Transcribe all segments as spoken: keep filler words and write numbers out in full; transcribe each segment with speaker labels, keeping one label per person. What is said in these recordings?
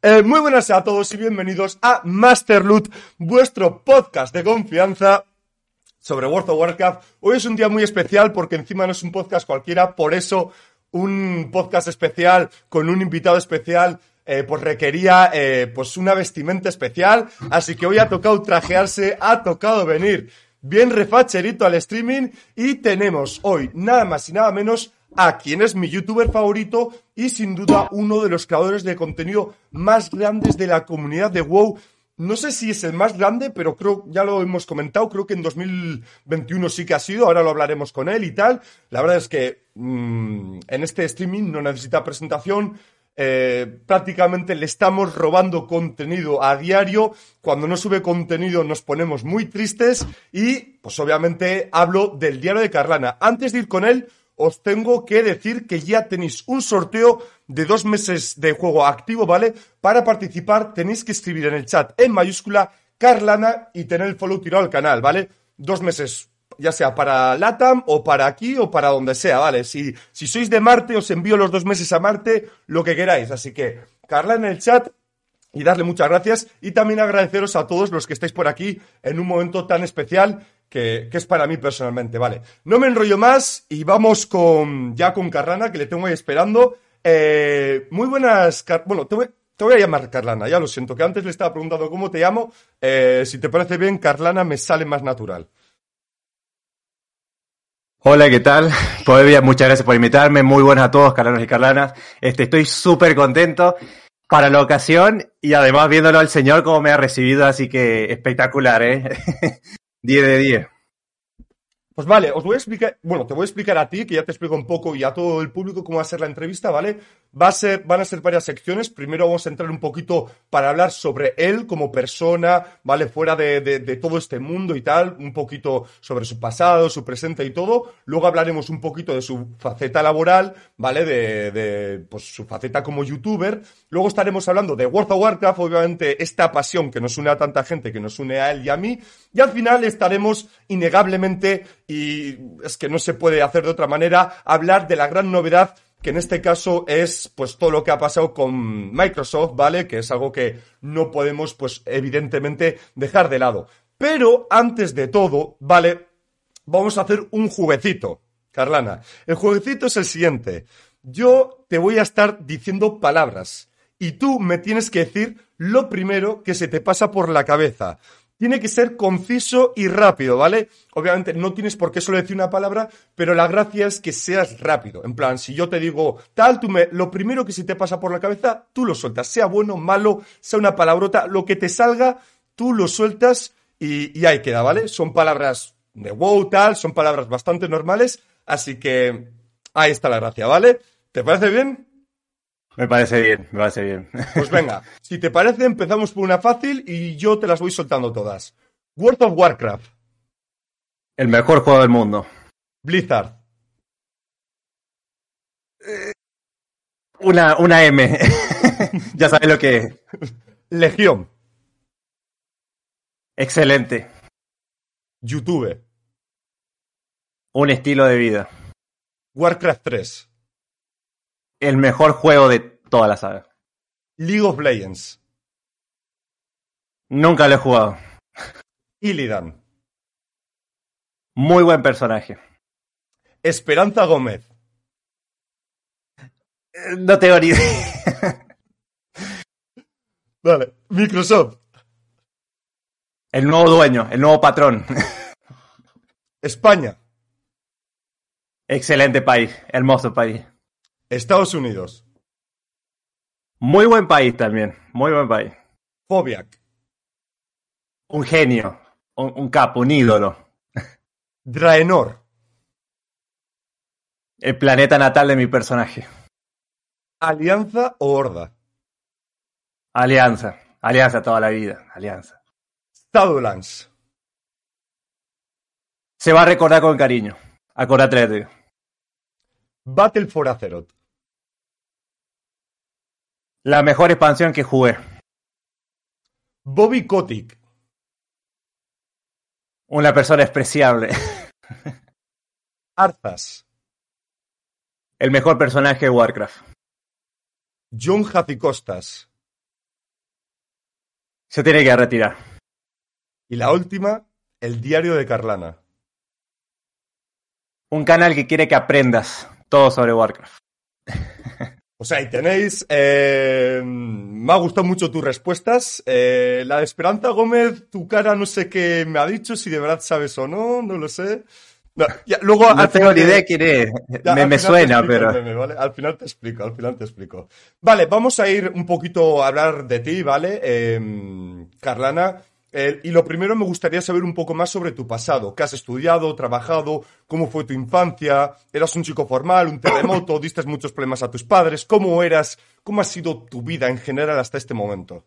Speaker 1: Eh, muy buenas a todos y bienvenidos a Masterloot, vuestro podcast de confianza sobre World of Warcraft. Hoy es un día muy especial porque encima no es un podcast cualquiera, por eso un podcast especial con un invitado especial eh, pues requería eh, pues una vestimenta especial, así que hoy ha tocado trajearse, ha tocado venir bien refacherito al streaming y tenemos hoy nada más y nada menos a quien es mi youtuber favorito y sin duda uno de los creadores de contenido más grandes de la comunidad de WoW. No sé si es el más grande, pero creo, ya lo hemos comentado, creo que en dos mil veintiuno sí que ha sido, ahora lo hablaremos con él y tal. La verdad es que mmm, en este streaming no necesita presentación, eh, prácticamente le estamos robando contenido a diario. Cuando no sube contenido nos ponemos muy tristes y pues obviamente hablo del diario de Carlana. Antes de ir con él, os tengo que decir que ya tenéis un sorteo de dos meses de juego activo, ¿vale? Para participar tenéis que escribir en el chat en mayúscula Carlana y tener el follow tirado al canal, ¿vale? Dos meses, ya sea para LATAM o para aquí o para donde sea, ¿vale? Si, si sois de Marte, os envío los dos meses a Marte, lo que queráis. Así que, Carlana en el chat y darle muchas gracias. Y también agradeceros a todos los que estáis por aquí en un momento tan especial Que, que es para mí personalmente, vale. No me enrollo más y vamos con ya con Carlana, que le tengo ahí esperando. Eh, muy buenas, Car bueno, te voy, te voy a llamar Carlana, ya lo siento, que antes le estaba preguntando cómo te llamo. Eh, si te parece bien, Carlana me sale más natural.
Speaker 2: Hola, ¿qué tal? Pues bien, muchas gracias por invitarme. Muy buenas a todos, Carlanos y Carlanas. Este, estoy súper contento para la ocasión y además viéndolo al señor cómo me ha recibido, así que espectacular, ¿eh? diez de diez.
Speaker 1: Pues vale, os voy a explicar, bueno, te voy a explicar a ti, que ya te explico un poco y a todo el público cómo va a ser la entrevista, ¿vale? Va a ser, van a ser varias secciones. Primero vamos a entrar un poquito para hablar sobre él como persona, ¿vale? Fuera de, de, de todo este mundo y tal, un poquito sobre su pasado, su presente y todo. Luego hablaremos un poquito de su faceta laboral, ¿vale? De, de pues su faceta como youtuber. Luego estaremos hablando de World of Warcraft, obviamente esta pasión que nos une a tanta gente, que nos une a él y a mí. Y al final estaremos innegablemente, y es que no se puede hacer de otra manera, hablar de la gran novedad que en este caso es pues todo lo que ha pasado con Microsoft, ¿vale? Que es algo que no podemos pues evidentemente dejar de lado. Pero antes de todo, ¿vale? Vamos a hacer un jueguecito, Carlana. El jueguecito es el siguiente. Yo te voy a estar diciendo palabras y tú me tienes que decir lo primero que se te pasa por la cabeza. Tiene que ser conciso y rápido, ¿vale? Obviamente no tienes por qué solo decir una palabra, pero la gracia es que seas rápido. En plan, si yo te digo tal, tú me, lo primero que se te pasa por la cabeza, tú lo sueltas. Sea bueno, malo, sea una palabrota, lo que te salga, tú lo sueltas y, y ahí queda, ¿vale? Son palabras de wow, tal, son palabras bastante normales, así que ahí está la gracia, ¿vale? ¿Te parece bien?
Speaker 2: Me parece bien, me parece bien.
Speaker 1: Pues venga, si te parece, empezamos por una fácil y yo te las voy soltando todas. World of Warcraft.
Speaker 2: El mejor juego del mundo.
Speaker 1: Blizzard.
Speaker 2: Eh, una, una M. Ya sabes lo que es.
Speaker 1: Legión.
Speaker 2: Excelente.
Speaker 1: YouTube.
Speaker 2: Un estilo de vida.
Speaker 1: Warcraft tres.
Speaker 2: El mejor juego de toda la saga.
Speaker 1: League of Legends.
Speaker 2: Nunca lo he jugado.
Speaker 1: Illidan.
Speaker 2: Muy buen personaje.
Speaker 1: Esperanza Gómez.
Speaker 2: Eh, no tengo ni idea.
Speaker 1: Vale. Microsoft.
Speaker 2: El nuevo dueño, el nuevo patrón.
Speaker 1: España.
Speaker 2: Excelente país, hermoso país.
Speaker 1: Estados Unidos.
Speaker 2: Muy buen país también, muy buen país.
Speaker 1: Fobiac.
Speaker 2: Un genio, un, un capo, un ídolo.
Speaker 1: Draenor.
Speaker 2: El planeta natal de mi personaje.
Speaker 1: Alianza o Horda.
Speaker 2: Alianza, alianza toda la vida, alianza.
Speaker 1: Shadowlands.
Speaker 2: Se va a recordar con cariño. Acordate de ti.
Speaker 1: Battle for Azeroth.
Speaker 2: La mejor expansión que jugué.
Speaker 1: Bobby Kotick.
Speaker 2: Una persona despreciable.
Speaker 1: Arthas.
Speaker 2: El mejor personaje de Warcraft.
Speaker 1: Jon Hacicostas.
Speaker 2: Se tiene que retirar.
Speaker 1: Y la última, el diario de Carlana.
Speaker 2: Un canal que quiere que aprendas todo sobre Warcraft.
Speaker 1: O sea, ahí tenéis. Eh, me ha gustado mucho tus respuestas. Eh, la de Esperanza Gómez, tu cara no sé qué me ha dicho, si de verdad sabes o no, no lo sé. No, ya, luego,
Speaker 2: no tengo ni idea de quién es. Ya, me, me suena, pero...
Speaker 1: Meme, ¿vale? Al final te explico, al final te explico. Vale, vamos a ir un poquito a hablar de ti, ¿vale? Eh, Carlana. Eh, y lo primero me gustaría saber un poco más sobre tu pasado. ¿Qué has estudiado, trabajado? ¿Cómo fue tu infancia? ¿Eras un chico formal, un terremoto? ¿Diste muchos problemas a tus padres? ¿Cómo eras? ¿Cómo ha sido tu vida en general hasta este momento?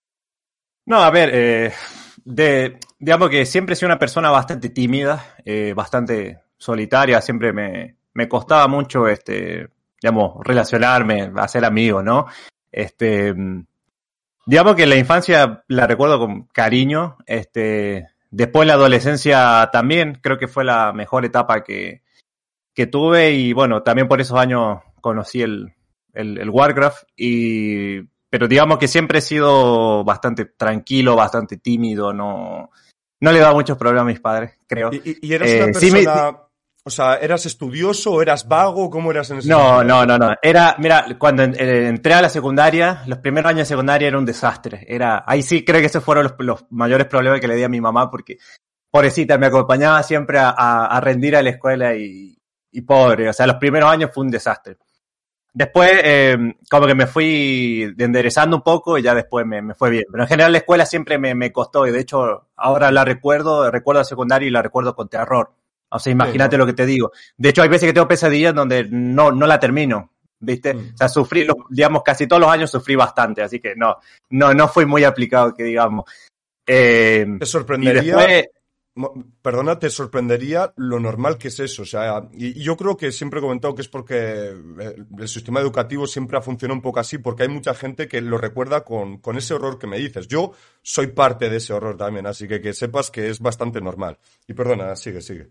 Speaker 2: No, a ver, eh, de, digamos que siempre he sido una persona bastante tímida, eh, bastante solitaria. Siempre me, me costaba mucho, este, digamos, relacionarme, hacer amigos, ¿no? Este... Digamos que la infancia la recuerdo con cariño, este, después la adolescencia también, creo que fue la mejor etapa que, que tuve y bueno, también por esos años conocí el, el, el Warcraft, y, pero digamos que siempre he sido bastante tranquilo, bastante tímido, no, no le daba muchos problemas a mis padres, creo.
Speaker 1: ¿Y, y eras eh, una persona... Sí me, O sea, ¿eras estudioso o eras vago? ¿Cómo eras en ese
Speaker 2: No,
Speaker 1: sentido?
Speaker 2: no, no, no. Era, mira, cuando en, eh, entré a la secundaria, los primeros años de secundaria era un desastre. Era, ahí sí creo que esos fueron los, los mayores problemas que le di a mi mamá, porque, pobrecita, me acompañaba siempre a, a, a rendir a la escuela y, y pobre. O sea, los primeros años fue un desastre. Después, eh, como que me fui enderezando un poco y ya después me, me fue bien. Pero en general la escuela siempre me, me costó y de hecho ahora la recuerdo, recuerdo la secundaria y la recuerdo con terror. O sea, imagínate sí, ¿no? Lo que te digo. De hecho, hay veces que tengo pesadillas donde no, no la termino, ¿viste? Mm. O sea, sufrí, digamos, casi todos los años sufrí bastante, así que no, no, no fui muy aplicado, que digamos. Eh,
Speaker 1: ¿Te sorprendería? Después, perdona, te sorprendería lo normal que es eso. O sea, y, y yo creo que siempre he comentado que es porque el sistema educativo siempre ha funcionado un poco así, porque hay mucha gente que lo recuerda con, con ese horror que me dices. Yo soy parte de ese horror también, así que que sepas que es bastante normal. Y perdona, sigue, sigue.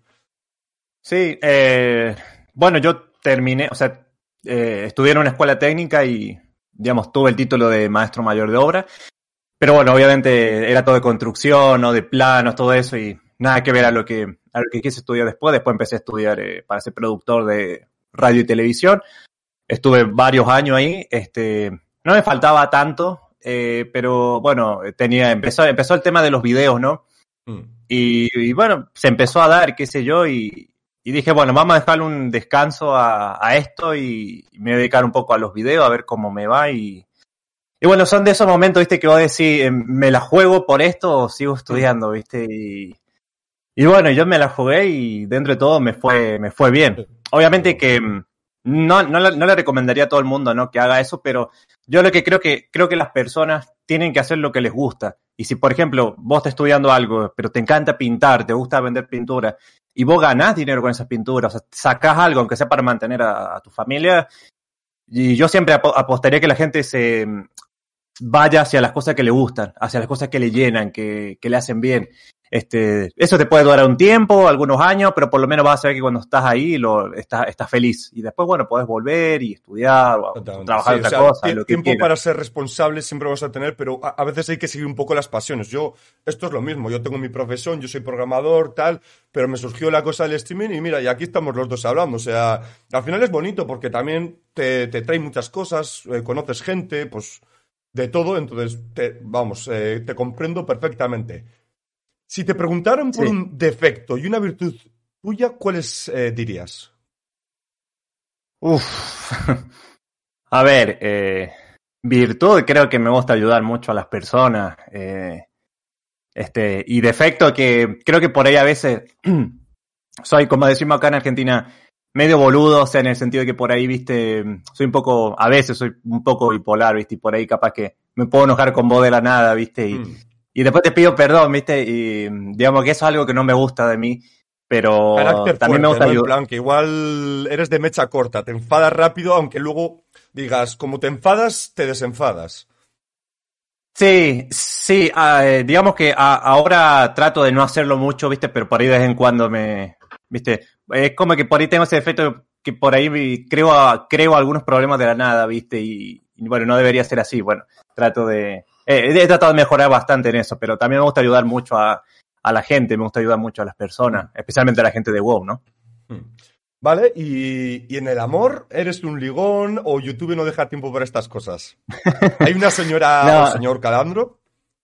Speaker 2: Sí, eh, bueno, yo terminé, o sea, eh, estudié en una escuela técnica y, digamos, tuve el título de maestro mayor de obra, pero bueno, obviamente era todo de construcción, ¿no? De planos, todo eso, y nada que ver a lo que, a lo que quise estudiar después. Después empecé a estudiar eh, para ser productor de radio y televisión. Estuve varios años ahí, este, no me faltaba tanto, eh, pero bueno, tenía, empezó, empezó el tema de los videos, ¿no? Mm. Y, y bueno, se empezó a dar, qué sé yo, y Y dije, bueno, vamos a dejarle un descanso a, a esto y, y me voy a dedicar un poco a los videos, a ver cómo me va. Y, y bueno, son de esos momentos, viste, que vos decís, eh, ¿me la juego por esto o sigo estudiando, viste? Y, y bueno, yo me la jugué y dentro de todo me fue, me fue bien. Obviamente que no, no, no le recomendaría a todo el mundo, ¿no? Que haga eso, pero yo lo que creo que, creo que las personas tienen que hacer lo que les gusta. Y si, por ejemplo, vos estás estudiando algo, pero te encanta pintar, te gusta vender pintura, y vos ganás dinero con esas pinturas, o sea, sacás algo, aunque sea para mantener a, a tu familia, y yo siempre ap- apostaría que la gente se vaya hacia las cosas que le gustan, hacia las cosas que le llenan, que, que le hacen bien. Este, eso te puede durar un tiempo, algunos años, pero por lo menos vas a saber que cuando estás ahí lo, estás, estás feliz. Y después, bueno, podés volver y estudiar o
Speaker 1: Totalmente.
Speaker 2: trabajar
Speaker 1: sí,
Speaker 2: otra
Speaker 1: o sea,
Speaker 2: cosa.
Speaker 1: T-
Speaker 2: lo que
Speaker 1: tiempo
Speaker 2: quieras.
Speaker 1: Para ser responsable siempre vas a tener, pero a, a veces hay que seguir un poco las pasiones. Yo, esto es lo mismo, yo tengo mi profesión, yo soy programador, tal, pero me surgió la cosa del streaming y mira, y aquí estamos los dos hablando. O sea, al final es bonito porque también te, te trae muchas cosas, eh, conoces gente, pues de todo, entonces, te, vamos, eh, te comprendo perfectamente. Si te preguntaran por sí. un defecto y una virtud tuya, ¿cuáles eh, dirías?
Speaker 2: Uf. A ver, eh, virtud, creo que me gusta ayudar mucho a las personas. Eh, este, y defecto que creo que por ahí a veces soy, como decimos acá en Argentina, medio boludo, o sea, en el sentido de que por ahí, viste, soy un poco, a veces soy un poco bipolar, viste, y por ahí capaz que me puedo enojar con vos de la nada, viste, y, mm. y después te pido perdón, viste, y digamos que eso es algo que no me gusta de mí, pero
Speaker 1: carácter
Speaker 2: también
Speaker 1: fuerte,
Speaker 2: me gusta
Speaker 1: ¿no?
Speaker 2: ayudar.
Speaker 1: En plan, que igual eres de mecha corta, te enfadas rápido, aunque luego digas, como te enfadas, te desenfadas.
Speaker 2: Sí, sí, uh, digamos que a, ahora trato de no hacerlo mucho, viste, pero por ahí de vez en cuando me, viste, es como que por ahí tengo ese efecto que por ahí creo, creo algunos problemas de la nada, viste, y, y bueno, no debería ser así, bueno, trato de, eh, he tratado de mejorar bastante en eso, pero también me gusta ayudar mucho a, a la gente, me gusta ayudar mucho a las personas, especialmente a la gente de WoW, ¿no?
Speaker 1: Vale, y, y en el amor, ¿eres un ligón o YouTube no deja tiempo para estas cosas? ¿Hay una señora
Speaker 2: no.
Speaker 1: o señor Calandro?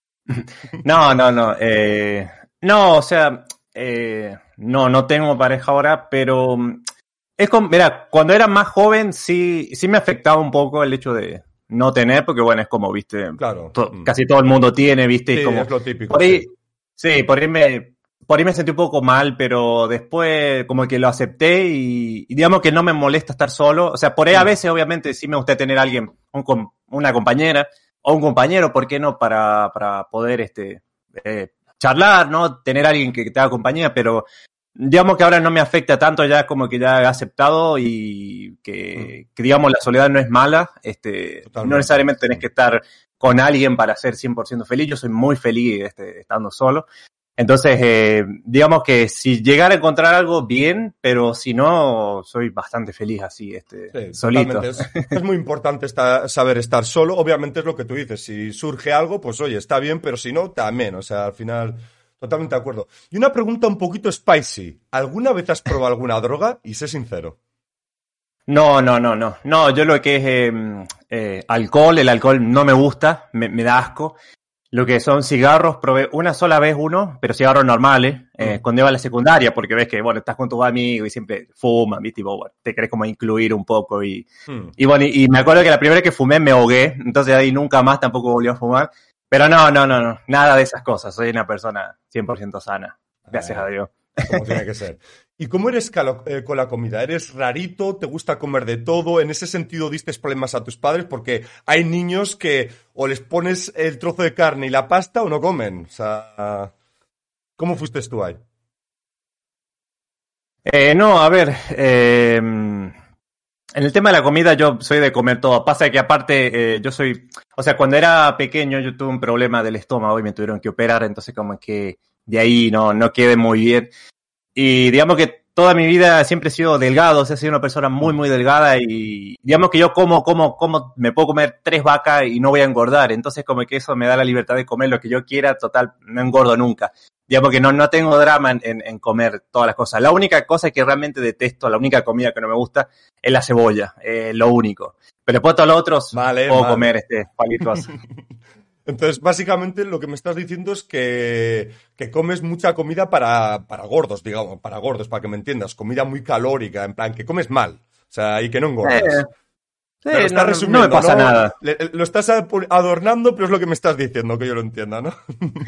Speaker 2: No, no, no. Eh, no, o sea, eh, no, no tengo pareja ahora, pero es como, mira, cuando era más joven sí, sí me afectaba un poco el hecho de no tener, porque bueno, es como, viste,
Speaker 1: claro.
Speaker 2: to, casi todo el mundo tiene, viste,
Speaker 1: sí,
Speaker 2: y como,
Speaker 1: es lo típico.
Speaker 2: Por ahí,
Speaker 1: sí.
Speaker 2: sí, por ahí me, por ahí me sentí un poco mal, pero después como que lo acepté y, y digamos que no me molesta estar solo. O sea, por ahí a veces obviamente sí me gusta tener a alguien, un, una compañera o un compañero, ¿por qué no? Para, para poder este eh, charlar, ¿no? Tener a alguien que te haga compañía, pero digamos que ahora no me afecta tanto, ya como que ya he aceptado y que, mm. que digamos la soledad no es mala, este, Totalmente. No necesariamente tenés que estar con alguien para ser cien por ciento feliz, yo soy muy feliz este, estando solo. Entonces, eh, digamos que si llegara a encontrar algo, bien, pero si no, soy bastante feliz así, este, sí, solito.
Speaker 1: Es, es muy importante estar, saber estar solo. Obviamente es lo que tú dices. Si surge algo, pues oye, está bien, pero si no, también. O sea, al final, totalmente de acuerdo. Y una pregunta un poquito spicy. ¿Alguna vez has probado alguna droga? Y sé sincero.
Speaker 2: No, no, no, no. No, yo lo que es eh, eh, alcohol, el alcohol no me gusta, me, me da asco. Lo que son cigarros, probé una sola vez uno, pero cigarros normales, eh, mm. cuando iba a la secundaria, porque ves que, bueno, estás con tus amigos y siempre fuman, ¿viste? Y vos, bueno, te querés como incluir un poco y, mm. y bueno, y, y me acuerdo que la primera vez que fumé me ahogué, entonces ahí nunca más tampoco volví a fumar, pero no, no, no, no, nada de esas cosas, soy una persona cien por ciento sana, gracias
Speaker 1: Ay,
Speaker 2: a Dios.
Speaker 1: Como tiene que ser. ¿Y cómo eres calo- eh, con la comida? ¿Eres rarito? ¿Te gusta comer de todo? ¿En ese sentido diste problemas a tus padres? Porque hay niños que o les pones el trozo de carne y la pasta o no comen. O sea, ¿cómo fuiste tú ahí?
Speaker 2: Eh, no, a ver, eh, en el tema de la comida yo soy de comer todo. Pasa que aparte eh, yo soy, o sea, cuando era pequeño yo tuve un problema del estómago y me tuvieron que operar, entonces como que de ahí no, no quedé muy bien. Y digamos que toda mi vida siempre he sido delgado, o sea, he sido una persona muy, muy delgada y digamos que yo como, como, como, me puedo comer tres vacas y no voy a engordar. Entonces como que eso me da la libertad de comer lo que yo quiera, total, no engordo nunca. Digamos que no, no tengo drama en, en, en comer todas las cosas. La única cosa que realmente detesto, la única comida que no me gusta es la cebolla, eh, lo único. Pero después todos los otros
Speaker 1: vale,
Speaker 2: puedo
Speaker 1: vale.
Speaker 2: comer este palitos.
Speaker 1: Entonces, básicamente lo que me estás diciendo es que, que comes mucha comida para, para gordos, digamos, para gordos, para que me entiendas. Comida muy calórica, en plan, que comes mal. O sea, y que no engordas.
Speaker 2: Eh, sí,
Speaker 1: me lo estás
Speaker 2: no,
Speaker 1: resumiendo,
Speaker 2: no me pasa
Speaker 1: ¿no?
Speaker 2: nada.
Speaker 1: Le, lo estás adornando, pero es lo que me estás diciendo, que yo lo entienda, ¿no?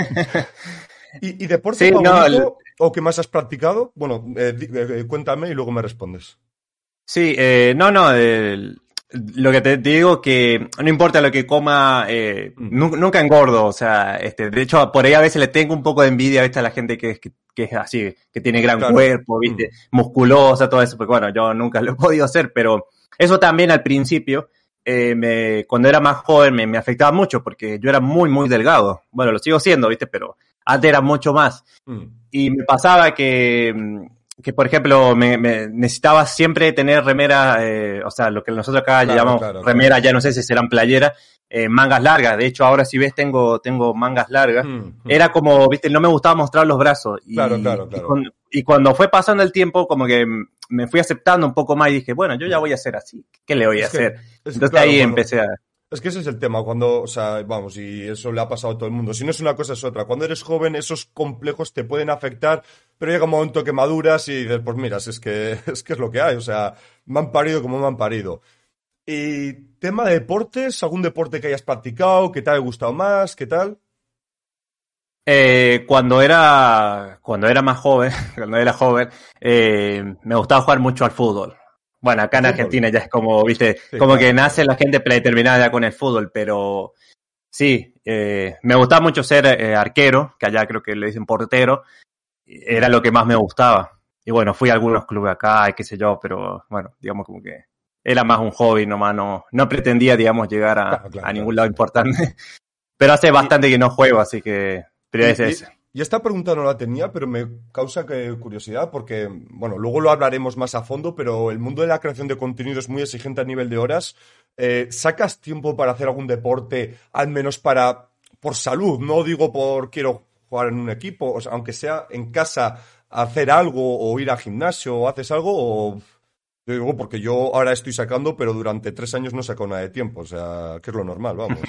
Speaker 1: ¿Y, y deporte
Speaker 2: sí,
Speaker 1: favorito
Speaker 2: no, el...
Speaker 1: o que más has practicado? Bueno, eh, eh, cuéntame y luego me respondes.
Speaker 2: Sí, eh, no, no, el... Lo que te digo que no importa lo que coma, eh, mm. nunca engordo, o sea, este, de hecho por ahí a veces le tengo un poco de envidia, ¿viste? A la gente que es, que, que es así, que tiene gran claro. cuerpo, ¿viste? Mm. Musculosa, todo eso, porque bueno, yo nunca lo he podido hacer, pero eso también al principio, eh, me, cuando era más joven me, me afectaba mucho porque yo era muy, muy delgado. Bueno, lo sigo siendo, ¿viste? Pero antes era mucho más. Mm. Y me pasaba que... que por ejemplo me, me necesitaba siempre tener remera, eh, o sea, lo que nosotros acá claro, llamamos claro, remera, claro. Ya no sé si serán playeras, eh, mangas largas. De hecho, ahora si ves tengo tengo mangas largas. Mm, mm. Era como, viste, no me gustaba mostrar los brazos. Y,
Speaker 1: claro, claro, claro.
Speaker 2: Y, con, y cuando fue pasando el tiempo, como que me fui aceptando un poco más y dije, bueno, yo ya voy a hacer así. ¿Qué le voy a es hacer? Que, Entonces claro, ahí cuando... empecé a...
Speaker 1: Es que ese es el tema, cuando, o sea, vamos, y eso le ha pasado a todo el mundo. Si no es una cosa, es otra. Cuando eres joven, esos complejos te pueden afectar, pero llega un momento que maduras y dices, pues mira, es que, es que es lo que hay. O sea, me han parido como me han parido. Y tema de deportes, ¿algún deporte que hayas practicado, que te haya gustado más, qué tal?
Speaker 2: Eh, cuando era, cuando era más joven, cuando era joven, eh, me gustaba jugar mucho al fútbol. Bueno, acá en Argentina ya es como, viste, sí, como claro, que nace claro. La gente predeterminada ya con el fútbol, pero sí, eh, me gustaba mucho ser eh, arquero, que allá creo que le dicen portero, era lo que más me gustaba. Y bueno, fui a algunos clubes acá, qué sé yo, pero bueno, digamos como que era más un hobby nomás, no, no pretendía, digamos, llegar a, claro, claro, a ningún claro. lado importante. Pero hace bastante y, que no juego, así que prioridad es esa.
Speaker 1: Y esta pregunta no la tenía, pero me causa que, curiosidad porque, bueno, luego lo hablaremos más a fondo, pero el mundo de la creación de contenido es muy exigente a nivel de horas. Eh, ¿Sacas tiempo para hacer algún deporte, al menos para por salud, no digo por quiero jugar en un equipo, o sea, aunque sea en casa hacer algo o ir al gimnasio o haces algo, o yo digo porque yo ahora estoy sacando, pero durante tres años no saco nada de tiempo, o sea, que es lo normal, vamos.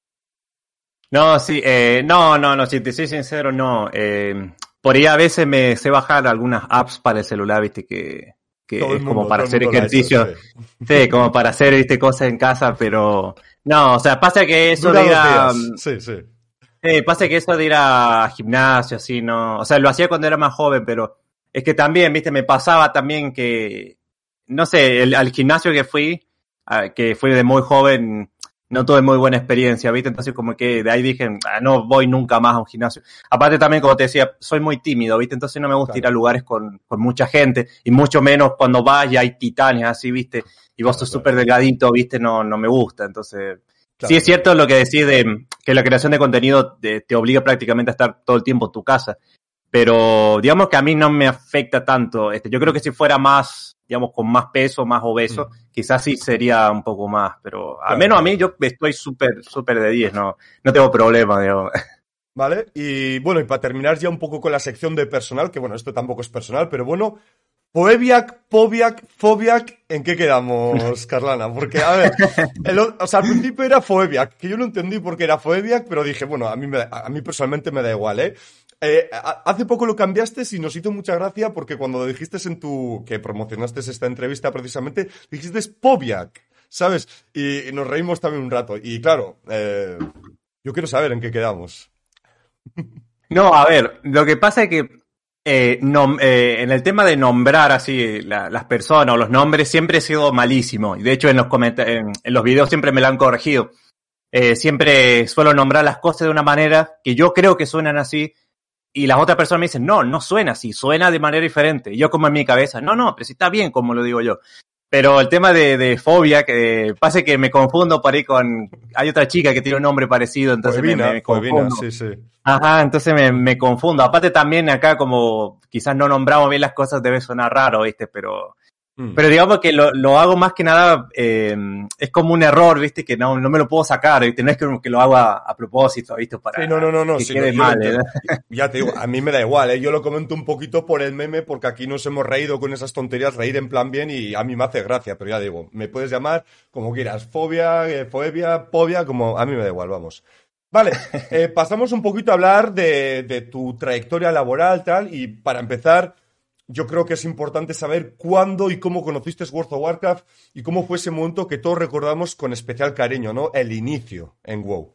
Speaker 2: No, sí, eh, no, no, no, si te soy sincero, no. Eh, por ahí a veces me sé bajar algunas apps para el celular, viste, que, que
Speaker 1: Todo el
Speaker 2: es
Speaker 1: mundo,
Speaker 2: como para
Speaker 1: todo el
Speaker 2: hacer
Speaker 1: mundo lo ha hecho,
Speaker 2: ejercicio.
Speaker 1: sí.
Speaker 2: Sí, como para hacer, viste, cosas en casa, pero no, o sea, pasa que eso
Speaker 1: Dura
Speaker 2: de ir
Speaker 1: dos
Speaker 2: a,
Speaker 1: días, sí, sí.
Speaker 2: sí, pasa que eso de ir a gimnasio, así, no, o sea, lo hacía cuando era más joven, pero es que también, viste, me pasaba también que, no sé, el, al gimnasio que fui, a- que fui de muy joven, no tuve muy buena experiencia, viste, entonces como que de ahí dije, ah, no voy nunca más a un gimnasio. Aparte también, como te decía, soy muy tímido, viste, entonces no me gusta ir a
Speaker 1: Claro,
Speaker 2: lugares con, con mucha gente, y mucho menos cuando vas y hay titanes así, viste, y vos
Speaker 1: claro,
Speaker 2: sos
Speaker 1: claro,
Speaker 2: súper delgadito, viste, no, no me gusta, entonces... Sí
Speaker 1: claro,
Speaker 2: es
Speaker 1: claro.
Speaker 2: cierto lo que decís de que la creación de contenido te, te obliga prácticamente a estar todo el tiempo en tu casa, pero digamos que a mí no me afecta tanto. Este, yo creo que si fuera más, digamos, con más peso, más obeso,
Speaker 1: Mm,
Speaker 2: quizás sí sería un poco más, pero al
Speaker 1: claro,
Speaker 2: menos a
Speaker 1: claro,
Speaker 2: mí
Speaker 1: claro.
Speaker 2: yo estoy súper, súper de diez, no, no tengo problema, digamos.
Speaker 1: Vale, y bueno, y para terminar ya un poco con la sección de personal, que bueno, esto tampoco es personal, pero bueno, Poeviac, Poviac, Fobiac, ¿en qué quedamos, Carlana? Porque, a ver, el o o sea, al principio era Foeviac, que yo no entendí por qué era Foeviac, pero dije, bueno, a mí, me, a mí personalmente me da igual, ¿eh? Eh, a- hace poco lo cambiaste y nos hizo mucha gracia porque cuando lo dijiste en tu, que promocionaste esta entrevista precisamente, dijiste Poviac, ¿sabes? Y, y nos reímos también un rato. Y claro, eh, yo quiero saber en qué quedamos.
Speaker 2: No, a ver, lo que pasa es que eh, nom- eh, en el tema de nombrar así la- las personas o los nombres siempre he sido malísimo. Y de hecho en los comenta- en, en los videos siempre me lo han corregido. Eh, siempre suelo nombrar las cosas de una manera que yo creo que suenan así y las otras personas me dicen, no, no suena así, suena de manera diferente. Y yo como en mi cabeza, no, no, pero si está bien como lo digo yo. Pero el tema de, de fobia, que pasa que me confundo por ahí con... Hay otra chica que tiene un nombre parecido, entonces me,
Speaker 1: Foevina,
Speaker 2: me
Speaker 1: Foevina,
Speaker 2: confundo.
Speaker 1: sí, sí.
Speaker 2: Ajá, entonces me, me confundo. Aparte también acá como quizás no nombramos bien las cosas debe sonar raro, ¿viste? Pero,
Speaker 1: Mm.
Speaker 2: pero digamos que lo, lo hago más que nada, eh, es como un error, ¿viste? Que no, no me lo puedo sacar, ¿viste? No es que, que lo hago a, a propósito, ¿viste?
Speaker 1: Sí, no, no,
Speaker 2: Para
Speaker 1: no, no,
Speaker 2: que
Speaker 1: sí, no,
Speaker 2: quede
Speaker 1: yo lo
Speaker 2: mal, ¿eh?
Speaker 1: entiendo. Ya te digo, a mí me da igual, ¿eh? Yo lo comento un poquito por el meme porque aquí nos hemos reído con esas tonterías, reír en plan bien y a mí me hace gracia, pero ya digo, me puedes llamar como quieras, fobia, eh, foebia, povia, como a mí me da igual, vamos. Vale, eh, pasamos un poquito a hablar de, de tu trayectoria laboral, tal, y para empezar, yo creo que es importante saber cuándo y cómo conociste World of Warcraft y cómo fue ese momento que todos recordamos con especial cariño, ¿no? El inicio en WoW.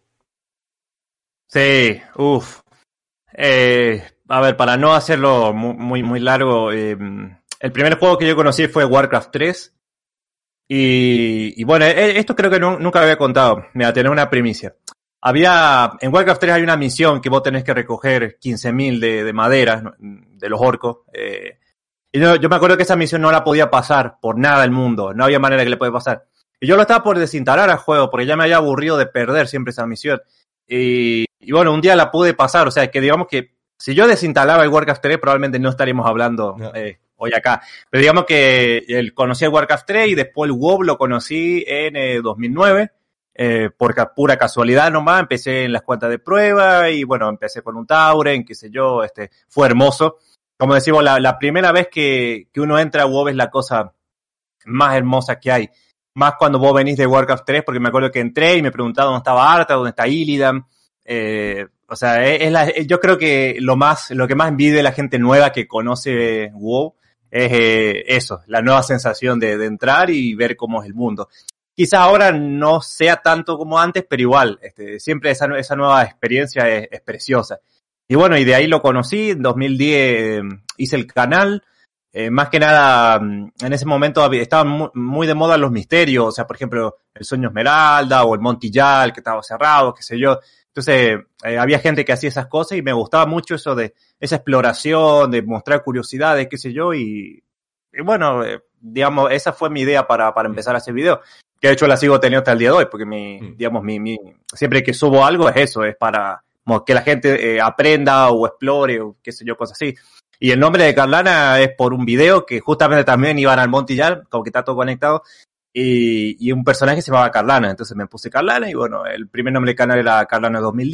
Speaker 2: Sí, uff. Eh, a ver, para no hacerlo mu- muy, muy largo, eh, el primer juego que yo conocí fue Warcraft tres. Y, y bueno, eh, esto creo que nu- nunca lo había contado. Me va a tener una primicia. Había, en Warcraft tres hay una misión que vos tenés que recoger quince mil de, de madera, ¿no? De los orcos. Eh, y yo, yo me acuerdo que esa misión no la podía pasar por nada del mundo. No había manera que le podía pasar. Y yo lo estaba por desinstalar al juego porque ya me había aburrido de perder siempre esa misión. Y, y bueno, un día la pude pasar. O sea, que digamos que si yo desinstalaba el Warcraft tres, probablemente no estaríamos hablando
Speaker 1: Ya.
Speaker 2: eh, hoy acá. Pero digamos que el, conocí el Warcraft tres y después el WoW lo conocí en eh, dos mil nueve. Eh, por ca- pura casualidad nomás, empecé en las cuentas de prueba y bueno, empecé con un Tauren, qué sé yo, este, fue hermoso. Como decimos, la, la primera vez que, que uno entra a WoW es la cosa más hermosa que hay. Más cuando vos venís de Warcraft tres, porque me acuerdo que entré y me preguntaba dónde estaba Arthas, dónde está Illidan. Eh, o sea, es, es la, yo creo que lo más, lo que más envidia la gente nueva que conoce WoW es eh, eso, la nueva sensación de, de entrar y ver cómo es el mundo. Quizás ahora no sea tanto como antes, pero igual, este, siempre esa, esa nueva experiencia es, es preciosa. Y bueno, y de ahí lo conocí, en dos mil diez eh, hice el canal, eh, más que nada, en ese momento había, estaban muy, muy de moda los misterios, o sea, por ejemplo, el Sueño Esmeralda o el Montillal, que estaba cerrado, qué sé yo. Entonces, eh, había gente que hacía esas cosas y me gustaba mucho eso de esa exploración, de mostrar curiosidades, qué sé yo, y, y bueno, eh, digamos, esa fue mi idea para, para empezar a hacer videos, que de hecho la sigo teniendo hasta el día de hoy, porque mi,
Speaker 1: Mm.
Speaker 2: digamos, mi, mi, siempre que subo algo es eso, es para que la gente eh, aprenda o explore o qué sé yo, cosas así. Y el nombre de Carlana es por un video que justamente también iban al Montillal, como que está todo conectado, y, y un personaje se llamaba Carlana, entonces me puse Carlana y bueno, el primer nombre del canal era Carlana dos mil diez,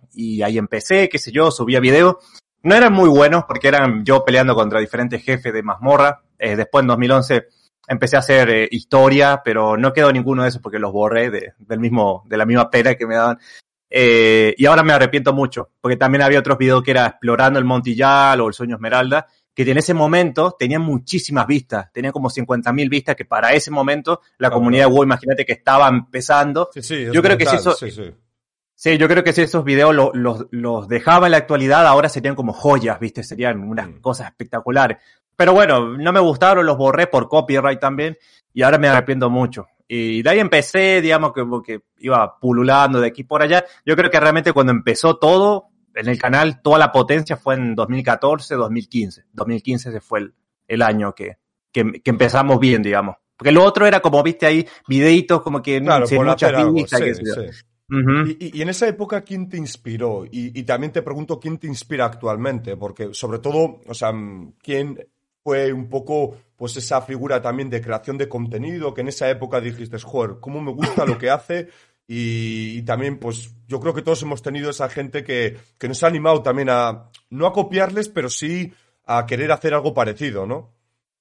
Speaker 2: y ahí empecé, qué sé yo, subía videos. No eran muy buenos porque eran yo peleando contra diferentes jefes de mazmorra. Eh, después en dos mil once empecé a hacer eh, historia, pero no quedó ninguno de esos porque los borré de, del mismo, de la misma pena que me daban. Eh, y ahora me arrepiento mucho, porque también había otros videos que era explorando el Montillal o el Sueño Esmeralda, que en ese momento tenían muchísimas vistas, tenían como cincuenta mil vistas, que para ese momento la
Speaker 1: Claro,
Speaker 2: comunidad
Speaker 1: claro.
Speaker 2: de WoW, imagínate que estaba empezando.
Speaker 1: Sí, sí, es
Speaker 2: Yo creo
Speaker 1: brutal,
Speaker 2: que si eso,
Speaker 1: sí, sí.
Speaker 2: sí, yo creo que si esos videos los, los, los dejaba en la actualidad, ahora serían como joyas, ¿viste? Serían unas
Speaker 1: Mm.
Speaker 2: cosas espectaculares. Pero bueno, no me gustaron, los borré por copyright también, y ahora me arrepiento mucho. Y de ahí empecé, digamos, que, que iba pululando de aquí por allá. Yo creo que realmente cuando empezó todo, en el canal, toda la potencia fue en dos mil catorce, dos mil quince. dos mil quince ese fue el, el año que, que, que empezamos bien, digamos. Porque lo otro era como, viste ahí, videitos como que
Speaker 1: Claro,
Speaker 2: sin
Speaker 1: por
Speaker 2: muchas
Speaker 1: hacer algo,
Speaker 2: vistas,
Speaker 1: sí,
Speaker 2: qué sé yo.
Speaker 1: sí.
Speaker 2: Ujú.
Speaker 1: Y, y- y en esa época, ¿quién te inspiró? Y, y también te pregunto, ¿quién te inspira actualmente? Porque sobre todo, o sea, mm, ¿quién fue un poco, pues esa figura también de creación de contenido que en esa época dijiste, joder, cómo me gusta lo que hace? Y, y también, pues, yo creo que todos hemos tenido esa gente que, que nos ha animado también a, no a copiarles, pero sí a querer hacer algo parecido, ¿no?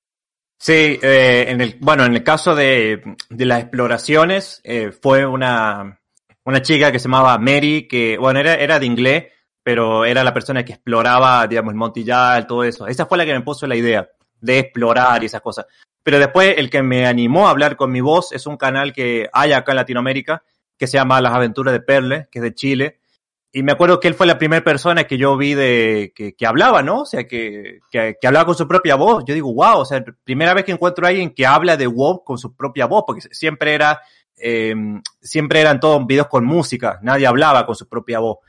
Speaker 2: Sí, eh, en el, bueno, en el caso de, de las exploraciones, eh, fue una, una chica que se llamaba Mary, que, bueno, era, era de inglés, pero era la persona que exploraba, digamos, el Montillal, todo eso. Esa fue la que me puso la idea de explorar y esas cosas. Pero después el que me animó a hablar con mi voz es un canal que hay acá en Latinoamérica, que se llama Las Aventuras de Perle, que es de Chile. Y me acuerdo que él fue la primera persona que yo vi de que, que hablaba, ¿no? O sea, que, que, que hablaba con su propia voz. Yo digo, wow, o sea, primera vez que encuentro a alguien que habla de WoW con su propia voz, porque siempre era, eh, siempre eran todos videos con música, nadie hablaba con su propia voz.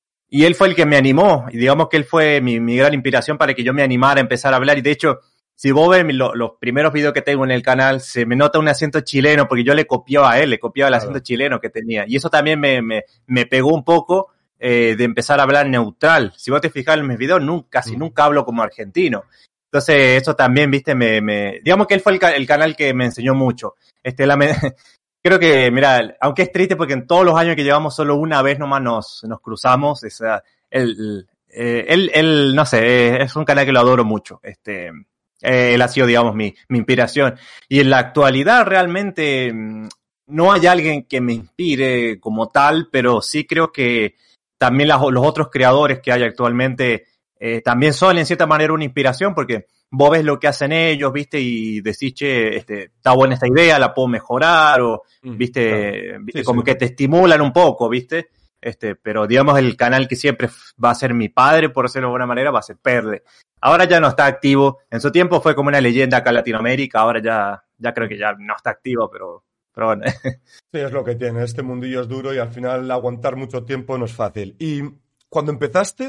Speaker 2: Y él fue el que me animó, y digamos que él fue mi, mi gran inspiración para que yo me animara a empezar a hablar. Y de hecho, si vos ves lo, los primeros videos que tengo en el canal, se me nota un acento chileno, porque yo le copiaba a él, le copiaba el
Speaker 1: Claro.
Speaker 2: acento chileno que tenía. Y eso también me, me, me pegó un poco. Eh, de empezar a hablar neutral. Si vos te fijas en mis videos, nunca, casi
Speaker 1: Mm.
Speaker 2: nunca hablo como argentino. Entonces, eso también, viste, me, me digamos que él fue el, ca- el canal que me enseñó mucho. Este, la me- creo que, mira, aunque es triste porque en todos los años que llevamos solo una vez nomás nos, nos cruzamos, o sea, él, eh, él, él, no sé, eh, es un canal que lo adoro mucho. Este, eh, él ha sido, digamos, mi, mi inspiración. Y en la actualidad realmente mm, no hay alguien que me inspire como tal, pero sí creo que también las, los otros creadores que hay actualmente eh, también son en cierta manera una inspiración, porque vos ves lo que hacen ellos, viste, y decís, che, este, está buena esta idea, la puedo mejorar, o
Speaker 1: Mm,
Speaker 2: viste,
Speaker 1: claro.
Speaker 2: viste
Speaker 1: Sí,
Speaker 2: como
Speaker 1: sí.
Speaker 2: que te estimulan un poco, viste, este, pero digamos el canal que siempre va a ser mi padre, por decirlo de alguna manera, va a ser Perle. Ahora ya no está activo, en su tiempo fue como una leyenda acá en Latinoamérica, ahora ya, ya creo que ya no está activo, pero, pero bueno.
Speaker 1: Sí, es lo que tiene. Este mundillo es duro y al final aguantar mucho tiempo no es fácil. Y cuando empezaste,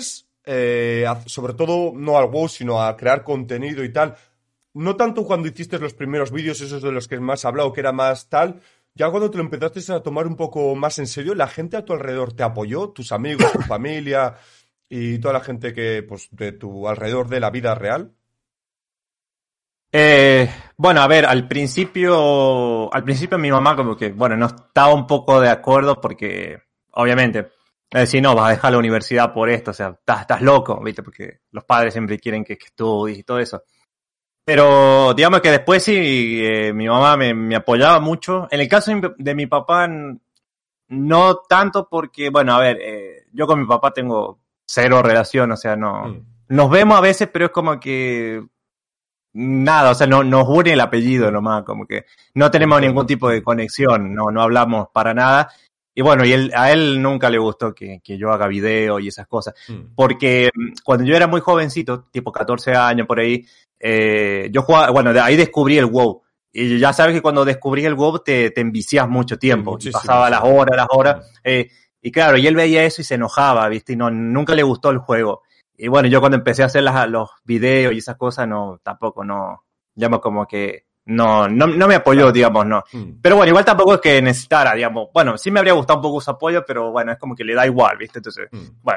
Speaker 1: eh, a- sobre todo no al WoW, sino a crear contenido y tal, no tanto cuando hiciste los primeros vídeos, esos de los que más has hablado, que era más tal, ya cuando te lo empezaste a tomar un poco más en serio, ¿la gente a tu alrededor te apoyó? ¿Tus amigos, tu familia y toda la gente que, pues, de tu alrededor de la vida real?
Speaker 2: Eh, bueno, a ver, al principio, al principio mi mamá como que, bueno, no estaba un poco de acuerdo porque, obviamente, me decía, no, vas a dejar la universidad por esto, o sea, estás, estás loco, ¿viste? Porque los padres siempre quieren que, que estudies y todo eso. Pero digamos que después sí, eh, mi mamá me, me apoyaba mucho. En el caso de mi, de mi papá, n- no tanto porque, bueno, a ver, eh, yo con mi papá tengo cero relación, o sea, no,
Speaker 1: Mm.
Speaker 2: nos vemos a veces, pero es como que nada, o sea, no, nos une el apellido nomás, como que no tenemos
Speaker 1: Entiendo.
Speaker 2: ningún tipo de conexión, no, no hablamos para nada. Y bueno, y él, a él nunca le gustó que, que yo haga video y esas cosas.
Speaker 1: Mm.
Speaker 2: Porque mm, cuando yo era muy jovencito, tipo catorce años por ahí, eh, yo jugaba, bueno, de ahí descubrí el WoW. Y ya sabes que cuando descubrí el WoW te, te envicias mucho tiempo. Y
Speaker 1: muchísimo,
Speaker 2: pasaba
Speaker 1: sí.
Speaker 2: las horas, las horas.
Speaker 1: Mm.
Speaker 2: eh, y claro, y él veía eso y se enojaba, ¿viste? Y no, nunca le gustó el juego. Y bueno, yo cuando empecé a hacer las, los videos y esas cosas, no, tampoco, no, llamo como que no, no, no me apoyó, digamos, no. Mm. Pero bueno, igual tampoco es que necesitara, digamos, bueno, sí me habría gustado un poco su apoyo, pero bueno, es como que le da igual, ¿viste? Entonces, mm. bueno,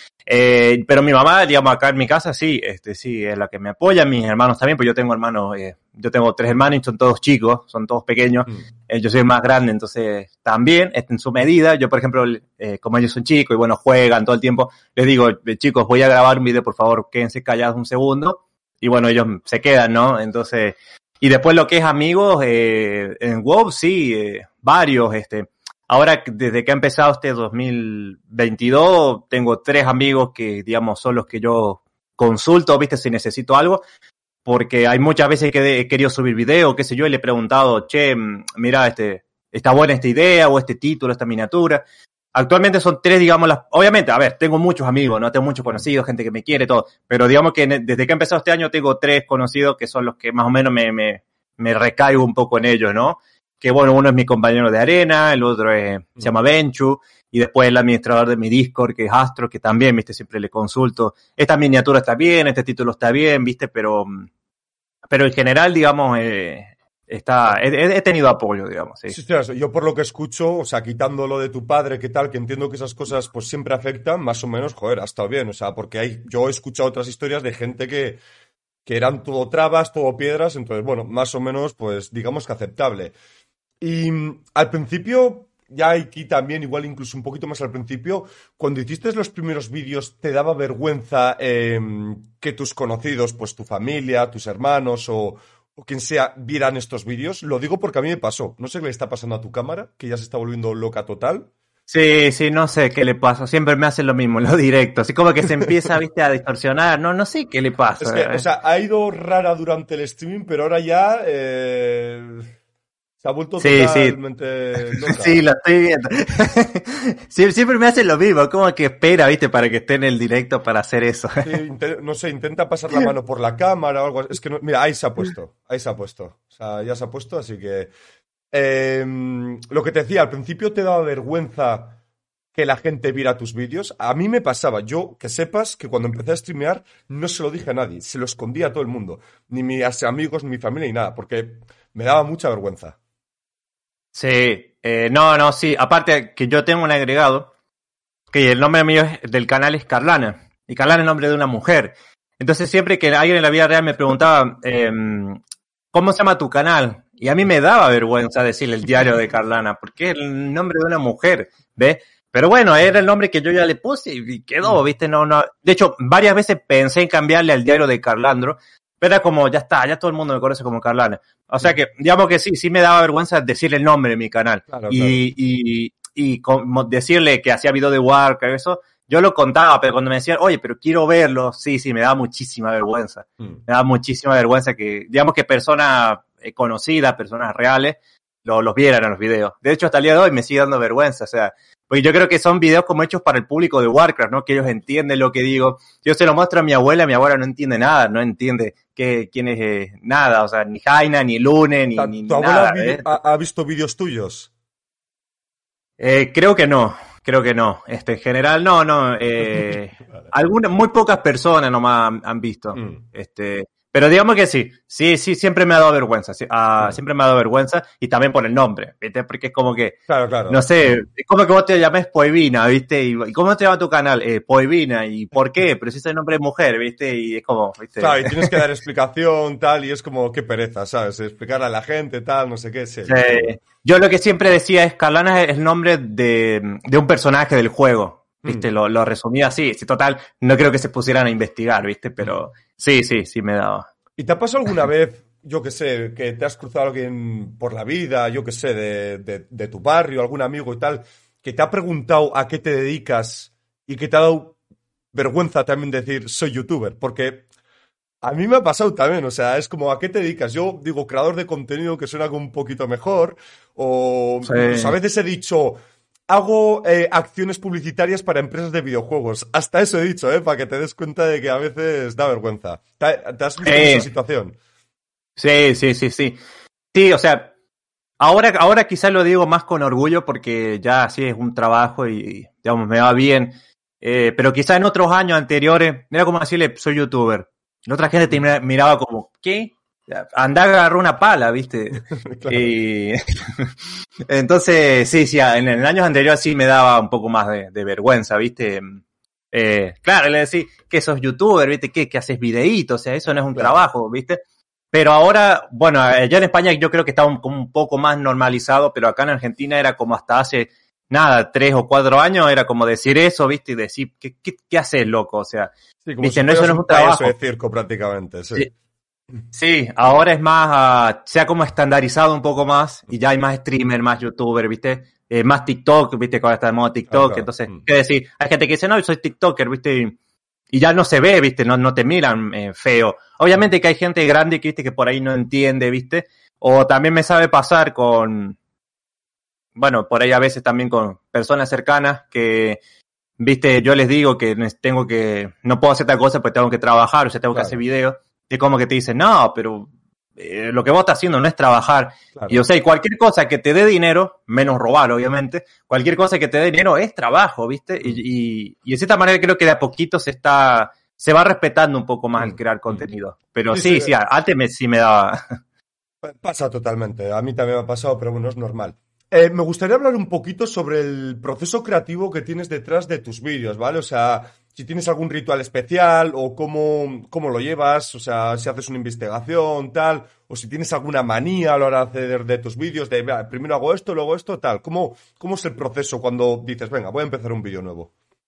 Speaker 2: eh, pero mi mamá, digamos, acá en mi casa sí, este, sí, es la que me apoya, mis hermanos también, pues yo tengo hermanos, eh, yo tengo tres hermanos y son todos chicos, son todos pequeños, mm. eh, yo soy el más grande, entonces también, este, en su medida, yo por ejemplo, eh, como ellos son chicos y bueno, juegan todo el tiempo, les digo, chicos, voy a grabar un video, por favor, quédense callados un segundo, y bueno, ellos se quedan, ¿no? Entonces, y después lo que es amigos, eh, en WoW, sí, eh, varios, este, ahora desde que ha empezado este dos mil veintidós, tengo tres amigos que, digamos, son los que yo consulto, viste, si necesito algo, porque hay muchas veces que he querido subir video, qué sé yo, y le he preguntado, che, mira, este, está buena esta idea, o este título, esta miniatura. Actualmente son tres, digamos, las, obviamente, a ver, tengo muchos amigos, no tengo muchos conocidos, gente que me quiere, todo, pero digamos que desde que he empezado este año tengo tres conocidos que son los que más o menos me, me, me recaigo un poco en ellos, ¿no? Que bueno, uno es mi compañero de arena, el otro es, se llama Benchu, y después el administrador de mi Discord, que es Astro, que también, viste, siempre le consulto, esta miniatura está bien, este título está bien, viste, pero, pero en general, digamos, eh, Está, he, he tenido apoyo, digamos, sí.
Speaker 1: Sí, sí. Yo por lo que escucho, o sea, quitando lo de tu padre, qué tal, que entiendo que esas cosas pues siempre afectan, más o menos, joder, ha estado bien, o sea, porque hay, yo he escuchado otras historias de gente que, que eran todo trabas, todo piedras, entonces, bueno, más o menos, pues, digamos que aceptable. Y al principio, ya aquí también, igual incluso un poquito más al principio, cuando hiciste los primeros vídeos, ¿te daba vergüenza eh, que tus conocidos, pues tu familia, tus hermanos o... o quien sea, vieran estos vídeos? Lo digo porque a mí me pasó. No sé qué le está pasando a tu cámara, que ya se está volviendo loca total.
Speaker 2: Sí, sí, no sé qué le pasa. Siempre me hace lo mismo, lo directo. Así como que se empieza, viste, a distorsionar. No, no sé qué le pasa.
Speaker 1: Es que, eh. o sea, ha ido rara durante el streaming, pero ahora ya eh, se ha vuelto
Speaker 2: sí,
Speaker 1: totalmente
Speaker 2: sí.
Speaker 1: loca.
Speaker 2: Sí, lo estoy viendo. Sie- Siempre me hace lo mismo. Como que espera, viste, para que esté en el directo para hacer eso.
Speaker 1: Sí, inte- no sé, intenta pasar la mano por la cámara o algo así. Es que, no, mira, ahí se ha puesto. Ahí se ha puesto. O sea, ya se ha puesto, así que... Eh, lo que te decía, al principio te daba vergüenza que la gente viera tus vídeos. A mí me pasaba. Yo, que sepas que cuando empecé a streamear no se lo dije a nadie. Se lo escondía a todo el mundo. Ni mis amigos, ni mi familia, ni nada. Porque me daba mucha vergüenza.
Speaker 2: Sí, eh, no, no, sí. Aparte que yo tengo un agregado, que el nombre mío es, del canal es Carlana. Y Carlana es el nombre de una mujer. Entonces siempre que alguien en la vida real me preguntaba, eh, ¿cómo se llama tu canal? Y a mí me daba vergüenza decirle el diario de Carlana, porque es el nombre de una mujer, ¿ves? Pero bueno, era el nombre que yo ya le puse y quedó, ¿viste? No, no. De hecho, varias veces pensé en cambiarle al diario de Carlandro, pero era como, ya está, ya todo el mundo me conoce como Carlana. O sea que, digamos que sí, sí me daba vergüenza decirle el nombre de mi canal.
Speaker 1: Claro,
Speaker 2: y,
Speaker 1: claro.
Speaker 2: y, y como decirle que hacía video de Warcraft, eso, yo lo contaba, pero cuando me decían, oye, pero quiero verlo, sí, sí, me daba muchísima vergüenza. Mm. Me daba muchísima vergüenza que, digamos que personas conocidas, personas reales, lo, los vieran en los videos. De hecho, hasta el día de hoy me sigue dando vergüenza, o sea, porque yo creo que son videos como hechos para el público de Warcraft, ¿no? Que ellos entienden lo que digo. Yo se lo muestro a mi abuela, mi abuela no entiende nada, no entiende que, quién es eh, nada, o sea, ni Jaina, ni Lune, ni, ni
Speaker 1: ¿Tu
Speaker 2: nada.
Speaker 1: abuela
Speaker 2: ¿eh?
Speaker 1: ha, ha visto vídeos tuyos?
Speaker 2: Eh, creo que no, creo que no. Este, en general, no, no. Eh, vale. Algunas, muy pocas personas nomás han, han visto. Mm. Este, pero digamos que sí, sí, sí, siempre me ha dado vergüenza, sí, uh, mm. siempre me ha dado vergüenza y también por el nombre, ¿viste? Porque es como que,
Speaker 1: claro, claro.
Speaker 2: no sé, es como que vos te llames Poevina, ¿viste? Y, ¿y cómo te llama tu canal? Eh, Poevina, ¿y por qué? Pero si es el nombre de mujer, ¿viste? Y es como, ¿viste?
Speaker 1: Claro, y tienes que dar explicación, tal, y es como, qué pereza, ¿sabes? Explicarle a la gente, tal, no sé qué, sí.
Speaker 2: sí. Yo lo que siempre decía es, Carlana es el nombre de, de un personaje del juego. ¿Viste? Mm. Lo, lo resumía así. Sí, total, no creo que se pusieran a investigar, ¿viste? Pero sí, sí, sí me daba.
Speaker 1: ¿Y te ha pasado alguna vez, yo qué sé, que te has cruzado a alguien por la vida, yo qué sé, de, de, de tu barrio, algún amigo y tal, que te ha preguntado a qué te dedicas y que te ha dado vergüenza también decir soy youtuber? Porque a mí me ha pasado también, o sea, es como, ¿a qué te dedicas? Yo digo creador de contenido, que suena como un poquito mejor, o sí. Pues a veces he dicho... Hago eh, acciones publicitarias para empresas de videojuegos. Hasta eso he dicho, ¿eh? Para que te des cuenta de que a veces da vergüenza. ¿Te, te has visto eh, en esa situación?
Speaker 2: Sí, sí, sí, sí. Sí, o sea, ahora, ahora quizás lo digo más con orgullo porque ya sí es un trabajo y, digamos, me va bien. Eh, pero quizás en otros años anteriores, era como decirle, soy youtuber. La otra gente te miraba como, ¿qué? andá a agarrar una pala, ¿viste? Claro. Y entonces, sí, sí, en, en años anteriores sí me daba un poco más de, de vergüenza, ¿viste? Eh, claro, le decís que sos youtuber, ¿viste? Que, que haces videitos, o sea, eso no es un claro. trabajo, ¿viste? Pero ahora, bueno, allá en España yo creo que está un, como un poco más normalizado, pero acá en Argentina era como hasta hace, nada, tres o cuatro años, era como decir eso, ¿viste? Y decir, ¿qué, qué, qué haces, loco? O sea,
Speaker 1: sí, como
Speaker 2: ¿viste?
Speaker 1: Si
Speaker 2: no, eso no es un trabajo.
Speaker 1: de circo prácticamente, sí.
Speaker 2: sí. Sí, ahora es más, uh, se ha como estandarizado un poco más y ya hay más streamer, más youtuber, ¿viste? Eh, más TikTok, ¿viste? Cuando está de moda TikTok, claro, entonces, mm. ¿qué decir? Hay gente que dice, no, yo soy TikToker, ¿viste? Y, y ya no se ve, ¿viste? No, no te miran eh, feo. Obviamente que hay gente grande que, ¿viste? Que por ahí no entiende, ¿viste? O también me sabe pasar con, bueno, por ahí a veces también con personas cercanas que, ¿viste? Yo les digo que tengo que, no puedo hacer tal cosa porque tengo que trabajar, o sea, tengo claro. que hacer videos. Es como que te dicen, no, pero eh, lo que vos estás haciendo no es trabajar. Claro. Y o sea, cualquier cosa que te dé dinero, menos robar, obviamente, cualquier cosa que te dé dinero es trabajo, ¿viste? Mm. Y, y, y de cierta manera creo que de a poquito se está, se va respetando un poco más mm. el crear contenido. Pero sí, sí, sí, sí antes me, sí me daba.
Speaker 1: Pasa totalmente, a mí también me ha pasado, pero bueno, es normal. Eh, me gustaría hablar un poquito sobre el proceso creativo que tienes detrás de tus vídeos, ¿vale? O sea, si tienes algún ritual especial o cómo, cómo lo llevas, o sea, si haces una investigación, tal, o si tienes alguna manía a la hora de hacer de tus vídeos, de primero hago esto, luego esto, tal. ¿Cómo, cómo es el proceso cuando dices, venga, voy a empezar un vídeo nuevo?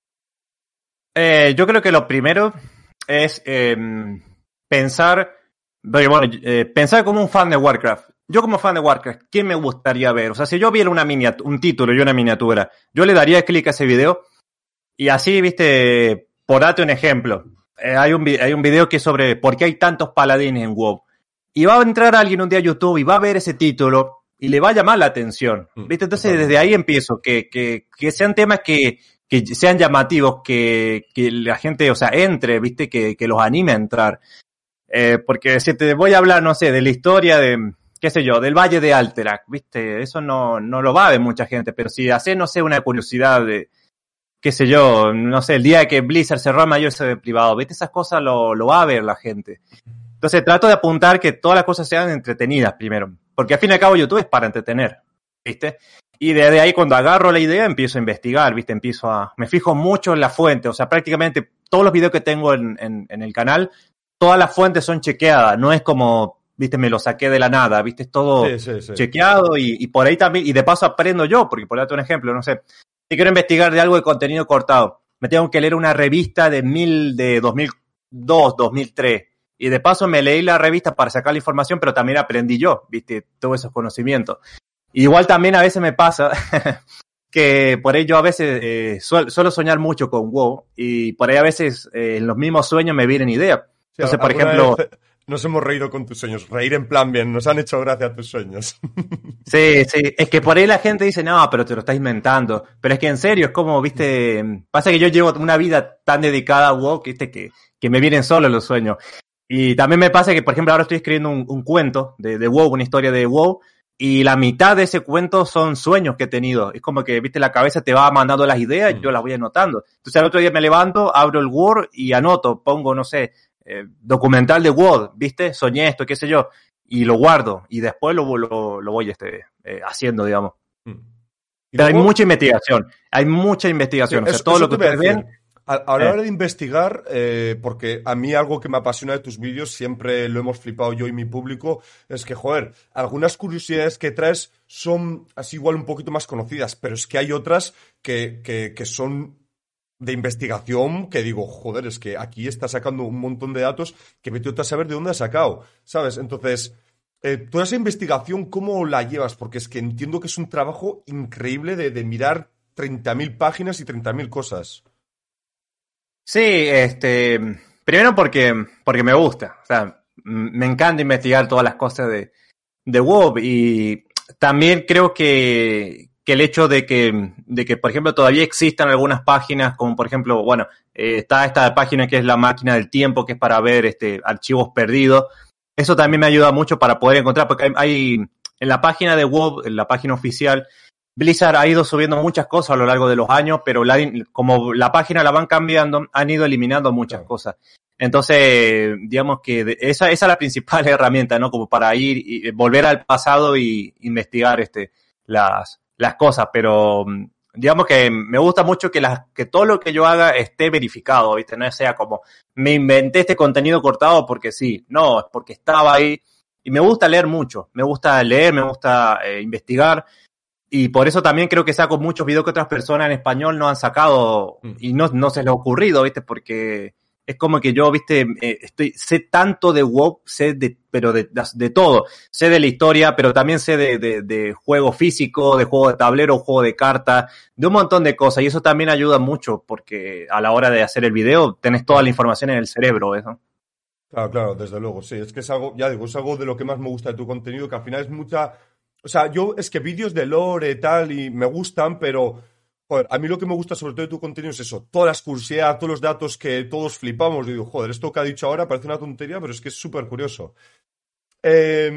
Speaker 2: Eh, yo creo que lo primero es eh, pensar, bueno, eh, pensar como un fan de Warcraft. Yo como fan de Warcraft, ¿qué me gustaría ver? O sea, si yo viera una miniatura, un título y una miniatura, yo le daría clic a ese video y así, viste, por darte un ejemplo, eh, hay, un, hay un video que es sobre por qué hay tantos paladines en WoW. Y va a entrar alguien un día a YouTube y va a ver ese título y le va a llamar la atención, ¿viste? Entonces desde ahí empiezo, que, que, que sean temas que, que sean llamativos, que, que la gente, o sea, entre, ¿viste? Que, que los anime a entrar. Eh, porque si te voy a hablar, no sé, de la historia de... qué sé yo, del Valle de Alterac, ¿viste? Eso no, no lo va a ver mucha gente, pero si hace, no sé, una curiosidad de, qué sé yo, no sé, el día que Blizzard cerró el mayor server privado, ¿viste? Esas cosas lo, lo va a ver la gente. Entonces trato de apuntar que todas las cosas sean entretenidas primero, porque al fin y al cabo YouTube es para entretener, ¿viste? Y desde ahí cuando agarro la idea empiezo a investigar, ¿viste? Empiezo a, me fijo mucho en la fuente, o sea, prácticamente todos los videos que tengo en, en, en el canal, todas las fuentes son chequeadas, no es como... viste, me lo saqué de la nada, viste, es todo sí, sí, sí. chequeado y, y por ahí también, y de paso aprendo yo, porque por darte un ejemplo, no sé, si quiero investigar de algo de contenido cortado, me tengo que leer una revista de mil, de dos mil dos, dos mil tres, y de paso me leí la revista para sacar la información, pero también aprendí yo, viste, todos esos conocimientos. Igual también a veces me pasa que por ahí yo a veces eh, suelo, suelo soñar mucho con WoW, y por ahí a veces eh, en los mismos sueños me vienen ideas. Entonces, por ejemplo...
Speaker 1: Vez... Nos hemos reído con tus sueños. Reír en plan bien. Nos han hecho gracia tus sueños.
Speaker 2: Sí, sí. Es que por ahí la gente dice, no, pero te lo estás inventando. Pero es que en serio, es como, viste... Pasa que yo llevo una vida tan dedicada a WoW, viste, que, que me vienen solos los sueños. Y también me pasa que, por ejemplo, ahora estoy escribiendo un, un cuento de, de WoW, una historia de WoW, y la mitad de ese cuento son sueños que he tenido. Es como que, viste, la cabeza te va mandando las ideas y yo las voy anotando. Entonces, al otro día me levanto, abro el Word y anoto, pongo, no sé... Eh, documental de WoW, ¿viste? Soñé esto, qué sé yo, y lo guardo, y después lo, lo, lo voy este, eh, haciendo, digamos. Mm. Pero luego, hay mucha investigación, hay mucha investigación, sí, o sea, eso, todo eso lo que ustedes ven...
Speaker 1: A, a la hora eh. de investigar, eh, porque a mí algo que me apasiona de tus vídeos, siempre lo hemos flipado yo y mi público, es que, joder, algunas curiosidades que traes son así igual un poquito más conocidas, pero es que hay otras que, que, que son... de investigación que digo, joder, es que aquí está sacando un montón de datos que vete a saber de dónde ha sacado, ¿sabes? Entonces, eh, toda esa investigación, ¿cómo la llevas? Porque es que entiendo que es un trabajo increíble de, de mirar treinta mil páginas y treinta mil cosas.
Speaker 2: Sí, este... Primero porque, porque me gusta, o sea, me encanta investigar todas las cosas de, de WoW y también creo que... que el hecho de que, de que, por ejemplo, todavía existan algunas páginas, como por ejemplo, bueno, eh, está esta página que es la máquina del tiempo, que es para ver este archivos perdidos. Eso también me ayuda mucho para poder encontrar, porque hay, hay en la página de WoW, en la página oficial, Blizzard ha ido subiendo muchas cosas a lo largo de los años, pero la, como la página la van cambiando, han ido eliminando muchas
Speaker 1: Claro.
Speaker 2: cosas. Entonces, digamos que de, esa, esa es la principal herramienta, ¿no? Como para ir y volver al pasado y investigar este, las, las cosas. Pero, digamos que me gusta mucho que, las, que todo lo que yo haga esté verificado, ¿viste? No sea como, me inventé este contenido cortado porque sí. No, es porque estaba ahí. Y me gusta leer mucho. Me gusta leer, me gusta eh, investigar. Y por eso también creo que saco muchos videos que otras personas en español no han sacado
Speaker 1: Mm.
Speaker 2: y no, no se les ha ocurrido, ¿viste? Porque es como que yo, ¿viste? Eh, estoy, sé tanto de WoW, sé de, pero de, de todo. Sé de la historia, pero también sé de, de, de juego físico, de juego de tablero, juego de cartas, de un montón de cosas. Y eso también ayuda mucho porque a la hora de hacer el video tenés toda la información en el cerebro, ¿eso?
Speaker 1: Claro, claro, desde luego, sí. Es que es algo, ya digo, es algo de lo que más me gusta de tu contenido, que al final es mucha... O sea, yo es que vídeos de lore y tal y me gustan, pero... Joder, a mí lo que me gusta sobre todo de tu contenido es eso, todas las curiosidades, todos los datos que todos flipamos. Yo digo, joder, esto que ha dicho ahora parece una tontería, pero es que es súper curioso. Eh,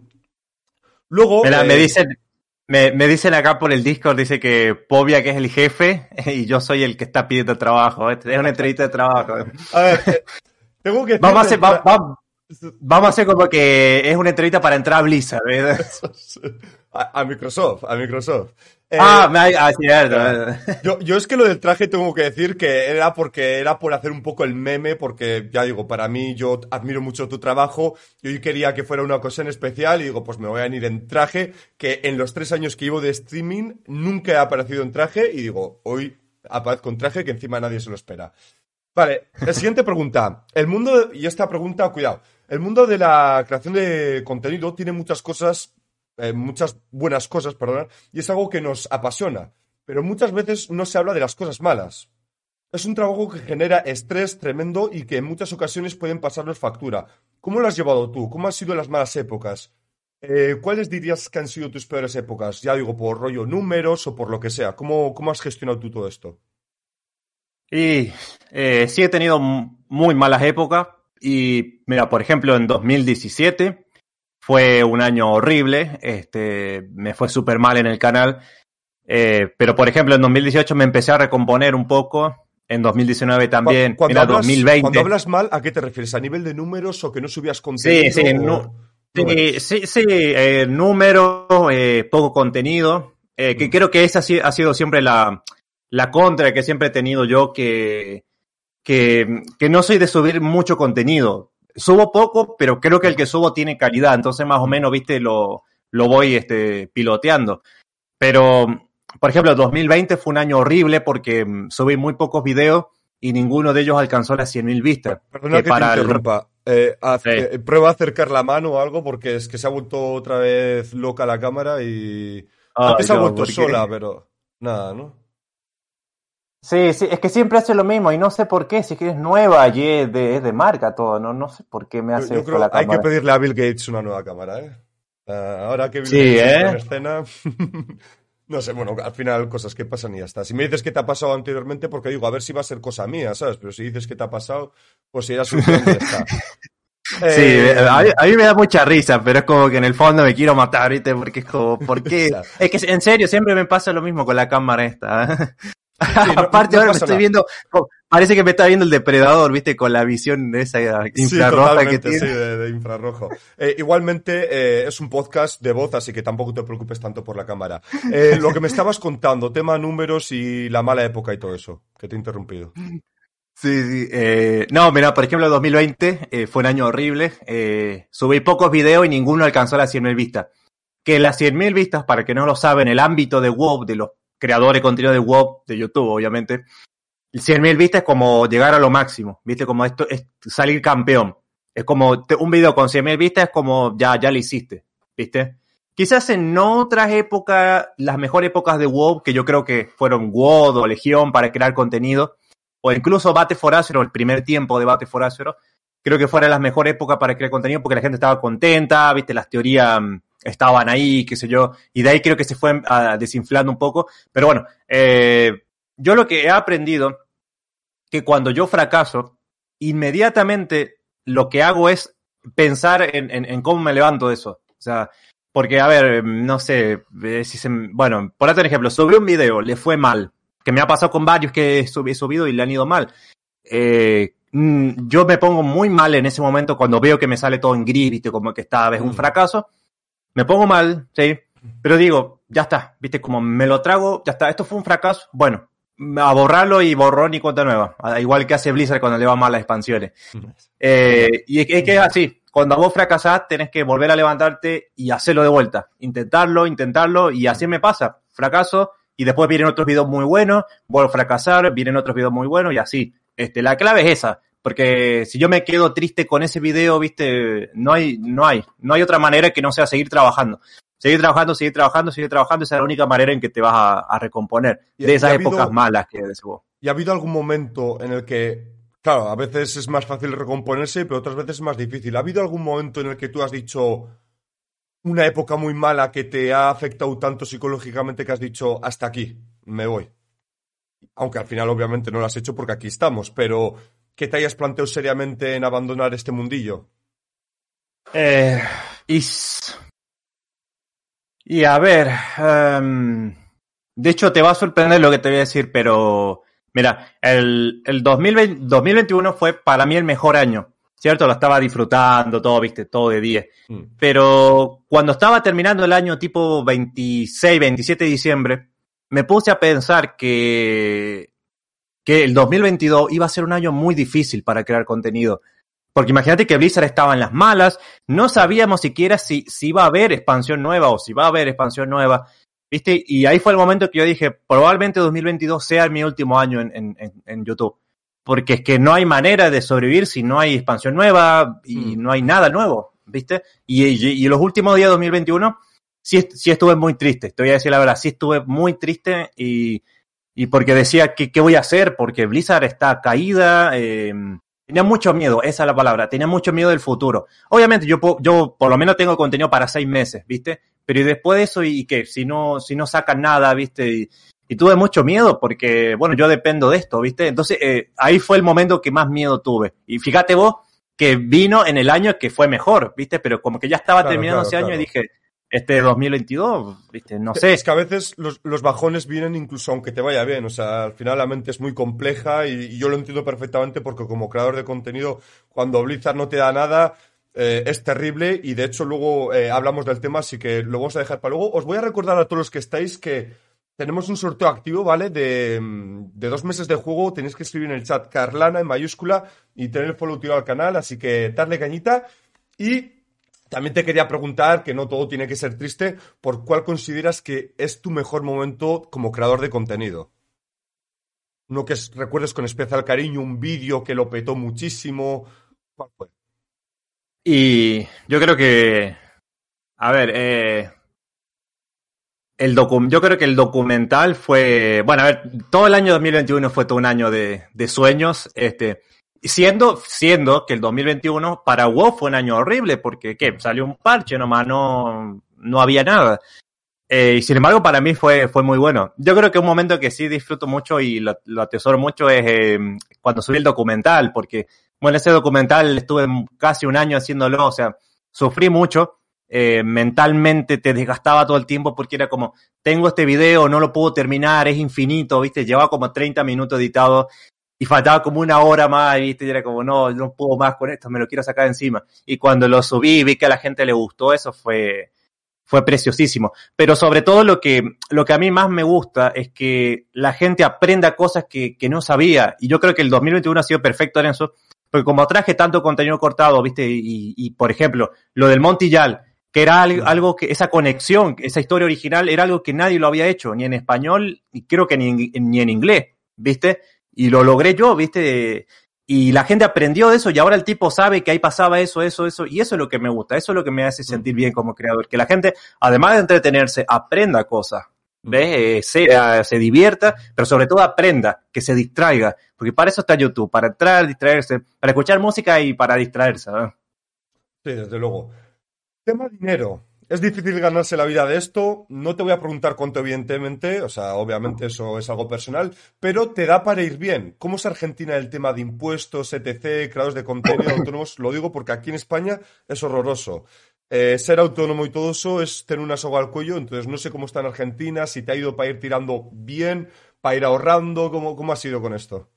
Speaker 1: luego...
Speaker 2: Mira, me
Speaker 1: eh,
Speaker 2: dicen, me, me dicen acá por el Discord, dice que Povia que es el jefe y yo soy el que está pidiendo trabajo. Es una entrevista de trabajo.
Speaker 1: a ver, eh, tengo que
Speaker 2: Vamos a
Speaker 1: decir...
Speaker 2: hacer, va- va- vamos a hacer como que es una entrevista para entrar a Blizzard, ¿verdad?
Speaker 1: A, a Microsoft, a Microsoft. Eh,
Speaker 2: Ah, me ha- ah, cierto.
Speaker 1: Yo, yo es que lo del traje tengo que decir que era porque era por hacer un poco el meme, porque ya digo, para mí yo admiro mucho tu trabajo y hoy quería que fuera una ocasión especial y digo, pues me voy a ir en traje, que en los tres años que llevo de streaming nunca he aparecido en traje y digo, hoy aparezco en traje que encima nadie se lo espera. Vale, la siguiente pregunta. El mundo, y esta pregunta, cuidado, el mundo de la creación de contenido tiene muchas cosas, eh, muchas buenas cosas, perdón, y es algo que nos apasiona, pero muchas veces no se habla de las cosas malas. Es un trabajo que genera estrés tremendo y que en muchas ocasiones pueden pasarnos factura. ¿Cómo lo has llevado tú? ¿Cómo han sido las malas épocas? Eh, ¿cuáles dirías que han sido tus peores épocas? Ya digo, por rollo números o por lo que sea. ¿Cómo, cómo has gestionado tú todo esto?
Speaker 2: Y eh, sí he tenido m- muy malas épocas y mira, por ejemplo, en dos mil diecisiete fue un año horrible, este, me fue súper mal en el canal, eh, pero por ejemplo en dos mil dieciocho me empecé a recomponer un poco, en dos mil diecinueve
Speaker 1: Cu-
Speaker 2: también,
Speaker 1: Cuando
Speaker 2: mira,
Speaker 1: hablas, cuando
Speaker 2: dos mil veinte.
Speaker 1: hablas mal, ¿a qué te refieres? ¿A nivel de números o que no subías
Speaker 2: Sí,
Speaker 1: contenido
Speaker 2: sí,
Speaker 1: o
Speaker 2: nu- sí,
Speaker 1: números?
Speaker 2: sí, sí, eh, números, eh, poco contenido, eh, que
Speaker 1: Mm.
Speaker 2: creo que esa sí ha sido siempre la, la contra que siempre he tenido yo, que, que, que no soy de subir mucho contenido. Subo poco, pero creo que el que subo tiene calidad, entonces más o menos, viste, lo, lo voy este, piloteando. Pero, por ejemplo, dos mil veinte fue un año horrible porque mm, subí muy pocos videos y ninguno de ellos alcanzó las cien mil vistas.
Speaker 1: Perdona
Speaker 2: Que
Speaker 1: que te
Speaker 2: para el-
Speaker 1: interrumpa. Eh, haz-
Speaker 2: Sí.
Speaker 1: eh, prueba a acercar la mano o algo porque es que se ha vuelto otra vez loca la cámara y...
Speaker 2: Ay,
Speaker 1: Antes se ha
Speaker 2: no,
Speaker 1: vuelto
Speaker 2: porque-
Speaker 1: sola, pero... Nada, ¿no?
Speaker 2: Sí, sí, es que siempre hace lo mismo y no sé por qué, si es que es nueva y es de, es de marca todo, no, no sé por qué me
Speaker 1: Yo,
Speaker 2: hace
Speaker 1: yo
Speaker 2: esto
Speaker 1: creo
Speaker 2: la
Speaker 1: que hay que
Speaker 2: cámara.
Speaker 1: pedirle a Bill Gates una nueva cámara, ¿eh? Ah, ahora que Bill
Speaker 2: Sí,
Speaker 1: Gates
Speaker 2: ¿eh?
Speaker 1: entra en escena... No sé, bueno, al final cosas que pasan y ya está. Si me dices que te ha pasado anteriormente, porque digo, a ver si va a ser cosa mía, ¿sabes? Pero si dices que te ha pasado, pues si era solución, ya está.
Speaker 2: Sí,
Speaker 1: Eh,
Speaker 2: a mí, a mí me da mucha risa, pero es como que en el fondo me quiero matar, ¿viste? Porque es como, ¿por qué?
Speaker 1: Ya.
Speaker 2: Es que en serio, siempre me pasa lo mismo con la cámara esta.
Speaker 1: no-
Speaker 2: Aparte
Speaker 1: no
Speaker 2: ahora me
Speaker 1: pasa
Speaker 2: estoy
Speaker 1: nada.
Speaker 2: viendo, oh, parece que me está viendo el depredador, ¿viste? Con la visión esa
Speaker 1: Sí,
Speaker 2: infrarroja que
Speaker 1: totalmente,
Speaker 2: tiene.
Speaker 1: sí, de, de infrarrojo. Eh, igualmente, eh, es un podcast de voz, así que tampoco te preocupes tanto por la cámara. Eh, lo que me estabas contando, tema números y la mala época y todo eso, que te he interrumpido.
Speaker 2: Sí, sí. Eh, no, mira, por ejemplo, dos mil veinte eh, fue un año horrible. Eh, subí pocos videos y ninguno alcanzó las cien mil vistas. Que las cien mil vistas, para que no lo saben, el ámbito de WoW, de los creadores de contenido de WoW, de YouTube, obviamente, cien mil vistas es como llegar a lo máximo, ¿viste? Como esto es salir campeón. Es como te- un video con cien mil vistas es como ya, ya lo hiciste, ¿viste? Quizás en otras épocas, las mejores épocas de WoW, que yo creo que fueron WoD o Legión para crear contenido, o incluso Battle for Azeroth, el primer tiempo de Battle for Azeroth, creo que fueron las mejores épocas para crear contenido porque la gente estaba contenta, ¿viste? Las teorías mm, estaban ahí, qué sé yo, y de ahí creo que se fue uh, desinflando un poco. Pero bueno, eh, yo lo que he aprendido que cuando yo fracaso, inmediatamente lo que hago es pensar en, en, en cómo me levanto de eso. O sea, Porque, a ver, no sé, eh, si se, bueno, por otro ejemplo, subí un video, le fue mal, que me ha pasado con varios que he subido y le han ido mal. Eh, yo me pongo muy mal en ese momento cuando veo que me sale todo en gris, viste, como que esta vez un fracaso. Me pongo mal, sí, pero digo, ya está, viste, como me lo trago, ya está, esto fue un fracaso, bueno, a borrarlo y borrón y cuenta nueva, igual que hace Blizzard cuando le va mal las expansiones. Eh, y es que, es que es así, cuando vos fracasás tenés que volver a levantarte y hacerlo de vuelta, intentarlo, intentarlo, y así me pasa, fracaso, y después vienen otros videos muy buenos, vuelvo a fracasar, vienen otros videos muy buenos, y así. Este, la clave es esa, porque si yo me quedo triste con ese video, viste, no hay, no hay, no hay otra manera que no sea seguir trabajando. Seguir trabajando, seguir trabajando, seguir trabajando, esa es la única manera en que te vas a, a recomponer
Speaker 1: y,
Speaker 2: de esas
Speaker 1: y habido,
Speaker 2: épocas malas que decís vos.
Speaker 1: ¿Y ha habido algún momento en el que, claro, a veces es más fácil recomponerse, pero otras veces es más difícil? ¿Ha habido algún momento en el que tú has dicho una época muy mala que te ha afectado tanto psicológicamente que has dicho hasta aquí, me voy? Aunque al final obviamente no lo has hecho porque aquí estamos, pero que te hayas planteado seriamente en abandonar este mundillo.
Speaker 2: Eh, y, y a ver, um, de hecho te va a sorprender lo que te voy a decir, pero mira, el, el dos mil veinte, dos mil veintiuno fue para mí el mejor año, ¿cierto? Lo estaba disfrutando, todo, viste, todo de diez. Mm. Pero cuando estaba terminando el año tipo veintiséis, veintisiete de diciembre, me puse a pensar que, que el dos mil veintidós iba a ser un año muy difícil para crear contenido. Porque imagínate que Blizzard estaba en las malas, no sabíamos siquiera si, si iba a haber expansión nueva o si va a haber expansión nueva, ¿viste? Y ahí fue el momento que yo dije, probablemente dos mil veintidós sea mi último año en, en, en YouTube. Porque es que no hay manera de sobrevivir si no hay expansión nueva y mm. no hay nada nuevo, ¿viste? Y, y, y los últimos días de dos mil veintiuno sí, sí estuve muy triste, te voy a decir la verdad, sí estuve muy triste y, y porque decía, ¿qué, qué voy a hacer? Porque Blizzard está caída, eh, tenía mucho miedo, esa es la palabra, tenía mucho miedo del futuro. Obviamente yo, yo por lo menos tengo contenido para seis meses, ¿viste? Pero y después de eso, ¿y qué? Si no, si no sacan nada, ¿viste? Y, y tuve mucho miedo porque, bueno, yo dependo de esto, ¿viste? Entonces eh, ahí fue el momento que más miedo tuve. Y fíjate vos que vino en el año que fue mejor, ¿viste? Pero como que ya estaba claro, terminando claro, ese claro. año y dije, este dos mil veintidós, ¿viste? No sé.
Speaker 1: Es que a veces los, los bajones vienen incluso aunque te vaya bien. O sea, al final la mente es muy compleja y, y yo lo entiendo perfectamente porque como creador de contenido, cuando Blizzard no te da nada, eh, es terrible y de hecho luego eh, hablamos del tema, así que lo vamos a dejar para luego. Os voy a recordar a todos los que estáis que tenemos un sorteo activo, ¿vale? De, de dos meses de juego. Tenéis que escribir en el chat Carlana en mayúscula y tener el follow tirado al canal, así que darle cañita. Y también te quería preguntar, que no todo tiene que ser triste, ¿por cuál consideras que es tu mejor momento como creador de contenido? Uno que es, recuerdes con especial cariño, un vídeo que lo petó muchísimo. ¿Cuál fue?
Speaker 2: Y yo creo que, a ver, eh, el docu- yo creo que el documental fue, bueno, a ver, todo el año dos mil veintiuno fue todo un año de, de sueños, este, siendo, siendo que el dos mil veintiuno para WoW fue un año horrible, porque, ¿qué? Salió un parche nomás, no, no había nada. Eh, y sin embargo, para mí fue, fue muy bueno. Yo creo que un momento que sí disfruto mucho y lo, lo atesoro mucho es eh, cuando subí el documental, porque, bueno, ese documental estuve casi un año haciéndolo, o sea, sufrí mucho, eh, mentalmente te desgastaba todo el tiempo porque era como, tengo este video, no lo puedo terminar, es infinito, ¿viste? Llevaba como treinta minutos editado y faltaba como una hora más, ¿viste? Y era como, no, no puedo más con esto, me lo quiero sacar encima. Y cuando lo subí, vi que a la gente le gustó, eso fue... fue preciosísimo, pero sobre todo lo que, lo que a mí más me gusta es que la gente aprenda cosas que, que no sabía, y yo creo que el dos mil veintiuno ha sido perfecto en eso, porque como traje tanto contenido cortado, viste, y, y por ejemplo, lo del Monty Yal, que era algo, algo que, esa conexión, esa historia original, era algo que nadie lo había hecho, ni en español, y creo que ni en, ni en inglés, viste, y lo logré yo, viste, y la gente aprendió de eso y ahora el tipo sabe que ahí pasaba eso, eso, eso, y eso es lo que me gusta, eso es lo que me hace sentir bien como creador, que la gente, además de entretenerse, aprenda cosas, ¿ves? Eh, se, se divierta, pero sobre todo aprenda, que se distraiga, porque para eso está YouTube, para entrar, distraerse, para escuchar música y para distraerse, ¿eh?
Speaker 1: Sí, desde luego. Tema dinero. Es difícil ganarse la vida de esto, no te voy a preguntar cuánto evidentemente, o sea, obviamente eso es algo personal, pero te da para ir bien. ¿Cómo es Argentina el tema de impuestos, etcétera, creadores de contenido autónomos? Lo digo porque aquí en España es horroroso. Eh, ser autónomo y todo eso es tener una soga al cuello, entonces no sé cómo está en Argentina, si te ha ido para ir tirando bien, para ir ahorrando, ¿cómo, cómo ha sido con esto?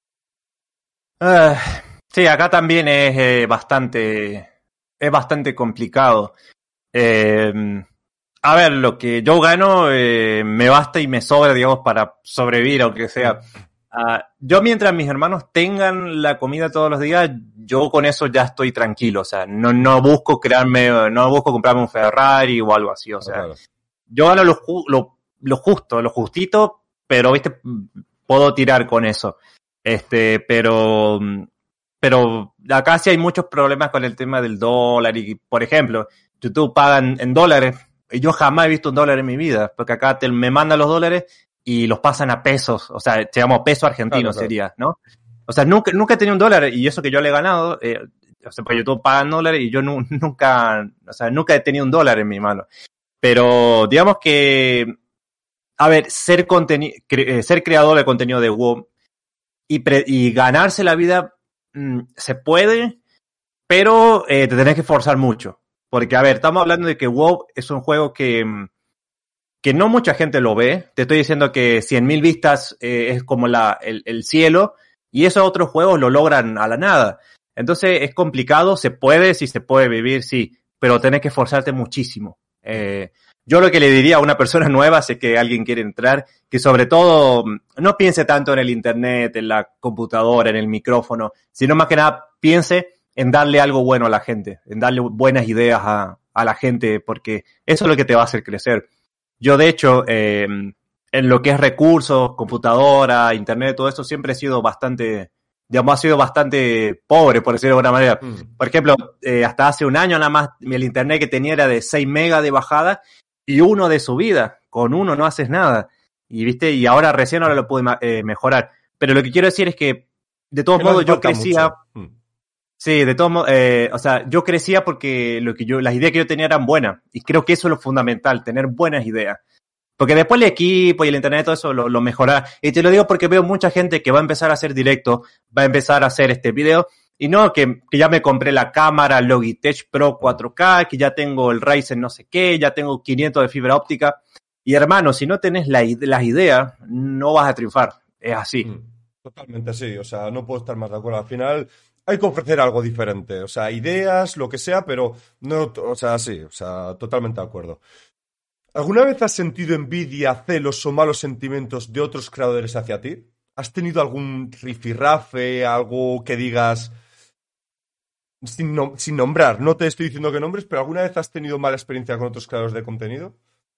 Speaker 2: Uh, sí, acá también es eh, bastante, es bastante complicado. Eh, a ver, lo que yo gano eh, me basta y me sobra, digamos, para sobrevivir, aunque sea. Uh, yo mientras mis hermanos tengan la comida todos los días, yo con eso ya estoy tranquilo. O sea, no, no busco crearme, no busco comprarme un Ferrari o algo así. O sea, claro. Yo gano lo, lo, lo justo, lo justito, pero, viste, puedo tirar con eso. Este, pero, pero acá sí hay muchos problemas con el tema del dólar y, por ejemplo, YouTube pagan en dólares y yo jamás he visto un dólar en mi vida, porque acá te, me mandan los dólares y los pasan a pesos, o sea, se llama peso argentino, claro, claro. Sería, ¿no? O sea, nunca, nunca he tenido un dólar y eso que yo le he ganado, eh, o sea, porque YouTube pagan dólares y yo nu, nunca, o sea, nunca he tenido un dólar en mi mano. Pero digamos que, a ver, ser contenido, cre ser creador de contenido de WoW y, pre y ganarse la vida mmm, se puede, pero eh, te tenés que esforzar mucho. Porque, a ver, estamos hablando de que WoW es un juego que, que no mucha gente lo ve. Te estoy diciendo que cien mil vistas eh, es como la, el, el cielo, y esos otros juegos lo logran a la nada. Entonces es complicado, se puede, sí se puede vivir, sí, pero tenés que esforzarte muchísimo. Eh, yo lo que le diría a una persona nueva, sé que alguien quiere entrar, que sobre todo no piense tanto en el internet, en la computadora, en el micrófono, sino más que nada piense en darle algo bueno a la gente, en darle buenas ideas a, a la gente, porque eso es lo que te va a hacer crecer. Yo, de hecho, eh, en lo que es recursos, computadora, internet, todo eso, siempre he sido bastante, digamos, ha sido bastante pobre, por decirlo de alguna manera. Mm. Por ejemplo, eh, hasta hace un año nada más, el internet que tenía era de seis megas de bajada y uno de subida. Con uno no haces nada. Y, ¿viste? Y ahora recién ahora lo pude eh, mejorar. Pero lo que quiero decir es que, de todos modos, yo crecía... Mucho. Sí, de todos modos, eh, o sea, yo crecía porque lo que yo, las ideas que yo tenía eran buenas. Y creo que eso es lo fundamental, tener buenas ideas. Porque después el equipo y el internet, todo eso lo, lo mejorará. Y te lo digo porque veo mucha gente que va a empezar a hacer directo, va a empezar a hacer este video. Y no, que, que ya me compré la cámara Logitech Pro cuatro K, que ya tengo el Ryzen no sé qué, ya tengo quinientos de fibra óptica. Y hermano, si no tenés la, las ideas, no vas a triunfar. Es así.
Speaker 1: Totalmente así, o sea, no puedo estar más de acuerdo. Al final hay que ofrecer algo diferente, o sea, ideas, lo que sea, pero no, o sea, sí, o sea, totalmente de acuerdo. ¿Alguna vez has sentido envidia, celos o malos sentimientos de otros creadores hacia ti? ¿Has tenido algún rifirrafe, algo que digas sin, no, sin nombrar? No te estoy diciendo que nombres, pero ¿alguna vez has tenido mala experiencia con otros creadores de contenido?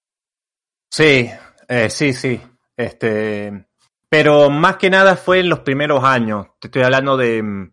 Speaker 2: Sí, eh, sí, sí. Este, pero más que nada fue en los primeros años. Te estoy hablando de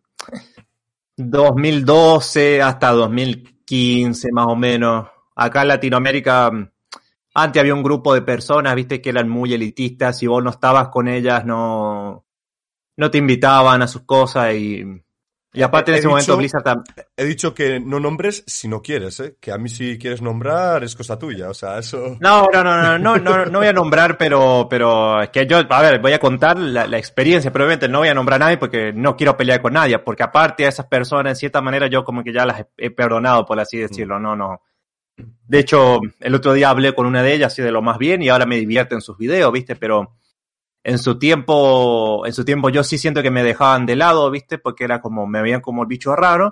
Speaker 2: dos mil doce hasta dos mil quince, más o menos. Acá en Latinoamérica, antes había un grupo de personas, viste, que eran muy elitistas. Si vos no estabas con ellas, no, no te invitaban a sus cosas. Y, y aparte, he, en ese dicho, momento Blizzard también.
Speaker 1: He dicho que no nombres si no quieres, ¿eh? Que a mí si quieres nombrar es cosa tuya, o sea, eso...
Speaker 2: No, no, no, no, no, no, no voy a nombrar, pero, pero es que yo, a ver, voy a contar la, la experiencia, pero obviamente no voy a nombrar a nadie porque no quiero pelear con nadie, porque aparte a esas personas, en cierta manera, yo como que ya las he, he perdonado, por así decirlo, no, no. De hecho, el otro día hablé con una de ellas y de lo más bien y ahora me divierte en sus videos, ¿viste? Pero en su tiempo, en su tiempo yo sí siento que me dejaban de lado, ¿viste? Porque era como, me veían como el bicho raro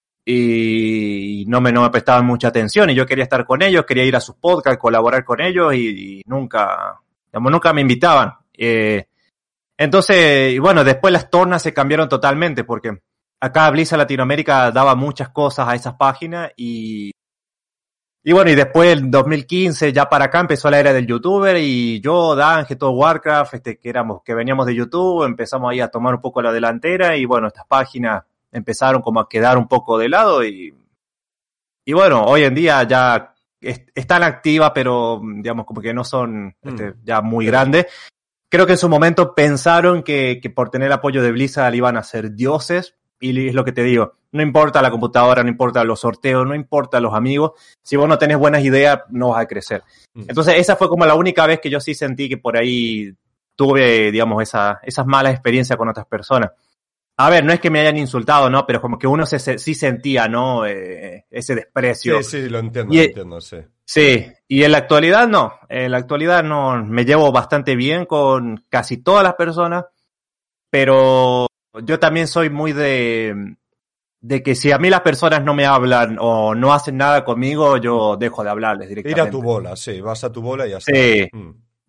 Speaker 2: y no me, no me prestaban mucha atención y yo quería estar con ellos, quería ir a sus podcasts, colaborar con ellos y, y nunca, digamos, nunca me invitaban. Eh, entonces, y bueno, después las tornas se cambiaron totalmente porque acá Blizzard Latinoamérica daba muchas cosas a esas páginas y Y bueno, y después en dos mil quince ya para acá empezó la era del youtuber y yo, Dange, todo Warcraft, este, que éramos, que veníamos de YouTube, empezamos ahí a tomar un poco la delantera y bueno, estas páginas empezaron como a quedar un poco de lado y, y bueno, hoy en día ya est- están activas, pero digamos como que no son este, mm. ya muy grandes. Creo que en su momento pensaron que, que por tener apoyo de Blizzard iban a ser dioses. Y es lo que te digo, no importa la computadora, no importa los sorteos, no importa los amigos, si vos no tenés buenas ideas, no vas a crecer. Mm. Entonces esa fue como la única vez que yo sí sentí que por ahí tuve, digamos, esa, esas malas experiencias con otras personas. A ver, no es que me hayan insultado, ¿no? Pero como que uno se, se, sí sentía, ¿no? Eh, ese desprecio.
Speaker 1: Sí, sí, lo entiendo,
Speaker 2: y,
Speaker 1: lo entiendo, sí.
Speaker 2: Sí, y en la actualidad no. En la actualidad no, me llevo bastante bien con casi todas las personas, pero yo también soy muy de, de que si a mí las personas no me hablan o no hacen nada conmigo, yo dejo de hablarles directamente.
Speaker 1: Ir a tu bola, sí, vas a tu bola y ya está.
Speaker 2: Sí. Mm.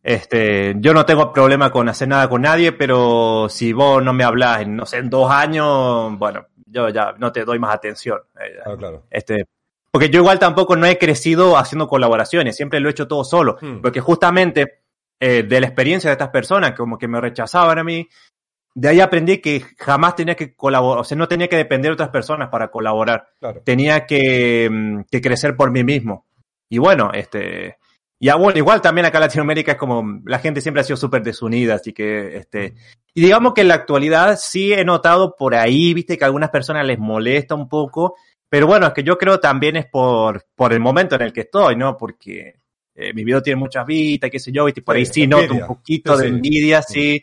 Speaker 2: Este, yo no tengo problema con hacer nada con nadie, pero si vos no me hablás en, no sé, en dos años, bueno, yo ya no te doy más atención.
Speaker 1: Ah, claro.
Speaker 2: Este, porque yo igual tampoco no he crecido haciendo colaboraciones, siempre lo he hecho todo solo, hmm. porque justamente eh, de la experiencia de estas personas, como que me rechazaban a mí, de ahí aprendí que jamás tenía que colaborar, o sea, no tenía que depender de otras personas para colaborar,
Speaker 1: claro.
Speaker 2: tenía que, que crecer por mí mismo. Y bueno, este... Y bueno, igual también acá en Latinoamérica es como la gente siempre ha sido súper desunida, así que este y digamos que en la actualidad sí he notado por ahí, viste, que a algunas personas les molesta un poco, pero bueno, es que yo creo también es por, por el momento en el que estoy, ¿no? Porque eh, mi video tiene muchas vistas, qué sé yo, viste, por sí, ahí sí envidia. Noto un poquito sí, de envidia, sí, sí.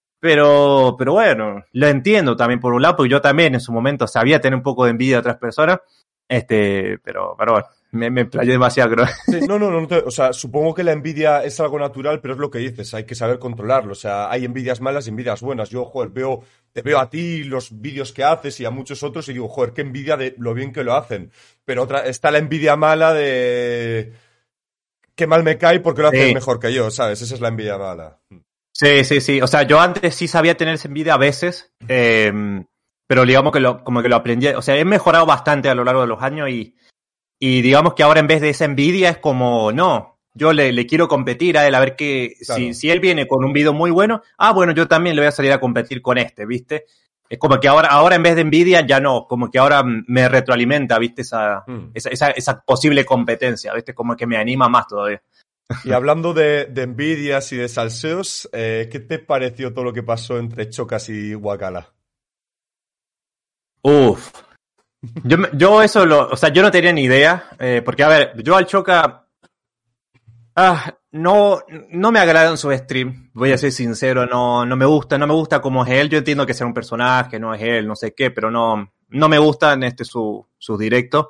Speaker 2: Pero, pero bueno, lo entiendo también por un lado, porque yo también en su momento sabía tener un poco de envidia de otras personas, este, pero, pero bueno. Me, me playé demasiado, creo.
Speaker 1: Sí, no, no, no, no te, o sea, supongo que la envidia es algo natural, pero es lo que dices, hay que saber controlarlo. O sea, hay envidias malas y envidias buenas. Yo, joder, veo, te veo a ti, los vídeos que haces y a muchos otros y digo, joder, qué envidia de lo bien que lo hacen. Pero otra, está la envidia mala de qué mal me cae porque lo hacen sí. mejor que yo, ¿sabes? Esa es la envidia mala.
Speaker 2: Sí, sí, sí. O sea, yo antes sí sabía tener esa envidia a veces, eh, pero digamos que lo, como que lo aprendí. O sea, he mejorado bastante a lo largo de los años y Y digamos que ahora en vez de esa envidia es como, no, yo le, le quiero competir a él, a ver que claro. si, si él viene con un video muy bueno, ah, bueno, yo también le voy a salir a competir con este, ¿viste? Es como que ahora, ahora en vez de envidia ya no, como que ahora me retroalimenta, ¿viste? Esa, mm. esa, esa, esa posible competencia, ¿viste? Como que me anima más todavía.
Speaker 1: Y hablando de, de envidias y de salseos, eh, ¿qué te pareció todo lo que pasó entre Chocas y Wakala?
Speaker 2: Uf. Yo, yo eso lo, o sea, yo no tenía ni idea, eh, porque a ver, yo al Choca, ah, no, no me agrada en su stream, voy a ser sincero, no, no me gusta, no me gusta cómo es él, yo entiendo que sea un personaje, no es él, no sé qué, pero no, no me gustan este su, sus directos,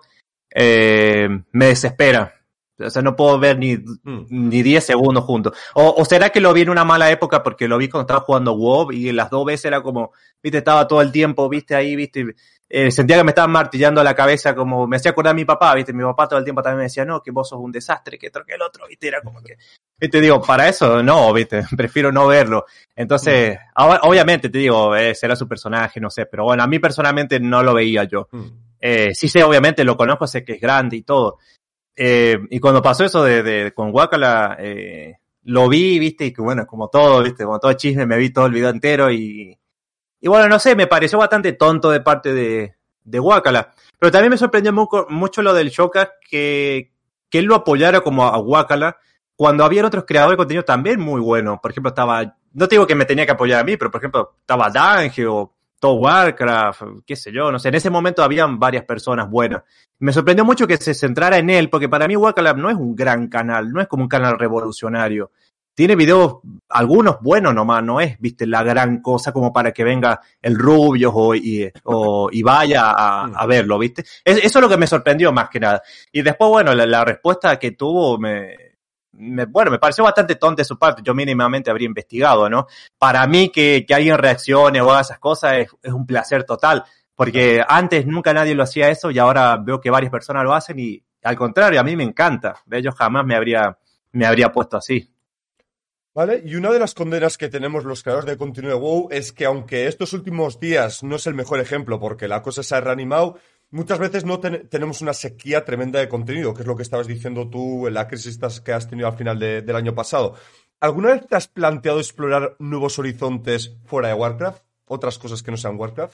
Speaker 2: eh, me desespera. O sea, no puedo ver ni, mm. ni diez segundos juntos. O, o será que lo vi en una mala época porque lo vi cuando estaba jugando WoW y las dos veces era como, viste, estaba todo el tiempo, viste, ahí, viste, eh, sentía que me estaban martillando la cabeza, como me hacía acordar a mi papá, viste, mi papá todo el tiempo también me decía, no, que vos sos un desastre, que otro que el otro, viste, era como que, viste, digo, para eso no, viste, prefiero no verlo. Entonces, mm. ahora, obviamente te digo, eh, será su personaje, no sé, pero bueno, a mí personalmente no lo veía yo. Mm. Eh, sí sé, obviamente lo conozco, sé que es grande y todo. Eh, y cuando pasó eso de, de con Wakala, eh, lo vi, viste, y que bueno, como todo, viste, como todo chisme, me vi todo el video entero y, y bueno, no sé, me pareció bastante tonto de parte de, de Wakala. Pero también me sorprendió mucho, mucho lo del Shoka, que, que él lo apoyara como a Wakala, cuando había otros creadores de contenido también muy buenos. Por ejemplo, estaba, no te digo que me tenía que apoyar a mí, pero por ejemplo, estaba Dange o todo Warcraft, qué sé yo, no sé, en ese momento habían varias personas buenas. Me sorprendió mucho que se centrara en él, porque para mí Wakala no es un gran canal, no es como un canal revolucionario. Tiene videos, algunos buenos nomás, no es, viste, la gran cosa como para que venga el Rubio o, y, o, y vaya a, a verlo, viste. Es, eso es lo que me sorprendió más que nada. Y después, bueno, la, la respuesta que tuvo me... Me, bueno, me pareció bastante tonta de su parte, yo mínimamente habría investigado, ¿no? Para mí que, que alguien reaccione o haga esas cosas es, es un placer total, porque antes nunca nadie lo hacía eso y ahora veo que varias personas lo hacen y al contrario, a mí me encanta, de ellos jamás me habría, me habría puesto así.
Speaker 1: Vale, y una de las condenas que tenemos los creadores de contenido de WoW es que aunque estos últimos días no es el mejor ejemplo porque la cosa se ha reanimado, muchas veces no ten- tenemos una sequía tremenda de contenido, que es lo que estabas diciendo tú en la crisis que has tenido al final de, del año pasado. ¿Alguna vez te has planteado explorar nuevos horizontes fuera de Warcraft? ¿Otras cosas que no sean Warcraft?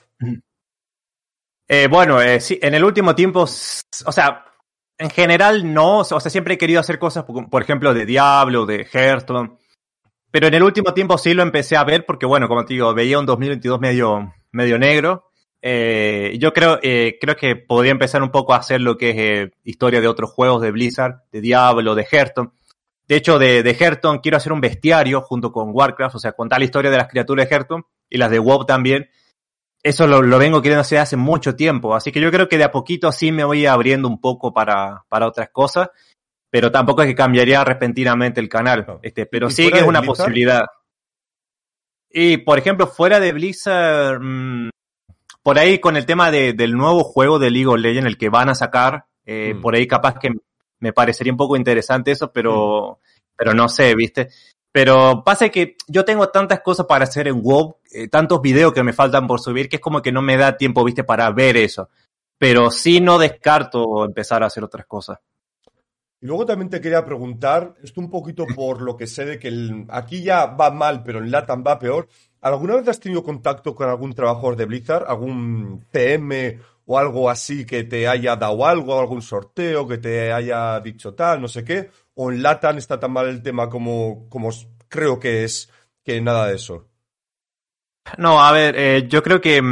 Speaker 2: Eh, bueno, eh, sí, en el último tiempo, o sea, en general no, o sea, siempre he querido hacer cosas, por ejemplo, de Diablo, de Hearthstone, pero en el último tiempo sí lo empecé a ver porque, bueno, como te digo, veía un dos mil veintidós medio, medio negro. Eh, yo creo, eh, creo que podría empezar un poco a hacer lo que es eh, historia de otros juegos de Blizzard, de Diablo, de Hearthstone. De hecho, de, de Hearthstone quiero hacer un bestiario junto con Warcraft, o sea, contar la historia de las criaturas de Hearthstone y las de WoW también. eso lo, lo vengo queriendo hacer hace mucho tiempo, así que yo creo que de a poquito sí me voy abriendo un poco para, para otras cosas, pero tampoco es que cambiaría repentinamente el canal, no. este, pero sí que es una Blizzard? Posibilidad. Y, por ejemplo, fuera de Blizzard, mmm, por ahí con el tema de, del nuevo juego de League of Legends, el que van a sacar, eh, mm. por ahí capaz que me parecería un poco interesante eso, pero, mm. pero no sé, ¿viste? Pero pasa que yo tengo tantas cosas para hacer en WoW, eh, tantos videos que me faltan por subir, que es como que no me da tiempo, ¿viste? Para ver eso. Pero sí no descarto empezar a hacer otras cosas.
Speaker 1: Y luego también te quería preguntar, esto un poquito por lo que sé de que el, aquí ya va mal, pero en LATAM va peor. ¿Alguna vez has tenido contacto con algún trabajador de Blizzard, algún P M o algo así que te haya dado algo, algún sorteo, que te haya dicho tal, no sé qué? ¿O en LATAM está tan mal el tema como, como creo que es, que nada de eso?
Speaker 2: No, a ver, eh, yo creo que...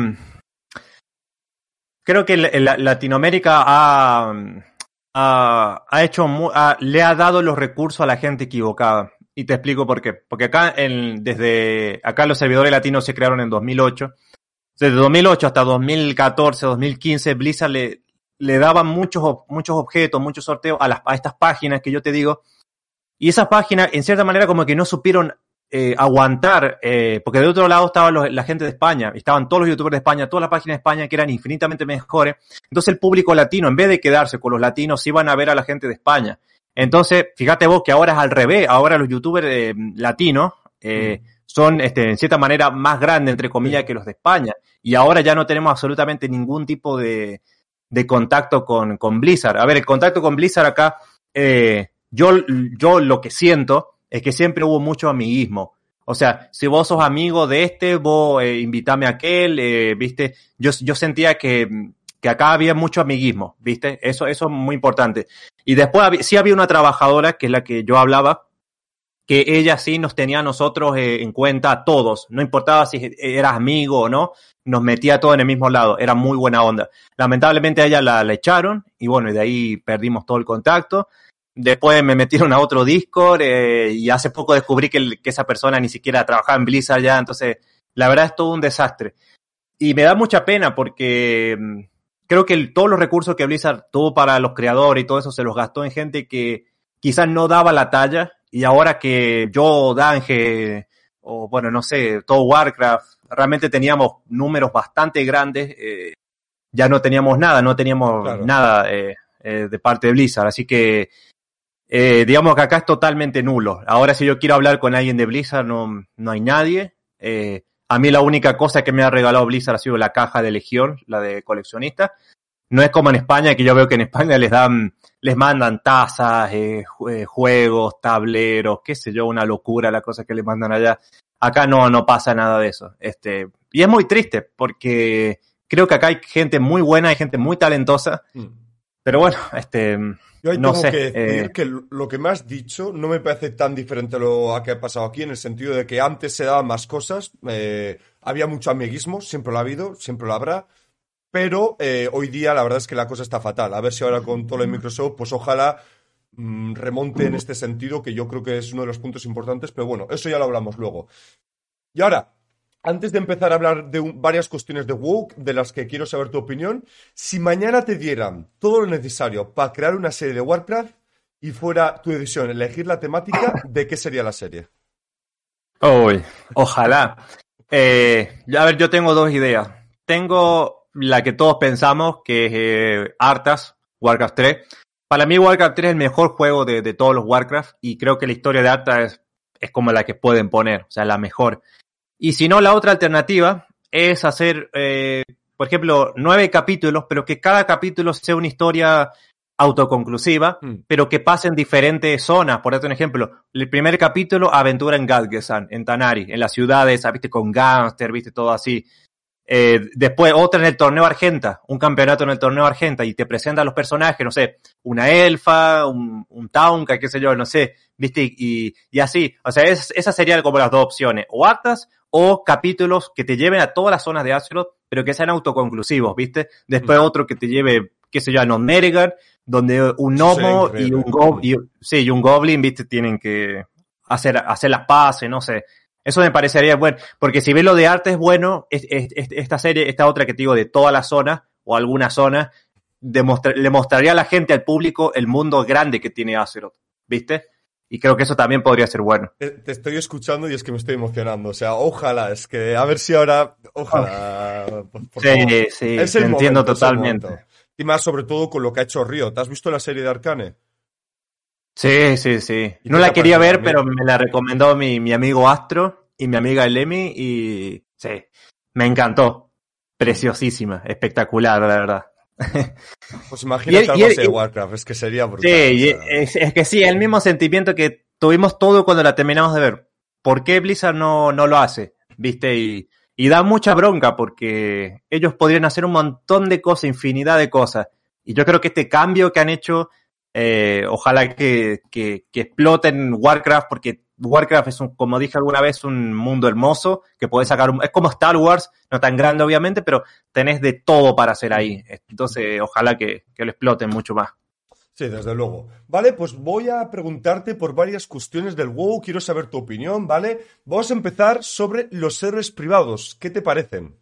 Speaker 2: Creo que la, Latinoamérica ha... Uh, ha hecho mu- uh, le ha dado los recursos a la gente equivocada. Y te explico por qué. Porque acá, en, desde acá los servidores latinos se crearon en dos mil ocho. Desde dos mil ocho hasta dos mil catorce, dos mil quince, Blizzard le, le daba muchos, muchos objetos, muchos sorteos a, las, a estas páginas que yo te digo. Y esas páginas, en cierta manera, como que no supieron eh, aguantar, eh, porque de otro lado estaba los, la gente de España, estaban todos los youtubers de España, todas las páginas de España que eran infinitamente mejores. Entonces el público latino, en vez de quedarse con los latinos, iban a ver a la gente de España. Entonces, fíjate vos que ahora es al revés, ahora los youtubers eh, latinos eh, mm. son, este, en cierta manera, más grandes, entre comillas, sí. que los de España. Y ahora ya no tenemos absolutamente ningún tipo de, de contacto con, con Blizzard. A ver, el contacto con Blizzard acá, eh, yo, yo lo que siento es que siempre hubo mucho amiguismo. O sea, si vos sos amigo de este, vos eh, invitame a aquel, eh, ¿viste? Yo, yo sentía que, que acá había mucho amiguismo, ¿viste? Eso, eso es muy importante. Y después había, sí había una trabajadora, que es la que yo hablaba, que ella sí nos tenía a nosotros eh, en cuenta a todos. No importaba si eras amigo o no, nos metía todo en el mismo lado. Era muy buena onda. Lamentablemente a ella la, la echaron y bueno, y de ahí perdimos todo el contacto. Después me metieron a otro Discord eh, y hace poco descubrí que, el, que esa persona ni siquiera trabajaba en Blizzard ya, entonces la verdad es todo un desastre. Y me da mucha pena porque mmm, creo que el, todos los recursos que Blizzard tuvo para los creadores y todo eso se los gastó en gente que quizás no daba la talla y ahora que yo, Dange, o bueno, no sé, todo Warcraft, realmente teníamos números bastante grandes, eh, ya no teníamos nada, no teníamos claro. nada eh, eh, de parte de Blizzard, así que Eh, digamos que acá es totalmente nulo. Ahora si yo quiero hablar con alguien de Blizzard no, no hay nadie. Eh, a mí la única cosa que me ha regalado Blizzard ha sido la caja de Legión, la de coleccionista. No es como en España, que yo veo que en España les dan, les mandan tazas, eh, juegos, tableros, qué sé yo, una locura la cosa que les mandan allá. Acá no, no pasa nada de eso. Este, y es muy triste porque creo que acá hay gente muy buena, hay gente muy talentosa. Mm. Pero bueno, este...
Speaker 1: Yo ahí
Speaker 2: no
Speaker 1: tengo
Speaker 2: sé,
Speaker 1: que decir
Speaker 2: eh...
Speaker 1: que lo que me has dicho no me parece tan diferente a lo que ha pasado aquí, en el sentido de que antes se daban más cosas, eh, había mucho amiguismo, siempre lo ha habido, siempre lo habrá, pero eh, hoy día la verdad es que la cosa está fatal. A ver si ahora con todo lo de Microsoft, pues ojalá mmm, remonte en este sentido, que yo creo que es uno de los puntos importantes, pero bueno, eso ya lo hablamos luego. Y ahora... Antes de empezar a hablar de un, varias cuestiones de WoW, de las que quiero saber tu opinión, si mañana te dieran todo lo necesario para crear una serie de Warcraft y fuera tu decisión elegir la temática, ¿de qué sería la serie?
Speaker 2: Uy, ojalá. Eh, a ver, yo tengo dos ideas. Tengo la que todos pensamos, que es eh, Arthas, Warcraft tres. Para mí Warcraft tres es el mejor juego de, de todos los Warcraft y creo que la historia de Arthas es, es como la que pueden poner, o sea, la mejor. Y si no, la otra alternativa es hacer, eh, por ejemplo, nueve capítulos, pero que cada capítulo sea una historia autoconclusiva, mm. pero que pase en diferentes zonas. Por ejemplo, un ejemplo, el primer capítulo, aventura en Gadgesan, en Tanari, en las ciudades, viste, con gángster, viste, todo así. Eh, después otra en el torneo Argenta, un campeonato en el torneo Argenta, y te presentan los personajes, no sé, una elfa, un, un taunka, qué sé yo, no sé, viste, y, y así. O sea, es, esas serían como las dos opciones, o Arthas, o capítulos que te lleven a todas las zonas de Azeroth, pero que sean autoconclusivos, ¿viste? Después mm. otro que te lleve, qué sé yo, a Nonmeregar, donde un gnomo y un, go- y, sí, y un goblin, ¿viste? Tienen que hacer, hacer las paces, no sé. Eso me parecería bueno, porque si ves lo de arte es bueno, es, es, es, esta serie, esta otra que te digo de toda la zona, o alguna zona, demostra- le mostraría a la gente, al público, el mundo grande que tiene Azeroth, ¿viste? Y creo que eso también podría ser bueno.
Speaker 1: Te, te estoy escuchando y es que me estoy emocionando. O sea, ojalá, es que a ver si ahora, ojalá. Por, por
Speaker 2: sí,
Speaker 1: favor.
Speaker 2: sí,
Speaker 1: Es
Speaker 2: te
Speaker 1: el
Speaker 2: entiendo
Speaker 1: momento,
Speaker 2: totalmente.
Speaker 1: es el momento. Y más sobre todo con lo que ha hecho Río. ¿Te has visto la serie de Arcane?
Speaker 2: Sí, sí, sí.
Speaker 1: ¿Y
Speaker 2: No
Speaker 1: qué te
Speaker 2: la
Speaker 1: ha
Speaker 2: quería
Speaker 1: parecido? A
Speaker 2: ver,
Speaker 1: mí-
Speaker 2: pero me la recomendó mi, mi amigo Astro y mi amiga Elemi y sí, me encantó.
Speaker 1: Mm.
Speaker 2: Preciosísima, espectacular, la verdad.
Speaker 1: Pues
Speaker 2: Y,
Speaker 1: imagínate
Speaker 2: él- y,
Speaker 1: algo
Speaker 2: él-
Speaker 1: así de
Speaker 2: y-
Speaker 1: Warcraft, es que sería
Speaker 2: sí,
Speaker 1: brutal. O
Speaker 2: y
Speaker 1: sea,
Speaker 2: es, es que sí, el mismo sentimiento que tuvimos todo cuando la terminamos de ver. ¿Por qué Blizzard no, no lo hace? ¿Viste? Y, y da mucha bronca porque ellos podrían hacer un montón de cosas, infinidad de cosas. Y yo creo que este cambio que han hecho, eh, ojalá que, que, que exploten Warcraft, porque Warcraft es, un, como dije alguna vez, un mundo hermoso que puedes sacar. Un, es como Star Wars, no tan grande obviamente, pero tenés de todo para hacer ahí. Entonces, ojalá que, que lo exploten mucho más.
Speaker 1: sí, desde luego. Vale, pues voy a preguntarte por varias cuestiones del WoW. Quiero saber tu opinión, ¿vale? Vamos a empezar sobre los servers privados. ¿Qué te parecen?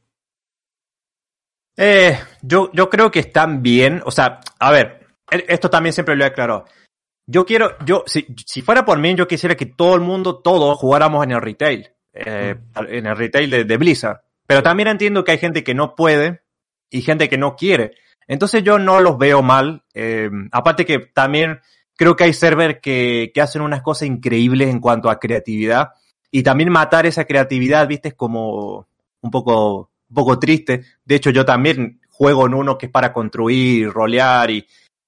Speaker 2: Eh, yo, yo creo que están bien. O sea, a ver, e- esto también siempre lo he aclarado. Yo quiero, yo, si, si fuera por mí, yo quisiera que todo el mundo, todos jugáramos en el retail, eh,
Speaker 1: Mm,
Speaker 2: en el retail de, de Blizzard. Pero también entiendo que hay gente que no puede y gente que no quiere. Entonces yo no los veo mal. Eh, aparte que también creo que hay servers que, que hacen unas cosas increíbles en cuanto a creatividad. Y también matar esa creatividad, viste, es como un poco, un poco triste. De hecho, yo también juego en uno que es para construir, rolear y,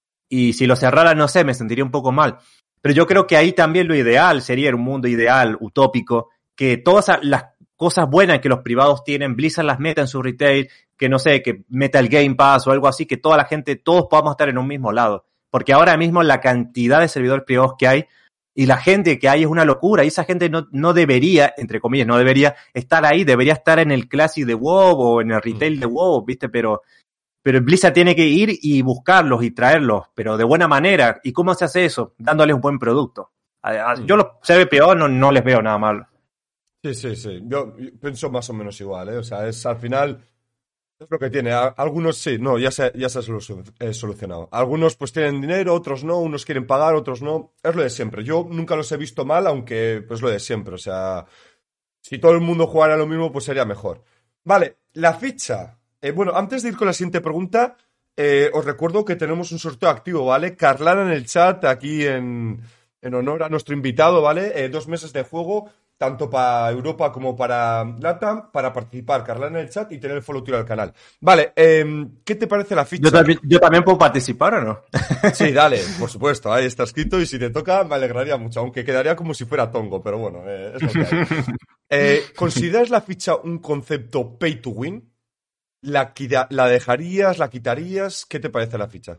Speaker 2: y si lo cerrara, no sé, me sentiría un poco mal. Pero yo creo que ahí también lo ideal sería un mundo ideal, utópico, que todas las cosas buenas que los privados tienen, Blizzard las meta en su retail, que no sé, que meta el Game Pass o algo así, que toda la gente, todos podamos estar en un mismo lado. Porque ahora mismo la cantidad de servidores privados que hay y la gente que hay es una locura y esa gente no, no debería, entre comillas, no debería estar ahí, debería estar en el Classic de WoW o en el retail de WoW, ¿viste? Pero Pero Blizzard tiene que ir y buscarlos y traerlos, pero de buena manera. ¿Y cómo se hace eso? Dándoles un buen producto. Yo los C B P O no, no les veo nada malo.
Speaker 1: sí, sí, sí. Yo pienso más o menos igual, ¿eh? O sea, es al final es lo que tiene. A- Algunos sí, no, ya se, ya se ha solu- eh, solucionado. Algunos pues tienen dinero, otros no, unos quieren pagar, otros no. Es lo de siempre. Yo nunca los he visto mal, aunque pues lo de siempre. O sea, si todo el mundo jugara lo mismo, pues sería mejor. Vale, la ficha. Eh, bueno, antes de ir con la siguiente pregunta, eh, os recuerdo que tenemos un sorteo activo, ¿vale? Carlana en el chat, aquí en, en honor a nuestro invitado, ¿vale? Eh, dos meses de juego, tanto para Europa como para LATAM, para participar. Carlana en el chat y tener el follow tiro al canal. Vale, eh, ¿qué te parece la
Speaker 2: Yo
Speaker 1: ficha?
Speaker 2: también, yo también puedo participar, ¿o no?
Speaker 1: Sí, dale, por supuesto, ahí está escrito y si te toca me alegraría mucho, aunque quedaría como si fuera tongo, pero bueno, eh, es lo que hay. Eh, ¿consideras la ficha un concepto pay to win? ¿La, quita- la dejarías, la quitarías? ¿Qué te parece la ficha?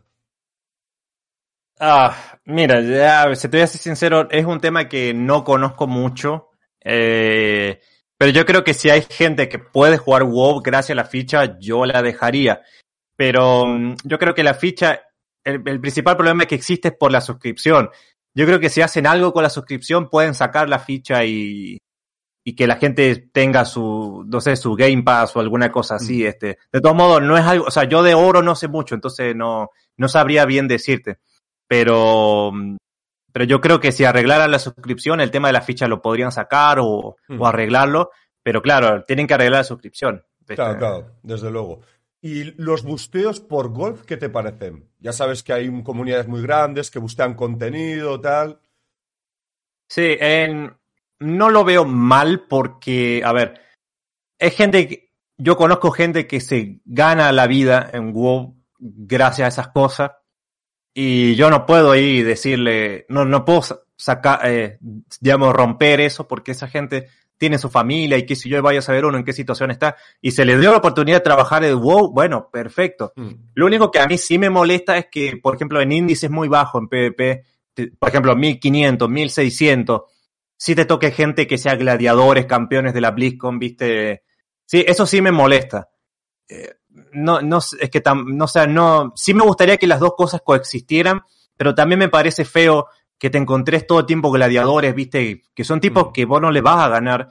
Speaker 2: Ah, mira, ya, si te voy a ser sincero, es un tema que no conozco mucho. Eh, pero yo creo que si hay gente que puede jugar WoW gracias a la ficha, yo la dejaría. Pero mm, yo creo que la ficha, el, el principal problema es que existe por la suscripción. Yo creo que si hacen algo con la suscripción, pueden sacar la ficha y, y que la gente tenga su, no sé, su Game Pass o alguna cosa así.
Speaker 1: Mm.
Speaker 2: Este, de todos modos, no es algo, o sea, yo de oro no sé mucho, entonces no, no sabría bien decirte. Pero, pero yo creo que si arreglaran la suscripción, el tema de la ficha lo podrían sacar o,
Speaker 1: Mm.
Speaker 2: o arreglarlo. Pero claro, tienen que arreglar la suscripción.
Speaker 1: Claro,
Speaker 2: ¿Viste?
Speaker 1: claro, desde luego. ¿Y los busteos por golf, qué te parecen? Ya sabes que hay comunidades muy grandes que bustean contenido, tal.
Speaker 2: Sí, en- no lo veo mal porque, a ver, es gente que, yo conozco gente que se gana la vida en WoW gracias a esas cosas y yo no puedo ir y decirle, no, no puedo sacar, eh, digamos, romper eso porque esa gente tiene su familia y que si yo vaya a saber uno en qué situación está y se le dio la oportunidad de trabajar en WoW, bueno, perfecto.
Speaker 1: Mm.
Speaker 2: Lo único que a mí sí me molesta es que, por ejemplo, en índices muy bajos, en PvP, te- por ejemplo, mil quinientos, mil seiscientos, sí te toque gente que sea gladiadores, campeones de la BlizzCon, viste. Sí, eso sí me molesta. Eh, no, no, sé, es que tam, no, o sea, no, sí me gustaría que las dos cosas coexistieran, pero también me parece feo que te encontres todo el tiempo gladiadores, viste, que son tipos
Speaker 1: Mm.
Speaker 2: que vos no le vas a ganar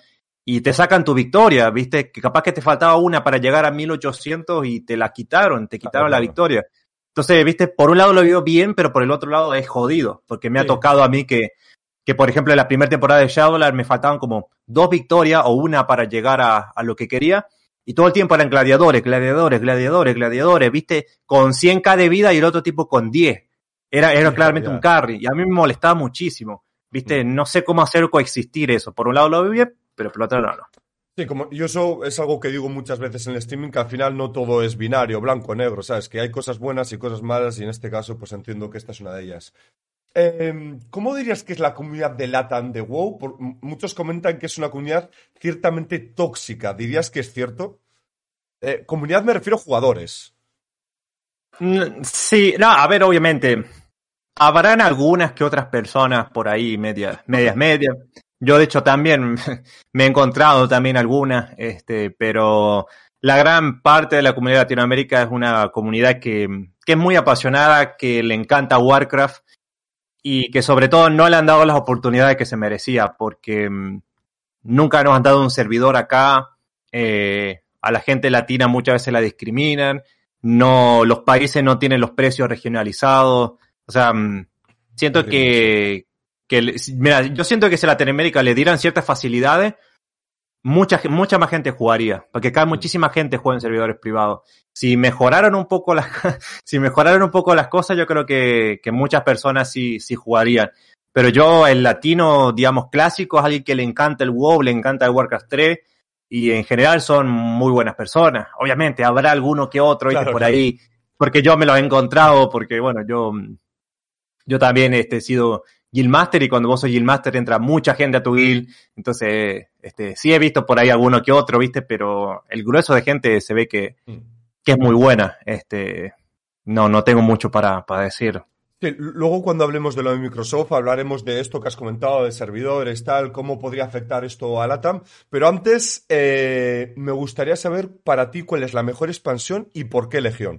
Speaker 2: y te sacan tu victoria, ¿viste? Que capaz que te faltaba una para llegar a mil ochocientos y te la quitaron, te quitaron
Speaker 1: Claro,
Speaker 2: la victoria. Entonces, ¿viste? Por un lado lo veo bien, pero por el otro lado es jodido, porque me
Speaker 1: sí.
Speaker 2: ha tocado a mí que, que por ejemplo, en la primera temporada de Shadowlands me faltaban como dos victorias o una para llegar a, a lo que quería, y todo el tiempo eran gladiadores, gladiadores, gladiadores, gladiadores, ¿viste? Con cien K de vida y el otro tipo con diez. Era, era
Speaker 1: Ya,
Speaker 2: claramente
Speaker 1: ya.
Speaker 2: un carry, y a mí me molestaba muchísimo, ¿viste? No sé cómo hacer coexistir eso. Por un lado lo veo bien, pero por el otro lado no.
Speaker 1: Sí, como yo eso es algo que digo muchas veces en el streaming, que al final no todo es binario, blanco o negro, ¿sabes? Que hay cosas buenas y cosas malas, y en este caso pues entiendo que esta es una de ellas. Eh, ¿cómo dirías que es la comunidad de LATAM de WoW? Por- m- muchos comentan que es una comunidad ciertamente tóxica. ¿Dirías que es cierto? Eh, comunidad me refiero a jugadores.
Speaker 2: Mm, Sí, no, a ver, obviamente, habrán algunas que otras personas por ahí, medias, medias, medias. Yo, de hecho, también me he encontrado también algunas, este, pero la gran parte de la comunidad de Latinoamérica es una comunidad que, que es muy apasionada, que le encanta Warcraft y que sobre todo no le han dado las oportunidades que se merecía, porque mm, nunca nos han dado un servidor acá, eh, a la gente latina muchas veces la discriminan, no, los países no tienen los precios regionalizados, o sea, mm, siento
Speaker 1: Terrible, sí.
Speaker 2: que, que, le- mira, yo siento que si a Latinoamérica le dieran ciertas facilidades, mucha, ge- mucha más gente jugaría, porque acá
Speaker 1: Mm.
Speaker 2: muchísima gente juega en servidores privados. Si mejoraran un poco las, si mejoraran un poco las cosas, yo creo que, que muchas personas sí, sí jugarían. Pero yo, el latino, digamos, clásico, es alguien que le encanta el WoW, le encanta el Warcraft tres, y en general son muy buenas personas. Obviamente, habrá alguno que otro, ¿viste?
Speaker 1: Claro,
Speaker 2: Por
Speaker 1: claro.
Speaker 2: ahí, porque yo me lo he encontrado, porque bueno, yo, yo también este, he sido Guildmaster, y cuando vos sos Guildmaster entra mucha gente a tu guild, entonces este, sí he visto por ahí alguno que otro, ¿viste? Pero el grueso de gente se ve que,
Speaker 1: Mm.
Speaker 2: que es muy buena. Este, no, no tengo mucho para, para decir.
Speaker 1: Sí, luego cuando hablemos de lo de Microsoft hablaremos de esto que has comentado, de servidores, tal, cómo podría afectar esto a LATAM. Pero antes, eh, me gustaría saber para ti cuál es la mejor expansión y por qué Legión.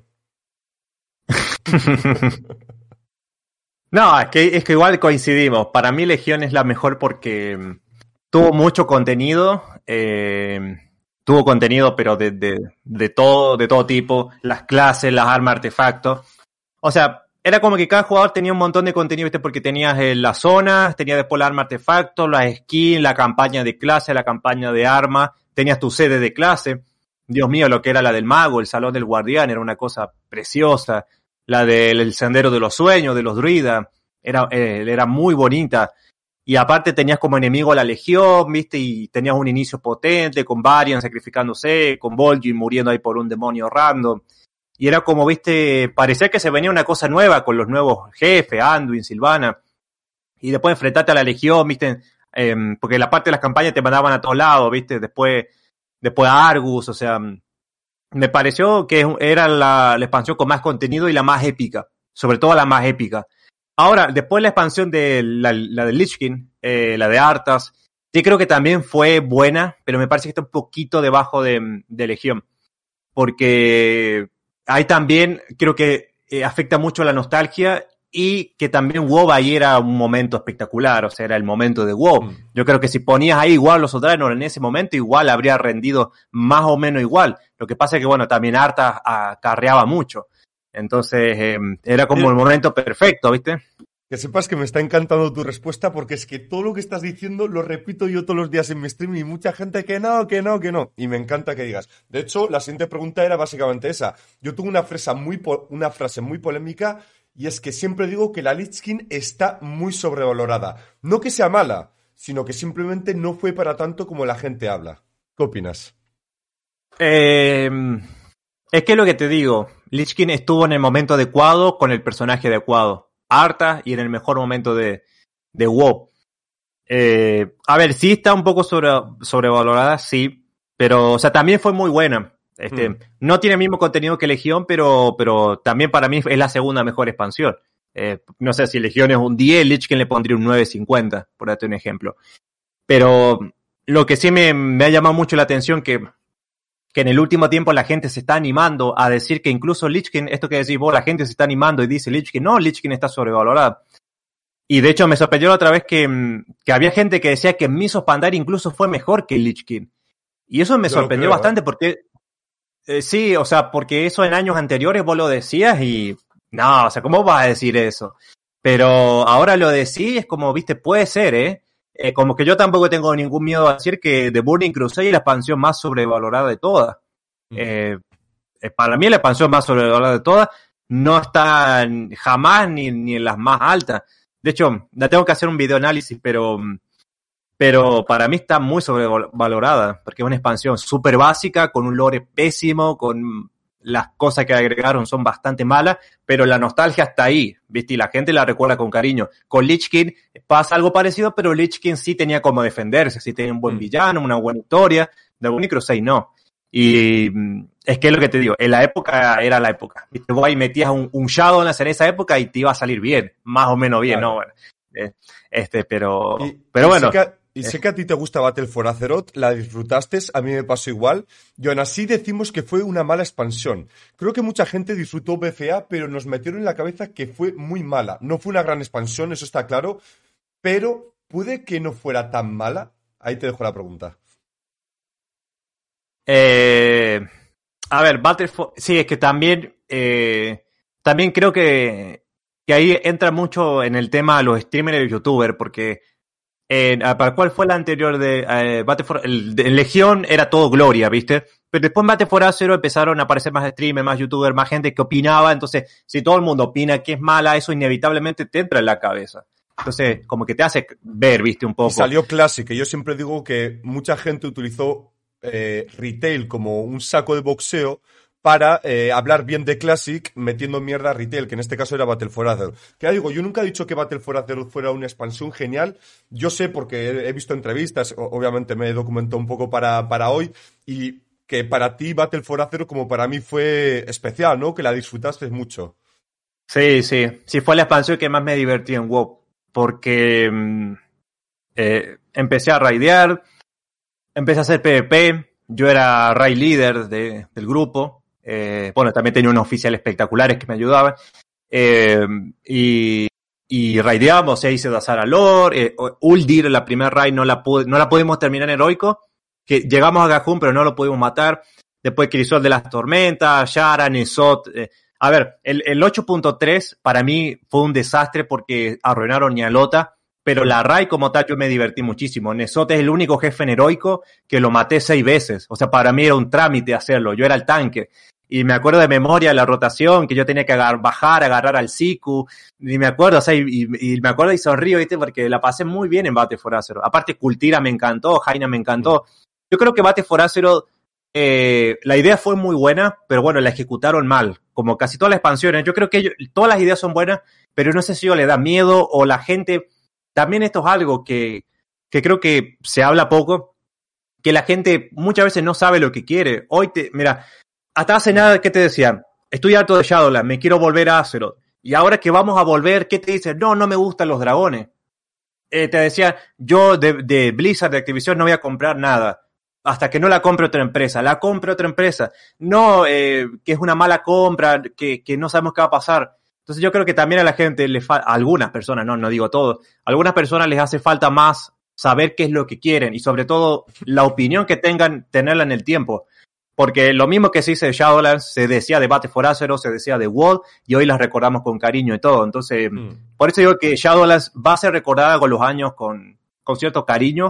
Speaker 2: No, es que, es que igual coincidimos. Para mí Legión es la mejor porque mm, tuvo mucho contenido, eh, tuvo contenido pero de, de, de todo, de todo tipo, las clases, las armas, artefactos. O sea, era como que cada jugador tenía un montón de contenido, ¿viste? Porque tenías eh, las zonas, tenías después la arma artefacto, las skins, la campaña de clase, la campaña de arma, tenías tu sede de clase. Dios mío, lo que era la del mago, el salón del guardián, era una cosa preciosa. La del el sendero de los sueños, de los druidas, era, eh, era muy bonita. Y aparte tenías como enemigo a la legión, ¿viste? Y tenías un inicio potente, con Varian sacrificándose, con Vol'jin muriendo ahí por un demonio random. Y era como, viste, parecía que se venía una cosa nueva con los nuevos jefes, Anduin, Sylvana. Y después enfrentarte a la Legión, viste, eh, porque la parte de las campañas te mandaban a todos lados, viste, después, después a Argus, o sea, me pareció que era la, la expansión con más contenido y la más épica, sobre todo la más épica. Ahora, después la expansión de la, la de Lich King, eh, la de Arthas, sí creo que también fue buena, pero me parece que está un poquito debajo de, de Legión, porque ahí también creo que eh, afecta mucho la nostalgia, y que también WoW ahí era un momento espectacular, o sea, era el momento de WoW.
Speaker 1: Mm.
Speaker 2: Yo creo que si ponías ahí igual los Draenor en ese momento, igual habría rendido más o menos igual. Lo que pasa es que, bueno, también Arthas acarreaba mucho. Entonces, eh, era como el momento perfecto, ¿viste?
Speaker 1: Que sepas que me está encantando tu respuesta, porque es que todo lo que estás diciendo lo repito yo todos los días en mi stream, y mucha gente que no, que no, que no. Y me encanta que digas. De hecho, la siguiente pregunta era básicamente esa. Yo tuve una frase muy, po- una frase muy polémica, y es que siempre digo que la Lich King está muy sobrevalorada. No que sea mala, sino que simplemente no fue para tanto como la gente habla. ¿Qué opinas?
Speaker 2: Eh, es que lo que te digo, Lich King estuvo en el momento adecuado con el personaje adecuado. Arthas, y en el mejor momento de, de WoW. Eh, a ver, sí está un poco sobre, sobrevalorada, sí, pero, o sea, también fue muy buena. Este,
Speaker 1: Mm.
Speaker 2: no tiene el mismo contenido que Legión, pero, pero también para mí es la segunda mejor expansión. Eh, no sé si Legión es un diez, Lich King le pondría un nueve cincuenta, por darte un ejemplo. Pero lo que sí me, me ha llamado mucho la atención que, que en el último tiempo la gente se está animando a decir que incluso Lich King, esto que decís vos, la gente se está animando y dice Lich King, no, Lich King está sobrevalorada. Y de hecho me sorprendió la otra vez que, que había gente que decía que Mists of Pandaria incluso fue mejor que Lich King. Y eso me
Speaker 1: Yo lo
Speaker 2: sorprendió
Speaker 1: creo,
Speaker 2: bastante
Speaker 1: ¿eh?
Speaker 2: porque, eh, sí, o sea, porque eso en años anteriores vos lo decías y, no, o sea, ¿cómo vas a decir eso? Pero ahora lo decís, es como, viste, puede ser, ¿eh? Eh, como que yo tampoco tengo ningún miedo a decir que The Burning Crusade es la expansión más sobrevalorada de todas.
Speaker 1: Mm.
Speaker 2: Eh, eh, para mí la expansión más sobrevalorada de todas no está en- jamás ni, ni en las más altas. De hecho, la tengo que hacer un video análisis, pero, pero para mí está muy sobrevalorada, porque es una expansión súper básica, con un lore pésimo, con las cosas que agregaron son bastante malas, pero la nostalgia está ahí, ¿viste? Y la gente la recuerda con cariño. Con Lich King pasa algo parecido, pero Lich King sí tenía como defenderse, sí tenía un buen
Speaker 1: Mm.
Speaker 2: villano, una buena historia. The Burning Crusade no. Y mm, es que es lo que te digo, en la época era la época. ¿Viste? Vos ahí metías un, un Shadowlands en esa época y te iba a salir bien, más o menos bien,
Speaker 1: Claro.
Speaker 2: ¿no? Bueno, eh, este, pero,
Speaker 1: Y,
Speaker 2: pero
Speaker 1: y
Speaker 2: bueno.
Speaker 1: sé que, a- y
Speaker 2: eh,
Speaker 1: sé que a ti te gusta Battle for Azeroth, la disfrutaste, a mí me pasó igual, y aún así decimos que fue una mala expansión. Creo que mucha gente disfrutó B F A, pero nos metieron en la cabeza que fue muy mala. No fue una gran expansión, eso está claro, pero puede que no fuera tan mala. Ahí te dejo la pregunta.
Speaker 2: Eh, a ver, Battlefield, sí, es que también, eh, también creo que, que ahí entra mucho en el tema de los streamers y los youtubers, porque eh, ¿para cuál fue la anterior de eh, Battlefield? El, de Legión era todo gloria, ¿viste? Pero después en Battlefield Azero empezaron a aparecer más streamers, más youtubers, más gente que opinaba, entonces si todo el mundo opina que es mala, eso inevitablemente te entra en la cabeza. Entonces, como que te hace ver, ¿viste? Un
Speaker 1: Y
Speaker 2: poco.
Speaker 1: salió Classic, que yo siempre digo que mucha gente utilizó eh, retail como un saco de boxeo para eh, hablar bien de Classic metiendo mierda a retail, que en este caso era Battle for Azeroth. Que ya digo, yo nunca he dicho que Battle for Azeroth fuera una expansión genial. Yo sé porque he, he visto entrevistas, o- obviamente me he documentado un poco para, para hoy, y que para ti Battle for Azeroth como para mí fue especial, ¿no? Que la disfrutaste mucho.
Speaker 2: Sí, sí, sí fue la expansión que más me divertí en WoW, porque mm, eh, empecé a raidear, empecé a hacer PvP, yo era raid leader de, del grupo, eh, bueno, también tenía unos oficiales espectaculares que me ayudaban, eh, y, y raideamos, se hice Dazar Alor, eh, Uldir, la primera raid no la, pude, no la pudimos terminar en heroico, que llegamos a Gahum pero no lo pudimos matar, después Crisol de las Tormentas, Yara, Nesot, eh, a ver, el, el ocho punto tres para mí fue un desastre porque arruinaron Ñalota, pero la raid como tal yo me divertí muchísimo. Nesot es el único jefe en heroico que lo maté seis veces. O sea, para mí era un trámite hacerlo. Yo era el tanque. Y me acuerdo de memoria la rotación, que yo tenía que agar bajar, agarrar al Siku. Y me acuerdo, o sea, y, y, y me acuerdo y sonrío, ¿viste? Porque la pasé muy bien en Battle for Azeroth. Aparte, Kultira me encantó, Jaina me encantó. Yo creo que Battle for Azeroth, eh, la idea fue muy buena, pero bueno, la ejecutaron mal. Como casi todas las expansiones. Yo creo que ellos, todas las ideas son buenas, pero no sé si yo le da miedo o la gente... También esto es algo que, que creo que se habla poco, que la gente muchas veces no sabe lo que quiere. Hoy te, mira, hasta hace nada, ¿qué te decían? Estoy harto de Shadowlands, me quiero volver a Azeroth. Y ahora que vamos a volver, ¿qué te dicen? No, no me gustan los dragones. Eh, te decía, yo de, de Blizzard, de Activision, no voy a comprar nada. Hasta que no la compre otra empresa. La compre otra empresa. No, eh, que es una mala compra, que, que no sabemos qué va a pasar. Entonces yo creo que también a la gente, le fa- a algunas personas, no, no digo todos, a algunas personas les hace falta más saber qué es lo que quieren y sobre todo la opinión que tengan, tenerla en el tiempo. Porque lo mismo que se dice de Shadowlands, se decía de Battle for Azeroth, se decía de WoD, y hoy las recordamos con cariño y todo. Entonces,
Speaker 1: Mm.
Speaker 2: por eso digo que Shadowlands va a ser recordada con los años con, con cierto cariño,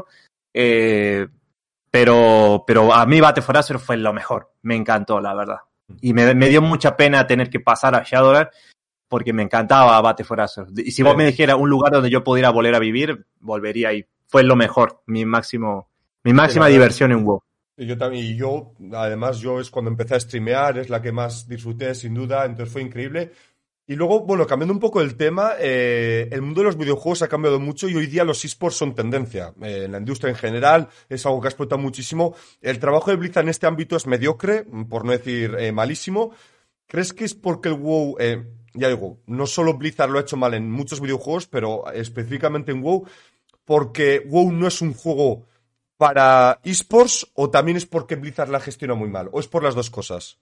Speaker 2: eh, pero, pero a mí Battle for Azeroth fue lo mejor. Me encantó, la verdad. Y me, me dio mucha pena tener que pasar a Shadowlands, porque me encantaba Battle for Azeroth. Y si vos
Speaker 1: Sí.
Speaker 2: me dijeras un lugar donde yo pudiera volver a vivir, volvería ahí. Fue lo mejor, mi máximo, mi máxima
Speaker 1: Sí, la verdad.
Speaker 2: diversión en WoW.
Speaker 1: Y yo también, y yo, además, yo es cuando empecé a streamear, es la que más disfruté, sin duda, entonces fue increíble. Y luego, bueno, cambiando un poco el tema, eh, el mundo de los videojuegos ha cambiado mucho y hoy día los esports son tendencia. Eh, en la industria en general es algo que ha explotado muchísimo. El trabajo de Blizzard en este ámbito es mediocre, por no decir eh, malísimo. ¿Crees que es porque el WoW, eh, ya digo, no solo Blizzard lo ha hecho mal en muchos videojuegos, pero específicamente en WoW, porque WoW no es un juego para esports o también es porque Blizzard la gestiona muy mal? ¿O es por las dos cosas?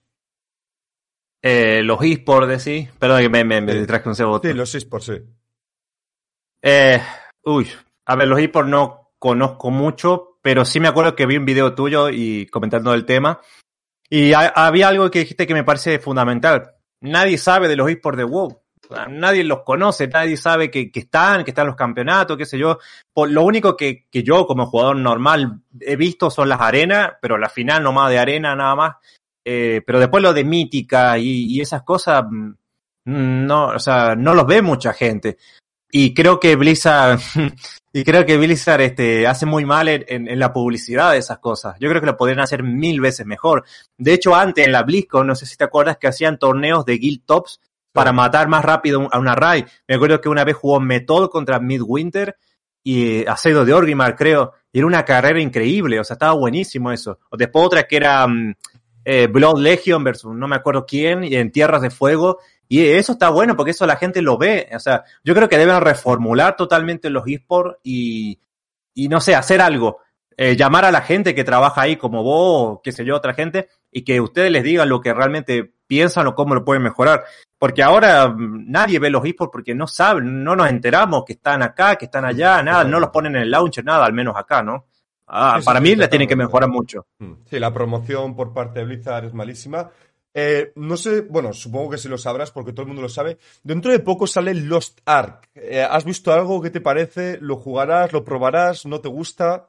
Speaker 2: Eh, los esports, decís, perdón que me, me, me
Speaker 1: Sí.
Speaker 2: distraje un segundo.
Speaker 1: Sí, los esports, sí.
Speaker 2: Eh, uy, a ver, los eSports no conozco mucho, pero sí me acuerdo que vi un video tuyo y comentando el tema. Y ha, había algo que dijiste que me parece fundamental. Nadie sabe de los eSports de WoW. O sea, nadie los conoce, nadie sabe que, que están, que están los campeonatos, qué sé yo. Por, lo único que, que yo como jugador normal he visto son las arenas, pero la final nomás de arena nada más. Eh, pero después lo de mítica y, y esas cosas, no, o sea, no los ve mucha gente. Y creo que Blizzard, y creo que Blizzard este, hace muy mal en, en, en la publicidad de esas cosas. Yo creo que lo podrían hacer mil veces mejor. De hecho, antes en la BlizzCon, no sé si te acuerdas que hacían torneos de Guild Tops para matar más rápido a una raid. Me acuerdo que una vez jugó Method contra Midwinter y eh, Aceido de Orgrimmar, creo, y era una carrera increíble, o sea, estaba buenísimo eso. O después otra que era um, eh, Blood Legion versus no me acuerdo quién, y en Tierras de Fuego, y eso está bueno porque eso la gente lo ve. O sea, yo creo que deben reformular totalmente los eSports y, y no sé, hacer algo. Eh, llamar a la gente que trabaja ahí como vos, qué sé yo, otra gente, y que ustedes les digan lo que realmente piensan o cómo lo pueden mejorar. Porque ahora nadie ve los eSports porque no saben, no nos enteramos que están acá, que están allá, nada, no los ponen en el launcher, nada, al menos acá, ¿no? Ah, sí, para sí, mí sí, les tienen que mejorar mucho.
Speaker 1: Sí, la promoción por parte de Blizzard es malísima. Eh, no sé, bueno, supongo que sí lo sabrás porque todo el mundo lo sabe. Dentro de poco sale Lost Ark. Eh, ¿Has visto algo? ¿Qué te parece? ¿Lo jugarás? ¿Lo probarás? ¿No te gusta?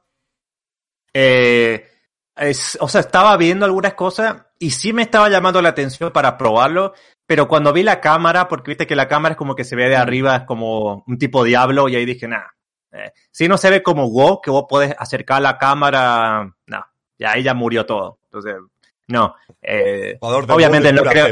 Speaker 2: Eh, es, o sea, estaba viendo algunas cosas y sí me estaba llamando la atención para probarlo, pero cuando vi la cámara, porque viste que la cámara es como que se ve de arriba, es como un tipo Diablo, y ahí dije, nada, eh, si no se ve como WoW, que vos podés acercar la cámara, no, ya ahí ya murió todo. Entonces, no, eh, obviamente no creo...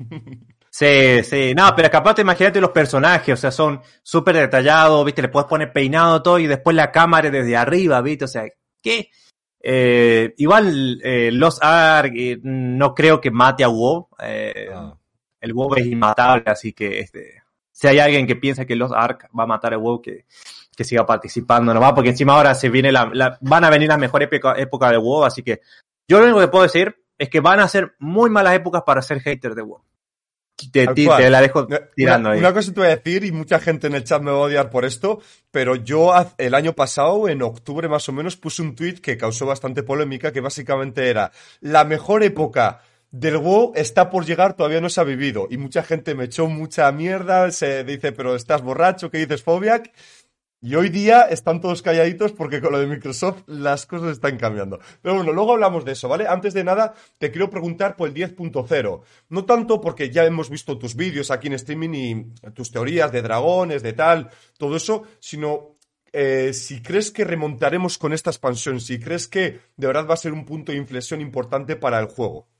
Speaker 2: Sí, sí, no, pero es que aparte imagínate los personajes, o sea, son súper detallados, viste, le puedes poner peinado todo y después la cámara desde arriba, viste, o sea, ¿qué? Eh, igual eh, Lost Ark eh, no creo que mate a WoW. Eh, ah. El WoW es inmatable, así que este, si hay alguien que piensa que Lost Ark va a matar a WoW, que, que siga participando nomás, porque encima ahora se viene la, la, van a venir las mejores épocas época de WoW, así que yo lo único que puedo decir es que van a ser muy malas épocas para ser hater de WoW. Te, te, te la dejo tirando
Speaker 1: una,
Speaker 2: ahí.
Speaker 1: Una cosa te voy a decir, y mucha gente en el chat me va a odiar por esto, pero yo el año pasado, en octubre más o menos, puse un tweet que causó bastante polémica, que básicamente era: la mejor época del WoW está por llegar, todavía no se ha vivido. Y mucha gente me echó mucha mierda, se dice, pero estás borracho, ¿qué dices, Fobiac? Y hoy día están todos calladitos porque con lo de Microsoft las cosas están cambiando. Pero bueno, luego hablamos de eso, ¿vale? Antes de nada, te quiero preguntar por el diez punto cero. No tanto porque ya hemos visto tus vídeos aquí en streaming y tus teorías de dragones, de tal, todo eso, sino eh, si crees que remontaremos con esta expansión, si crees que de verdad va a ser un punto de inflexión importante para el juego.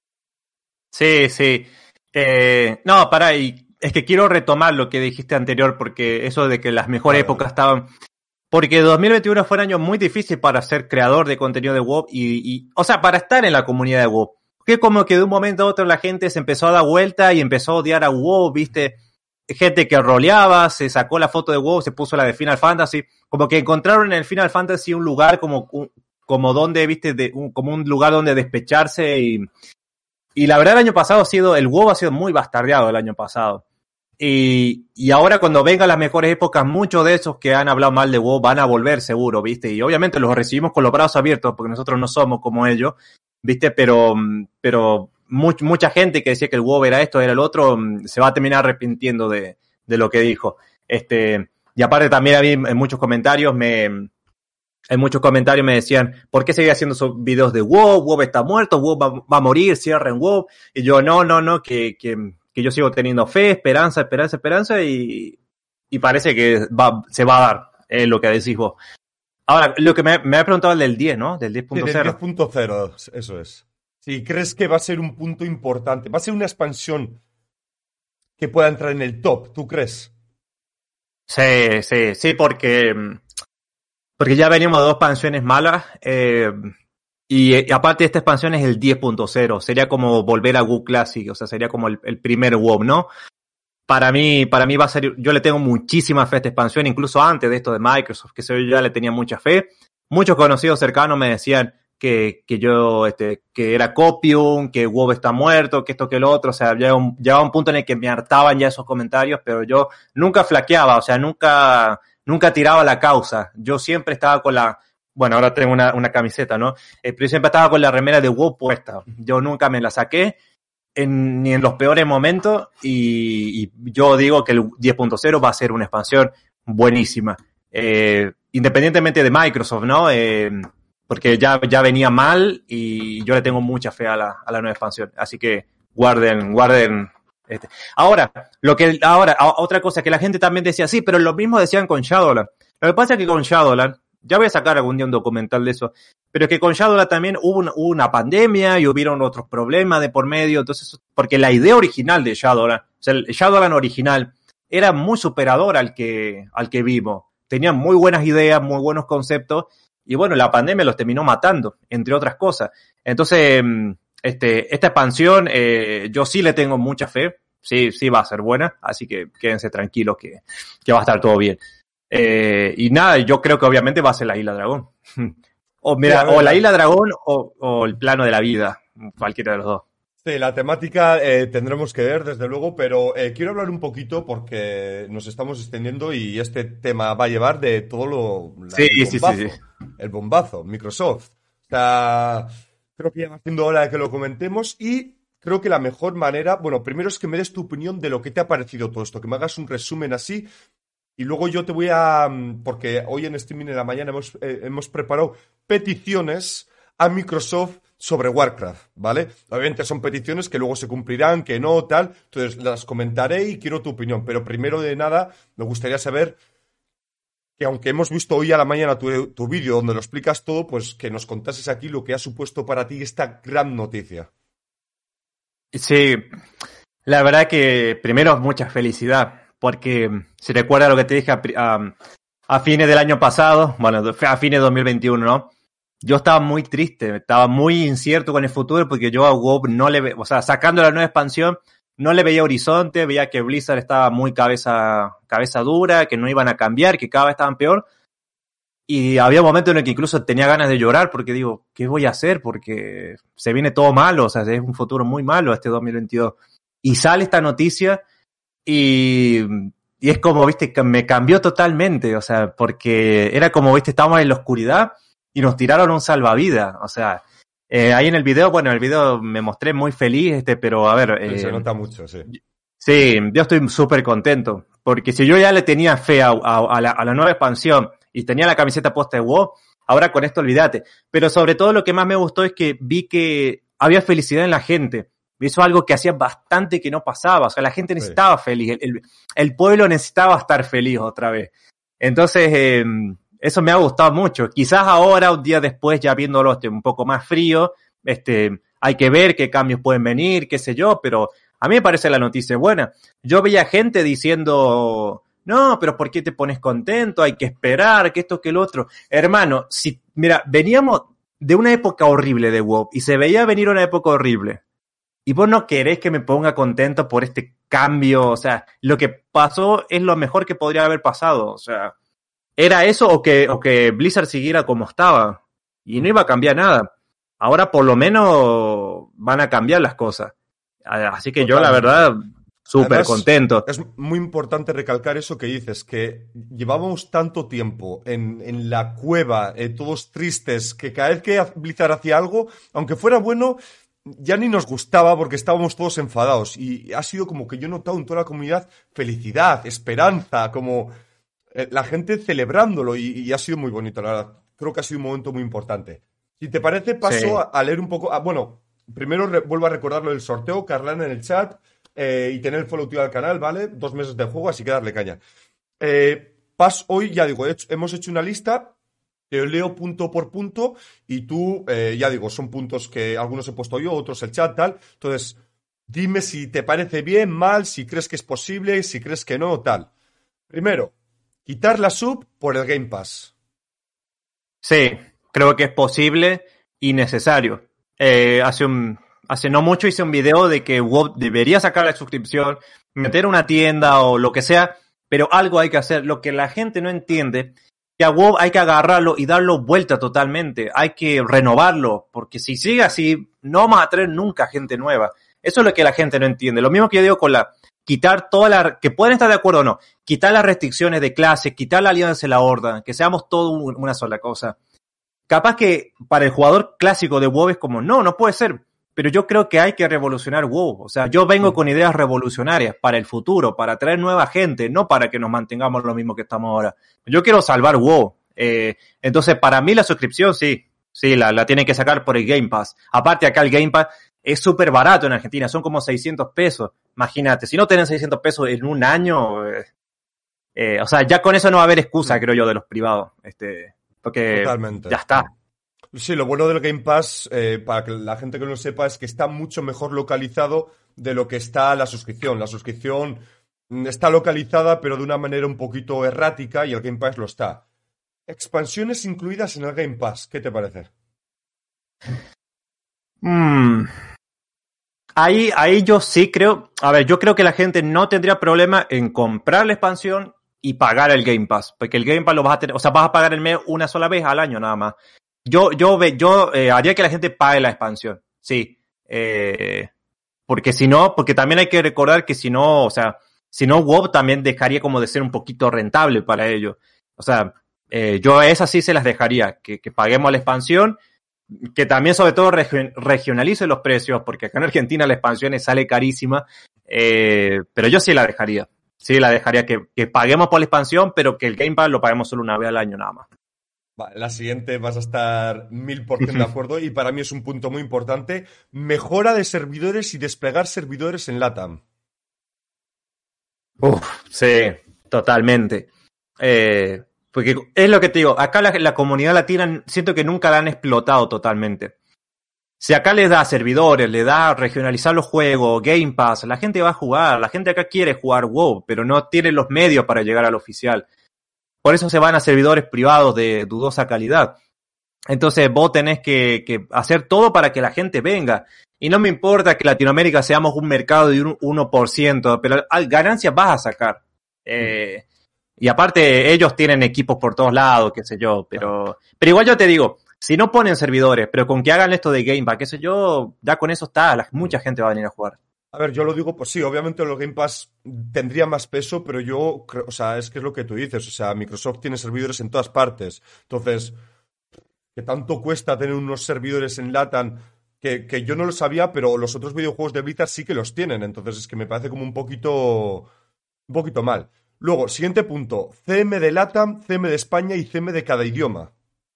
Speaker 2: Sí, sí. Eh, no, para y... Es que quiero retomar lo que dijiste anterior, porque eso de que las mejores claro. épocas estaban... Porque dos mil veintiuno fue un año muy difícil para ser creador de contenido de WoW y, y... O sea, para estar en la comunidad de WoW. Que como que de un momento a otro la gente se empezó a dar vuelta y empezó a odiar a WoW, ¿viste? Gente que roleaba, se sacó la foto de WoW, se puso la de Final Fantasy. Como que encontraron en el Final Fantasy un lugar como, como donde, ¿viste? De, un, como un lugar donde despecharse y... Y la verdad el año pasado ha sido, el WoW ha sido muy bastardeado el año pasado. Y, y ahora cuando vengan las mejores épocas, muchos de esos que han hablado mal de WoW van a volver seguro, ¿viste? Y obviamente los recibimos con los brazos abiertos porque nosotros no somos como ellos, ¿viste? Pero, pero much, mucha gente que decía que el WoW era esto, era el otro, se va a terminar arrepintiendo de, de lo que dijo. Este, y aparte también había en muchos comentarios me... En muchos comentarios me decían, ¿por qué seguía haciendo esos videos de WoW? WoW está muerto, WoW va, va a morir, cierren WoW. Y yo, no, no, no, que, que, que yo sigo teniendo fe, esperanza, esperanza, esperanza, y, y parece que va, se va a dar, es lo que decís vos. Ahora, lo que me, me ha preguntado el del diez, ¿no? Del diez punto cero.
Speaker 1: Sí, del diez punto cero, eso es. Si crees que va a ser un punto importante, va a ser una expansión que pueda entrar en el top, ¿tú crees?
Speaker 2: Sí, sí, sí, porque... Porque ya venimos de dos expansiones malas, eh, y, y aparte esta expansión es el diez punto cero, sería como volver a WoW Classic, o sea, sería como el, el primer WoW, ¿no? Para mí, para mí va a ser, yo le tengo muchísima fe a esta expansión, incluso antes de esto de Microsoft, que yo ya le tenía mucha fe. Muchos conocidos cercanos me decían, que, que yo, este, que era Copium, que WoW está muerto, que esto, que lo otro, o sea, llegaba un, llegaba un punto en el que me hartaban ya esos comentarios, pero yo nunca flaqueaba, o sea, nunca, nunca tiraba la causa. Yo siempre estaba con la, bueno, ahora tengo una, una camiseta, ¿no? Eh, pero yo siempre estaba con la remera de WoW puesta. Yo nunca me la saqué, en, ni en los peores momentos, y, y yo digo que el diez punto cero va a ser una expansión buenísima. Eh, independientemente de Microsoft, ¿no? Eh, porque ya, ya venía mal y yo le tengo mucha fe a la, a la nueva expansión. Así que guarden, guarden. Este. Ahora, lo que, ahora, otra cosa que la gente también decía, sí, pero lo mismo decían con Shadowlands. Lo que pasa es que con Shadowlands, ya voy a sacar algún día un documental de eso, pero es que con Shadowlands también hubo una, hubo una pandemia y hubieron otros problemas de por medio, entonces, porque la idea original de Shadowlands, o sea, el Shadowlands original, era muy superador al que, al que vimos. Tenían muy buenas ideas, muy buenos conceptos, y bueno, la pandemia los terminó matando, entre otras cosas. Entonces, este, esta expansión, eh, yo sí le tengo mucha fe, sí, sí va a ser buena, así que quédense tranquilos que, que va a estar todo bien. Eh, y nada, yo creo que obviamente va a ser la Isla Dragón. o mira, sí, o la Isla Dragón o, o el plano de la vida, cualquiera de los dos.
Speaker 1: Sí, la temática eh, tendremos que ver, desde luego, pero eh, quiero hablar un poquito porque nos estamos extendiendo y este tema va a llevar de todo lo... La,
Speaker 2: sí,
Speaker 1: el
Speaker 2: sí,
Speaker 1: bombazo,
Speaker 2: sí, sí.
Speaker 1: El bombazo, Microsoft. O sea, creo que ya va siendo hora de que lo comentemos y creo que la mejor manera... Bueno, primero es que me des tu opinión de lo que te ha parecido todo esto, que me hagas un resumen así y luego yo te voy a... Porque hoy en Streaming en la mañana hemos, eh, hemos preparado peticiones a Microsoft sobre Warcraft, ¿vale? Obviamente son peticiones que luego se cumplirán, que no, tal. Entonces las comentaré y quiero tu opinión. Pero primero de nada, me gustaría saber que aunque hemos visto hoy a la mañana tu, tu vídeo donde lo explicas todo, pues que nos contases aquí lo que ha supuesto para ti esta gran noticia.
Speaker 2: Sí, la verdad que primero mucha felicidad, porque si recuerda lo que te dije a, a, a fines del año pasado, bueno, a fines de dos mil veintiuno, ¿no? Yo estaba muy triste, estaba muy incierto con el futuro porque yo a WoW no le, o sea, sacando la nueva expansión, no le veía horizonte, veía que Blizzard estaba muy cabeza, cabeza dura, que no iban a cambiar, que cada vez estaban peor. Y había momentos en el que incluso tenía ganas de llorar porque digo, ¿qué voy a hacer? Porque se viene todo malo, o sea, es un futuro muy malo este dos mil veintidós. Y sale esta noticia y, y es como, viste, que me cambió totalmente, o sea, porque era como, viste, estábamos en la oscuridad y nos tiraron un salvavidas, o sea, eh, ahí en el video, bueno, en el video me mostré muy feliz, este, pero a ver...
Speaker 1: Sí,
Speaker 2: eh,
Speaker 1: se nota mucho, sí.
Speaker 2: Sí, yo estoy súper contento, porque si yo ya le tenía fe a, a, a, la, a la nueva expansión y tenía la camiseta puesta de WoW, ahora con esto olvídate. Pero sobre todo lo que más me gustó es que vi que había felicidad en la gente. Eso es algo que hacía bastante que no pasaba, o sea, la gente necesitaba sí. feliz, el, el, el pueblo necesitaba estar feliz otra vez. Entonces... Eh, eso me ha gustado mucho. Quizás ahora, un día después, ya viéndolo este, un poco más frío, este, hay que ver qué cambios pueden venir, qué sé yo, pero a mí me parece la noticia buena. Yo veía gente diciendo, no, pero ¿por qué te pones contento? Hay que esperar, que esto, que el otro. Hermano, si, mira, veníamos de una época horrible de WoW y se veía venir una época horrible. Y vos no querés que me ponga contento por este cambio, o sea, lo que pasó es lo mejor que podría haber pasado, o sea... ¿Era eso o que, o que Blizzard siguiera como estaba? Y no iba a cambiar nada. Ahora por lo menos van a cambiar las cosas. Así que yo, la verdad, súper contento.
Speaker 1: Es muy importante recalcar eso que dices, que llevábamos tanto tiempo en, en la cueva, eh, todos tristes, que cada vez que Blizzard hacía algo, aunque fuera bueno, ya ni nos gustaba porque estábamos todos enfadados. Y ha sido como que yo he notado en toda la comunidad felicidad, esperanza, como... la gente celebrándolo y, y ha sido muy bonito, la verdad. Creo que ha sido un momento muy importante. Si te parece, paso sí. a, a leer un poco... Ah, bueno, primero re, vuelvo a recordarlo del sorteo, Carlana en el chat eh, y tener el follow tío al canal, ¿vale? Dos meses de juego, así que darle caña. Eh, paso, hoy, ya digo, he hecho, hemos hecho una lista, te leo punto por punto y tú, eh, ya digo, son puntos que algunos he puesto yo, otros el chat, tal. Entonces, dime si te parece bien, mal, si crees que es posible, si crees que no, tal. Primero, quitar la sub por el Game Pass.
Speaker 2: Sí, creo que es posible y necesario. Eh, hace, un, hace no mucho hice un video de que WoW debería sacar la suscripción, meter una tienda o lo que sea, pero algo hay que hacer. Lo que la gente no entiende que a WoW hay que agarrarlo y darlo vuelta totalmente. Hay que renovarlo, porque si sigue así, no vamos a traer nunca gente nueva. Eso es lo que la gente no entiende. Lo mismo que yo digo con la... quitar toda la... que pueden estar de acuerdo o no. Quitar las restricciones de clase, quitar la alianza y la horda, que seamos todo una sola cosa. Capaz que para el jugador clásico de WoW es como, no, no puede ser. Pero yo creo que hay que revolucionar WoW. O sea, yo vengo con ideas revolucionarias para el futuro, para traer nueva gente, no para que nos mantengamos lo mismo que estamos ahora. Yo quiero salvar WoW. Eh, entonces, para mí la suscripción, sí. Sí, la, la tienen que sacar por el Game Pass. Aparte, acá el Game Pass es súper barato en Argentina. Son como seiscientos pesos. Imagínate, si no tienen seiscientos pesos en un año... Eh, eh, o sea, ya con eso no va a haber excusa, creo yo, de los privados. Este, porque
Speaker 1: Totalmente.
Speaker 2: Ya está.
Speaker 1: Sí, lo bueno del Game Pass, eh, para que la gente que no lo sepa, es que está mucho mejor localizado de lo que está la suscripción. La suscripción está localizada, pero de una manera un poquito errática, y el Game Pass lo está. Expansiones incluidas en el Game Pass, ¿qué te parece?
Speaker 2: Mm. Ahí, ahí yo sí creo, a ver, yo creo que la gente no tendría problema en comprar la expansión y pagar el Game Pass, porque el Game Pass lo vas a tener, o sea, vas a pagar el mes una sola vez al año nada más. Yo, yo, yo eh, haría que la gente pague la expansión, sí, eh, porque si no, porque también hay que recordar que si no, o sea, si no WoW también dejaría como de ser un poquito rentable para ellos. O sea, eh, yo a esas sí se las dejaría, que, que paguemos la expansión, que también sobre todo regi- regionalice los precios, porque acá en Argentina la expansión sale carísima, eh, pero yo sí la dejaría, sí la dejaría que, que paguemos por la expansión, pero que el Game Pass lo paguemos solo una vez al año nada más.
Speaker 1: Vale, la siguiente vas a estar mil por ciento de acuerdo y para mí es un punto muy importante. Mejora de servidores y desplegar servidores en LATAM.
Speaker 2: Uf, sí, totalmente. Eh, porque es lo que te digo, acá la, la comunidad latina siento que nunca la han explotado totalmente. Si acá les da servidores, le da regionalizar los juegos, Game Pass, la gente va a jugar, la gente acá quiere jugar WoW, pero no tiene los medios para llegar al oficial. Por eso se van a servidores privados de dudosa calidad. Entonces vos tenés que, que hacer todo para que la gente venga. Y no me importa que Latinoamérica seamos un mercado de un uno por ciento, pero ganancias vas a sacar. Eh, y aparte ellos tienen equipos por todos lados, qué sé yo, pero, pero igual yo te digo, si no ponen servidores, pero con que hagan esto de Game Pass, qué sé yo, ya con eso está, la, mucha gente va a venir a jugar.
Speaker 1: A ver, yo lo digo, pues sí, obviamente los Game Pass tendría más peso, pero yo creo, o sea, es que es lo que tú dices, o sea, Microsoft tiene servidores en todas partes. Entonces, ¿qué tanto cuesta tener unos servidores en LATAM? Que, que yo no lo sabía, pero los otros videojuegos de Blizzard sí que los tienen. Entonces es que me parece como un poquito, un poquito mal. Luego, siguiente punto, C M de LATAM, C M de España y C M de cada idioma.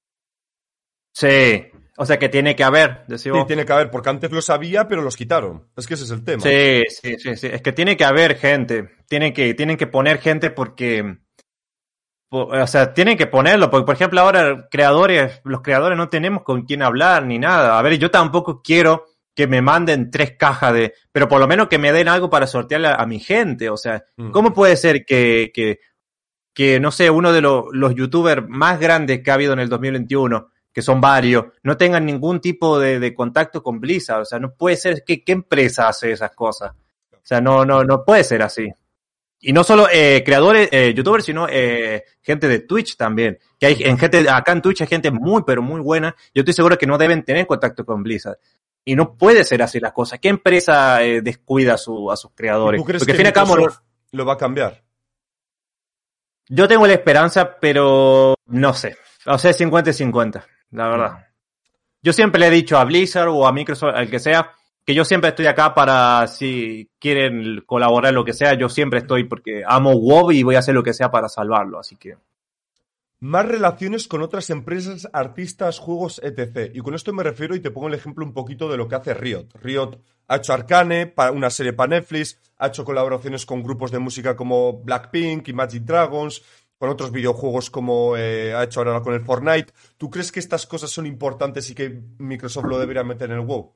Speaker 2: Sí, o sea que tiene que haber, decimos.
Speaker 1: Sí, tiene que haber, porque antes lo sabía, pero los quitaron. Es que ese es el tema.
Speaker 2: Sí, sí, sí, sí. Es que tiene que haber gente. Tienen que, tienen que poner gente porque. O sea, tienen que ponerlo. Porque, por ejemplo, ahora creadores, los creadores no tenemos con quién hablar ni nada. A ver, yo tampoco quiero que me manden tres cajas de. Pero por lo menos que me den algo para sortear a, a mi gente. O sea, mm. ¿cómo puede ser que, que, que no sé, uno de los, los youtubers más grandes que ha habido en el dos mil veintiuno, que son varios, no tengan ningún tipo de, de contacto con Blizzard? O sea, no puede ser, que ¿qué empresa hace esas cosas? O sea, no, no, no puede ser así. Y no solo eh, creadores, eh, youtubers, sino eh, gente de Twitch también. Que hay en gente, acá en Twitch hay gente muy, pero muy buena. Yo estoy seguro que no deben tener contacto con Blizzard. Y no puede ser así las cosas. ¿Qué empresa eh, descuida a, su, a sus creadores?
Speaker 1: ¿Tú crees
Speaker 2: Porque
Speaker 1: que
Speaker 2: al fin y al cabo
Speaker 1: lo va a cambiar?
Speaker 2: Yo tengo la esperanza, pero no sé. O sea, cincuenta y cincuenta, la verdad. Yo siempre le he dicho a Blizzard o a Microsoft, al que sea, que yo siempre estoy acá para, si quieren colaborar, lo que sea, yo siempre estoy porque amo WoW y voy a hacer lo que sea para salvarlo, así que...
Speaker 1: Más relaciones con otras empresas, artistas, juegos, etcétera. Y con esto me refiero y te pongo el ejemplo un poquito de lo que hace Riot. Riot ha hecho Arcane, una serie para Netflix, ha hecho colaboraciones con grupos de música como Blackpink, Imagine Dragons, con otros videojuegos como eh, ha hecho ahora con el Fortnite. ¿Tú crees que estas cosas son importantes y que Microsoft lo debería meter en el WoW?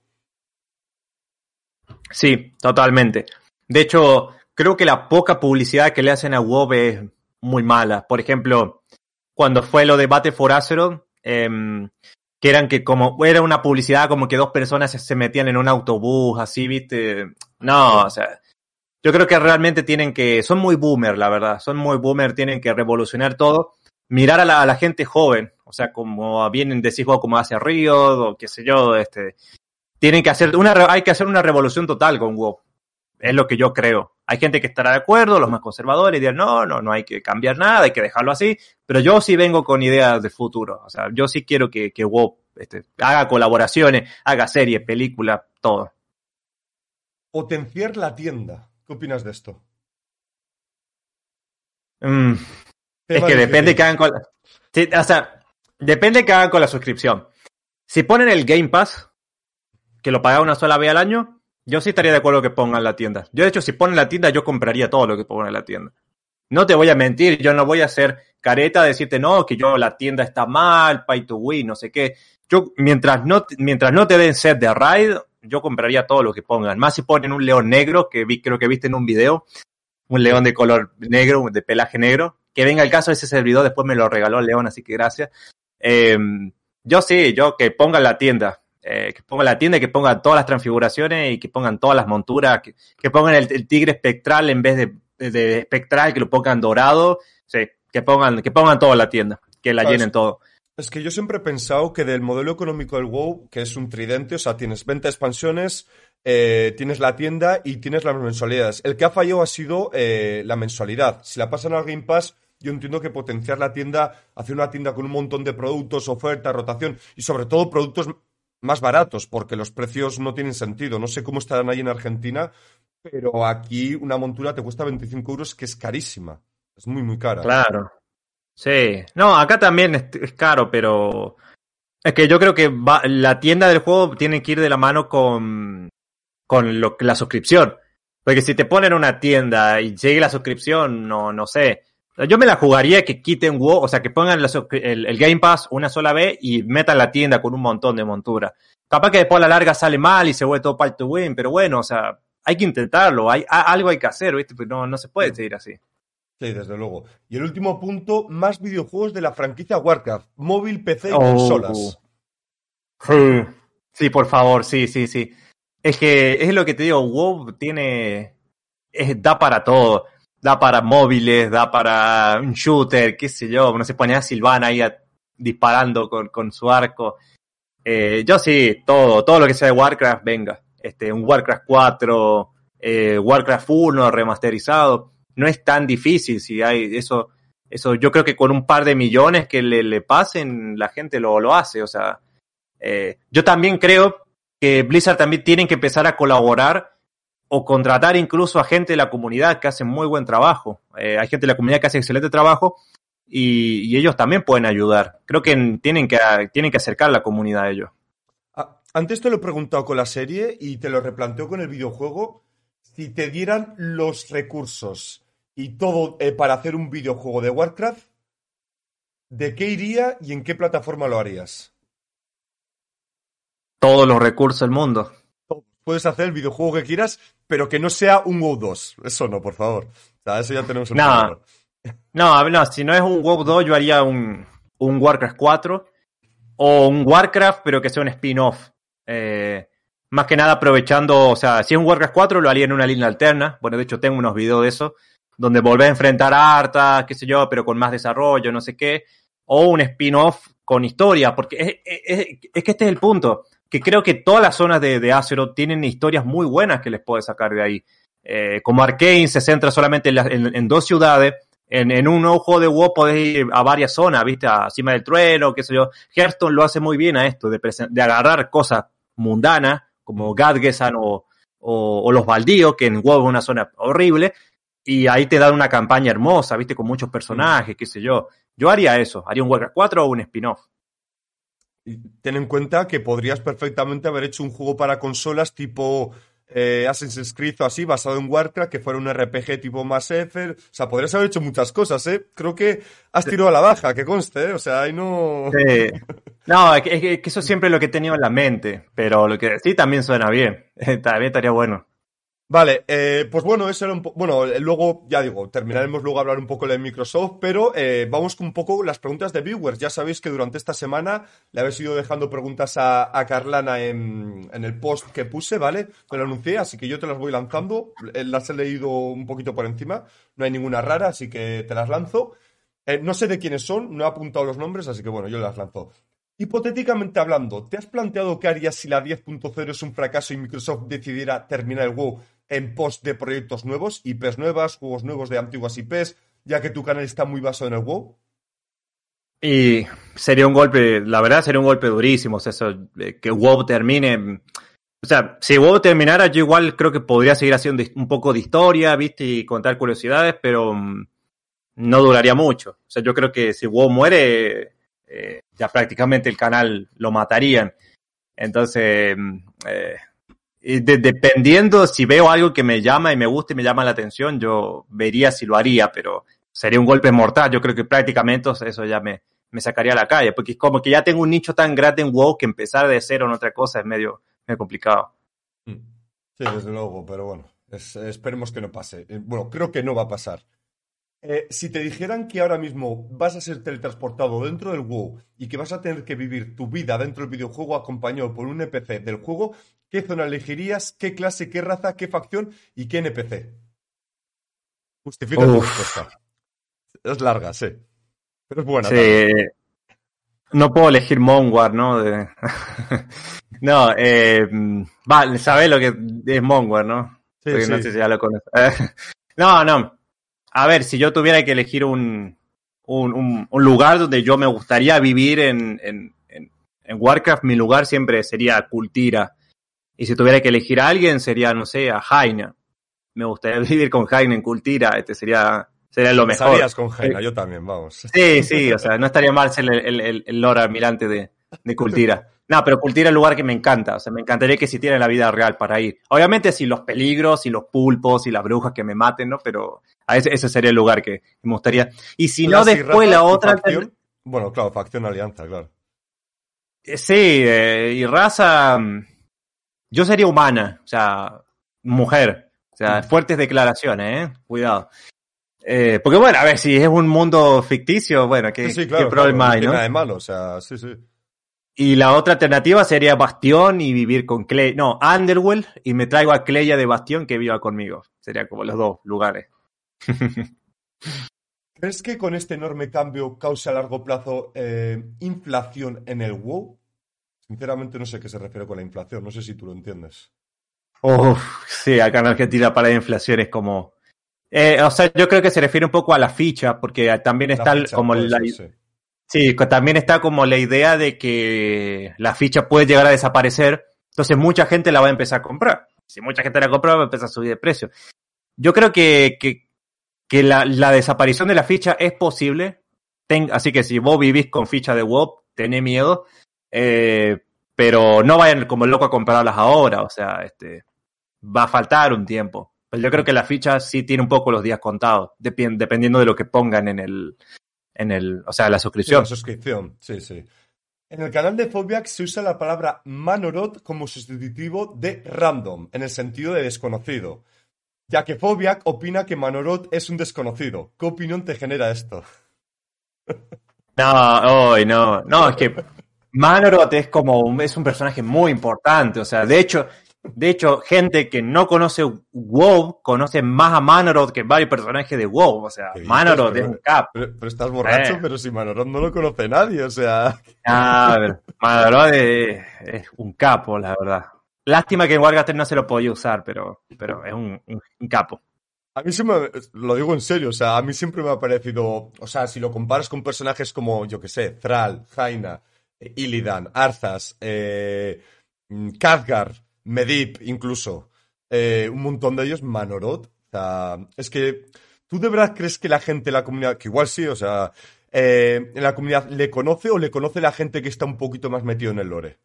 Speaker 2: Sí, totalmente. De hecho, creo que la poca publicidad que le hacen a WoW es muy mala. Por ejemplo, cuando fue lo de Battle for Azeroth, eh, que eran que como era una publicidad como que dos personas se, se metían en un autobús, así, ¿viste? No, o sea, yo creo que realmente tienen que, son muy boomer, la verdad, son muy boomer, tienen que revolucionar todo. mirar a la, a la gente joven, o sea, como vienen, decís vos, como hace Riot, o qué sé yo, este, tienen que hacer una, hay que hacer una revolución total con WoW. Es lo que yo creo. Hay gente que estará de acuerdo, los más conservadores dirán, no, no, no hay que cambiar nada, hay que dejarlo así, pero yo sí vengo con ideas de futuro. O sea, yo sí quiero que, que WoW este, haga colaboraciones, haga series, películas, todo.
Speaker 1: Potenciar la tienda. ¿Qué opinas de esto?
Speaker 2: Mm, es
Speaker 1: Tema
Speaker 2: que depende
Speaker 1: difícil.
Speaker 2: que hagan con la, sí, o sea, depende que hagan con la suscripción. Si ponen el Game Pass, que lo paga una sola vez al año, yo sí estaría de acuerdo que pongan la tienda. Yo, de hecho, si ponen la tienda, yo compraría todo lo que pongan en la tienda. No te voy a mentir, yo no voy a hacer careta de decirte, no, que yo la tienda está mal, pay to win, no sé qué. Yo, mientras no, mientras no te den set de raid, yo compraría todo lo que pongan. Más si ponen un león negro, que vi, creo que viste en un video, un león de color negro, de pelaje negro. Que venga el caso, ese servidor después me lo regaló el león, así que gracias. Eh, yo sí, yo que pongan la tienda. Eh, que pongan la tienda y que pongan todas las transfiguraciones y que pongan todas las monturas, que, que pongan el, el tigre espectral en vez de, de, de espectral, que lo pongan dorado, sí, que pongan, que pongan toda la tienda, que la
Speaker 1: ¿Sabes?
Speaker 2: llenen todo.
Speaker 1: Es que yo siempre he pensado que del modelo económico del WoW, que es un tridente, o sea, tienes venta de expansiones, eh, tienes la tienda y tienes las mensualidades. El que ha fallado ha sido eh, la mensualidad. Si la pasan al Game Pass, yo entiendo que potenciar la tienda, hacer una tienda con un montón de productos, oferta, rotación y sobre todo productos más baratos, porque los precios no tienen sentido. No sé cómo estarán ahí en Argentina, pero aquí una montura te cuesta veinticinco euros, que es carísima. Es muy, muy cara.
Speaker 2: Claro. Sí. No, acá también es, es caro, pero es que yo creo que va, la tienda del juego tiene que ir de la mano con, con lo, la suscripción. Porque si te ponen una tienda y llegue la suscripción, no, no sé. Yo me la jugaría que quiten WoW, o sea, que pongan la, el, el Game Pass una sola vez y metan la tienda con un montón de monturas. Capaz que después a la larga sale mal y se vuelve todo pay to win, pero bueno, o sea, hay que intentarlo, hay, a, algo hay que hacer, ¿viste? Pues no, no se puede seguir así.
Speaker 1: Sí, desde luego. Y el último punto, más videojuegos de la franquicia Warcraft, móvil, P C y
Speaker 2: Oh.
Speaker 1: consolas.
Speaker 2: Sí. Sí, por favor, sí, sí, sí. Es que es lo que te digo, WoW tiene, es, da para todo. Da para móviles, da para un shooter, qué sé yo, no se pone a Silvana ahí a, disparando con, con su arco. Eh, yo sí, todo, todo lo que sea de Warcraft, venga. Este, un Warcraft cuatro, eh, Warcraft uno remasterizado. No es tan difícil si hay eso. Eso yo creo que con un par de millones que le, le pasen, la gente lo, lo hace. O sea, eh, yo también creo que Blizzard también tienen que empezar a colaborar o contratar incluso a gente de la comunidad que hace muy buen trabajo. Eh, hay gente de la comunidad que hace excelente trabajo y, y ellos también pueden ayudar. Creo que tienen que, tienen que acercar a la comunidad a ellos.
Speaker 1: Ah, antes te lo he preguntado con la serie y te lo replanteo con el videojuego. Si te dieran los recursos y todo eh, para hacer un videojuego de Warcraft, ¿de qué iría y en qué plataforma lo harías?
Speaker 2: Todos los recursos del mundo.
Speaker 1: Puedes hacer el videojuego que quieras, pero que no sea un WoW dos. Eso no, por favor. O sea, eso ya tenemos un
Speaker 2: No,
Speaker 1: problema.
Speaker 2: no, no, si no es un WoW dos, yo haría un, un Warcraft cuatro o un Warcraft, pero que sea un spin-off. Eh, más que nada aprovechando, o sea, si es un Warcraft cuatro, lo haría en una línea alterna. Bueno, de hecho, tengo unos videos de eso, donde volvés a enfrentar a Arthas, qué sé yo, pero con más desarrollo, no sé qué. O un spin-off con historia, porque es, es, es que este es el punto. Que creo que todas las zonas de, de Azeroth tienen historias muy buenas que les puedes sacar de ahí. Eh, como Arcane se centra solamente en, la, en, en dos ciudades, en, en un nuevo juego de WoW podés ir a varias zonas, ¿viste? A Cima del Trueno, qué sé yo. Hearthstone lo hace muy bien a esto, de, de agarrar cosas mundanas, como Gadgesan o, o, o los baldíos, que en WoW es una zona horrible, y ahí te dan una campaña hermosa, ¿viste? Con muchos personajes, qué sé yo. Yo haría eso, haría un Warcraft cuatro o un spin-off.
Speaker 1: Y ten en cuenta que podrías perfectamente haber hecho un juego para consolas tipo eh, Assassin's Creed o así, basado en Warcraft, que fuera un R P G tipo Mass Effect. O sea, podrías haber hecho muchas cosas, ¿eh? Creo que has tirado a la baja, que conste, ¿eh? O sea, ahí no...
Speaker 2: Sí. No, es que, es que eso siempre es lo que he tenido en la mente, pero lo que sí también suena bien. También estaría bueno.
Speaker 1: Vale, eh, pues bueno, eso era un poco... Bueno, eh, luego, ya digo, terminaremos luego a hablar un poco de Microsoft, pero eh, vamos con un poco las preguntas de viewers. Ya sabéis que durante esta semana le habéis ido dejando preguntas a, a Carlana en, en el post que puse, ¿vale? Te lo anuncié, así que yo te las voy lanzando. Eh, Las he leído un poquito por encima, no hay ninguna rara, así que te las lanzo. Eh, no sé de quiénes son, no he apuntado los nombres, así que bueno, yo las lanzo. Hipotéticamente hablando, ¿te has planteado qué harías si la diez punto cero es un fracaso y Microsoft decidiera terminar el WoW en pos de proyectos nuevos, I Pes nuevas, juegos nuevos de antiguas I Pes, ya que tu canal está muy basado en el WoW?
Speaker 2: Y sería un golpe, la verdad sería un golpe durísimo, o sea, eso, eh, que WoW termine. O sea, si WoW terminara, yo igual creo que podría seguir haciendo un poco de historia, ¿viste? Y contar curiosidades, pero um, no duraría mucho. O sea, yo creo que si WoW muere, eh, ya prácticamente el canal lo matarían. Entonces, eh, y de, dependiendo si veo algo que me llama y me gusta y me llama la atención, yo vería si lo haría, pero sería un golpe mortal. Yo creo que prácticamente eso ya me, me sacaría a la calle, porque es como que ya tengo un nicho tan grande en WoW que empezar de cero en otra cosa es medio, medio complicado.
Speaker 1: Sí, desde luego, pero bueno, es, esperemos que no pase. Eh, Bueno, creo que no va a pasar. Eh, si te dijeran que ahora mismo vas a ser teletransportado dentro del WoW y que vas a tener que vivir tu vida dentro del videojuego acompañado por un N P C del juego, ¿qué zona elegirías? ¿Qué clase, qué raza, qué facción y qué N P C? Justifica tu
Speaker 2: Uf,
Speaker 1: respuesta. Es larga, sí, pero es buena también.
Speaker 2: sí, no puedo elegir Monwar, ¿no? De... no, eh, va, sabés lo que es Monwar, ¿no?
Speaker 1: Sí,
Speaker 2: Porque no
Speaker 1: sí.
Speaker 2: sé si ya lo conoces. no, no. A ver, si yo tuviera que elegir un, un, un, un lugar donde yo me gustaría vivir en, en, en, en Warcraft, mi lugar siempre sería Kultira. Y si tuviera que elegir a alguien, sería, no sé, a Jaina. Me gustaría vivir con Jaina en Kultira, este sería, sería lo mejor.
Speaker 1: Empezarías con Jaina, yo también, vamos.
Speaker 2: Sí, sí, o sea, no estaría mal ser el, el, el Lord Almirante de, de Kultira. No, pero Kultira es el lugar que me encanta, o sea, me encantaría que existiera en la vida real para ir. Obviamente sin los peligros, y los pulpos, y las brujas que me maten, ¿no? Pero a ese, ese sería el lugar que me gustaría. Y si no,
Speaker 1: Clase y
Speaker 2: después
Speaker 1: raza
Speaker 2: la
Speaker 1: y
Speaker 2: otra...
Speaker 1: facción. Bueno, claro, facción alianza, claro.
Speaker 2: Sí, eh, y raza... Yo sería humana, o sea, mujer. O sea, fuertes declaraciones, ¿eh? Cuidado. Eh, porque bueno, a ver, si es un mundo ficticio, bueno, ¿qué,
Speaker 1: Sí, sí,
Speaker 2: qué
Speaker 1: claro, claro,
Speaker 2: problema
Speaker 1: no
Speaker 2: hay,
Speaker 1: tiene
Speaker 2: no?
Speaker 1: nada de malo, o sea, sí, sí.
Speaker 2: Y la otra alternativa sería Bastión y vivir con Clay. No, Underworld y me traigo a Cleia de Bastión que viva conmigo. Sería como los dos lugares.
Speaker 1: ¿Crees que con este enorme cambio cause a largo plazo eh, inflación en el WoW? Sinceramente no sé a qué se refiere con la inflación, no sé si tú lo entiendes.
Speaker 2: Uf, sí, acá en Argentina para la inflación es como... Eh, o sea, yo creo que se refiere un poco a la ficha, porque también
Speaker 1: La
Speaker 2: está el-
Speaker 1: ficha
Speaker 2: como
Speaker 1: puede
Speaker 2: la...
Speaker 1: ser, sí.
Speaker 2: Sí, que también está como la idea de que la ficha puede llegar a desaparecer, entonces mucha gente la va a empezar a comprar. Si mucha gente la compra, va a empezar a subir de precio. Yo creo que, que, que la, la desaparición de la ficha es posible, Ten, así que si vos vivís con ficha de WoW, tenés miedo, eh, pero no vayan como loco a comprarlas ahora, o sea, este va a faltar un tiempo. Pero yo creo que la ficha sí tiene un poco los días contados, depend, dependiendo de lo que pongan en el, en el, o sea, la
Speaker 1: Sí, la
Speaker 2: suscripción.
Speaker 1: suscripción, sí, sí. En el canal de Phobiac se usa la palabra Manoroth como sustitutivo de random, en el sentido de desconocido, ya que Phobiac opina que Manoroth es un desconocido. ¿Qué opinión te genera esto?
Speaker 2: No, hoy no, no, es que Manoroth es como un, es un personaje muy importante, o sea, de hecho, de hecho, gente que no conoce WoW conoce más a Manoroth que varios personajes de WoW, o sea,
Speaker 1: ¿Qué dices?
Speaker 2: Manoroth
Speaker 1: Pero,
Speaker 2: es un capo.
Speaker 1: pero, pero estás borracho,
Speaker 2: Eh.
Speaker 1: pero si Manoroth no lo conoce nadie, o sea...
Speaker 2: A ver, Manoroth es, es un capo, la verdad. Lástima que en Warcaster no se lo podía usar, pero, pero es un, un, un capo.
Speaker 1: A mí siempre, lo digo en serio, o sea, a mí siempre me ha parecido, o sea, si lo comparas con personajes como, yo que sé, Thrall, Jaina, eh, Illidan, Arthas, eh, mm, Khadgar, Medivh incluso, eh, un montón de ellos, Manoroth, o sea, es que, ¿tú de verdad crees que la gente, la comunidad, que igual sí, o sea, eh, en la comunidad le conoce o le conoce la gente que está un poquito más metido en el lore?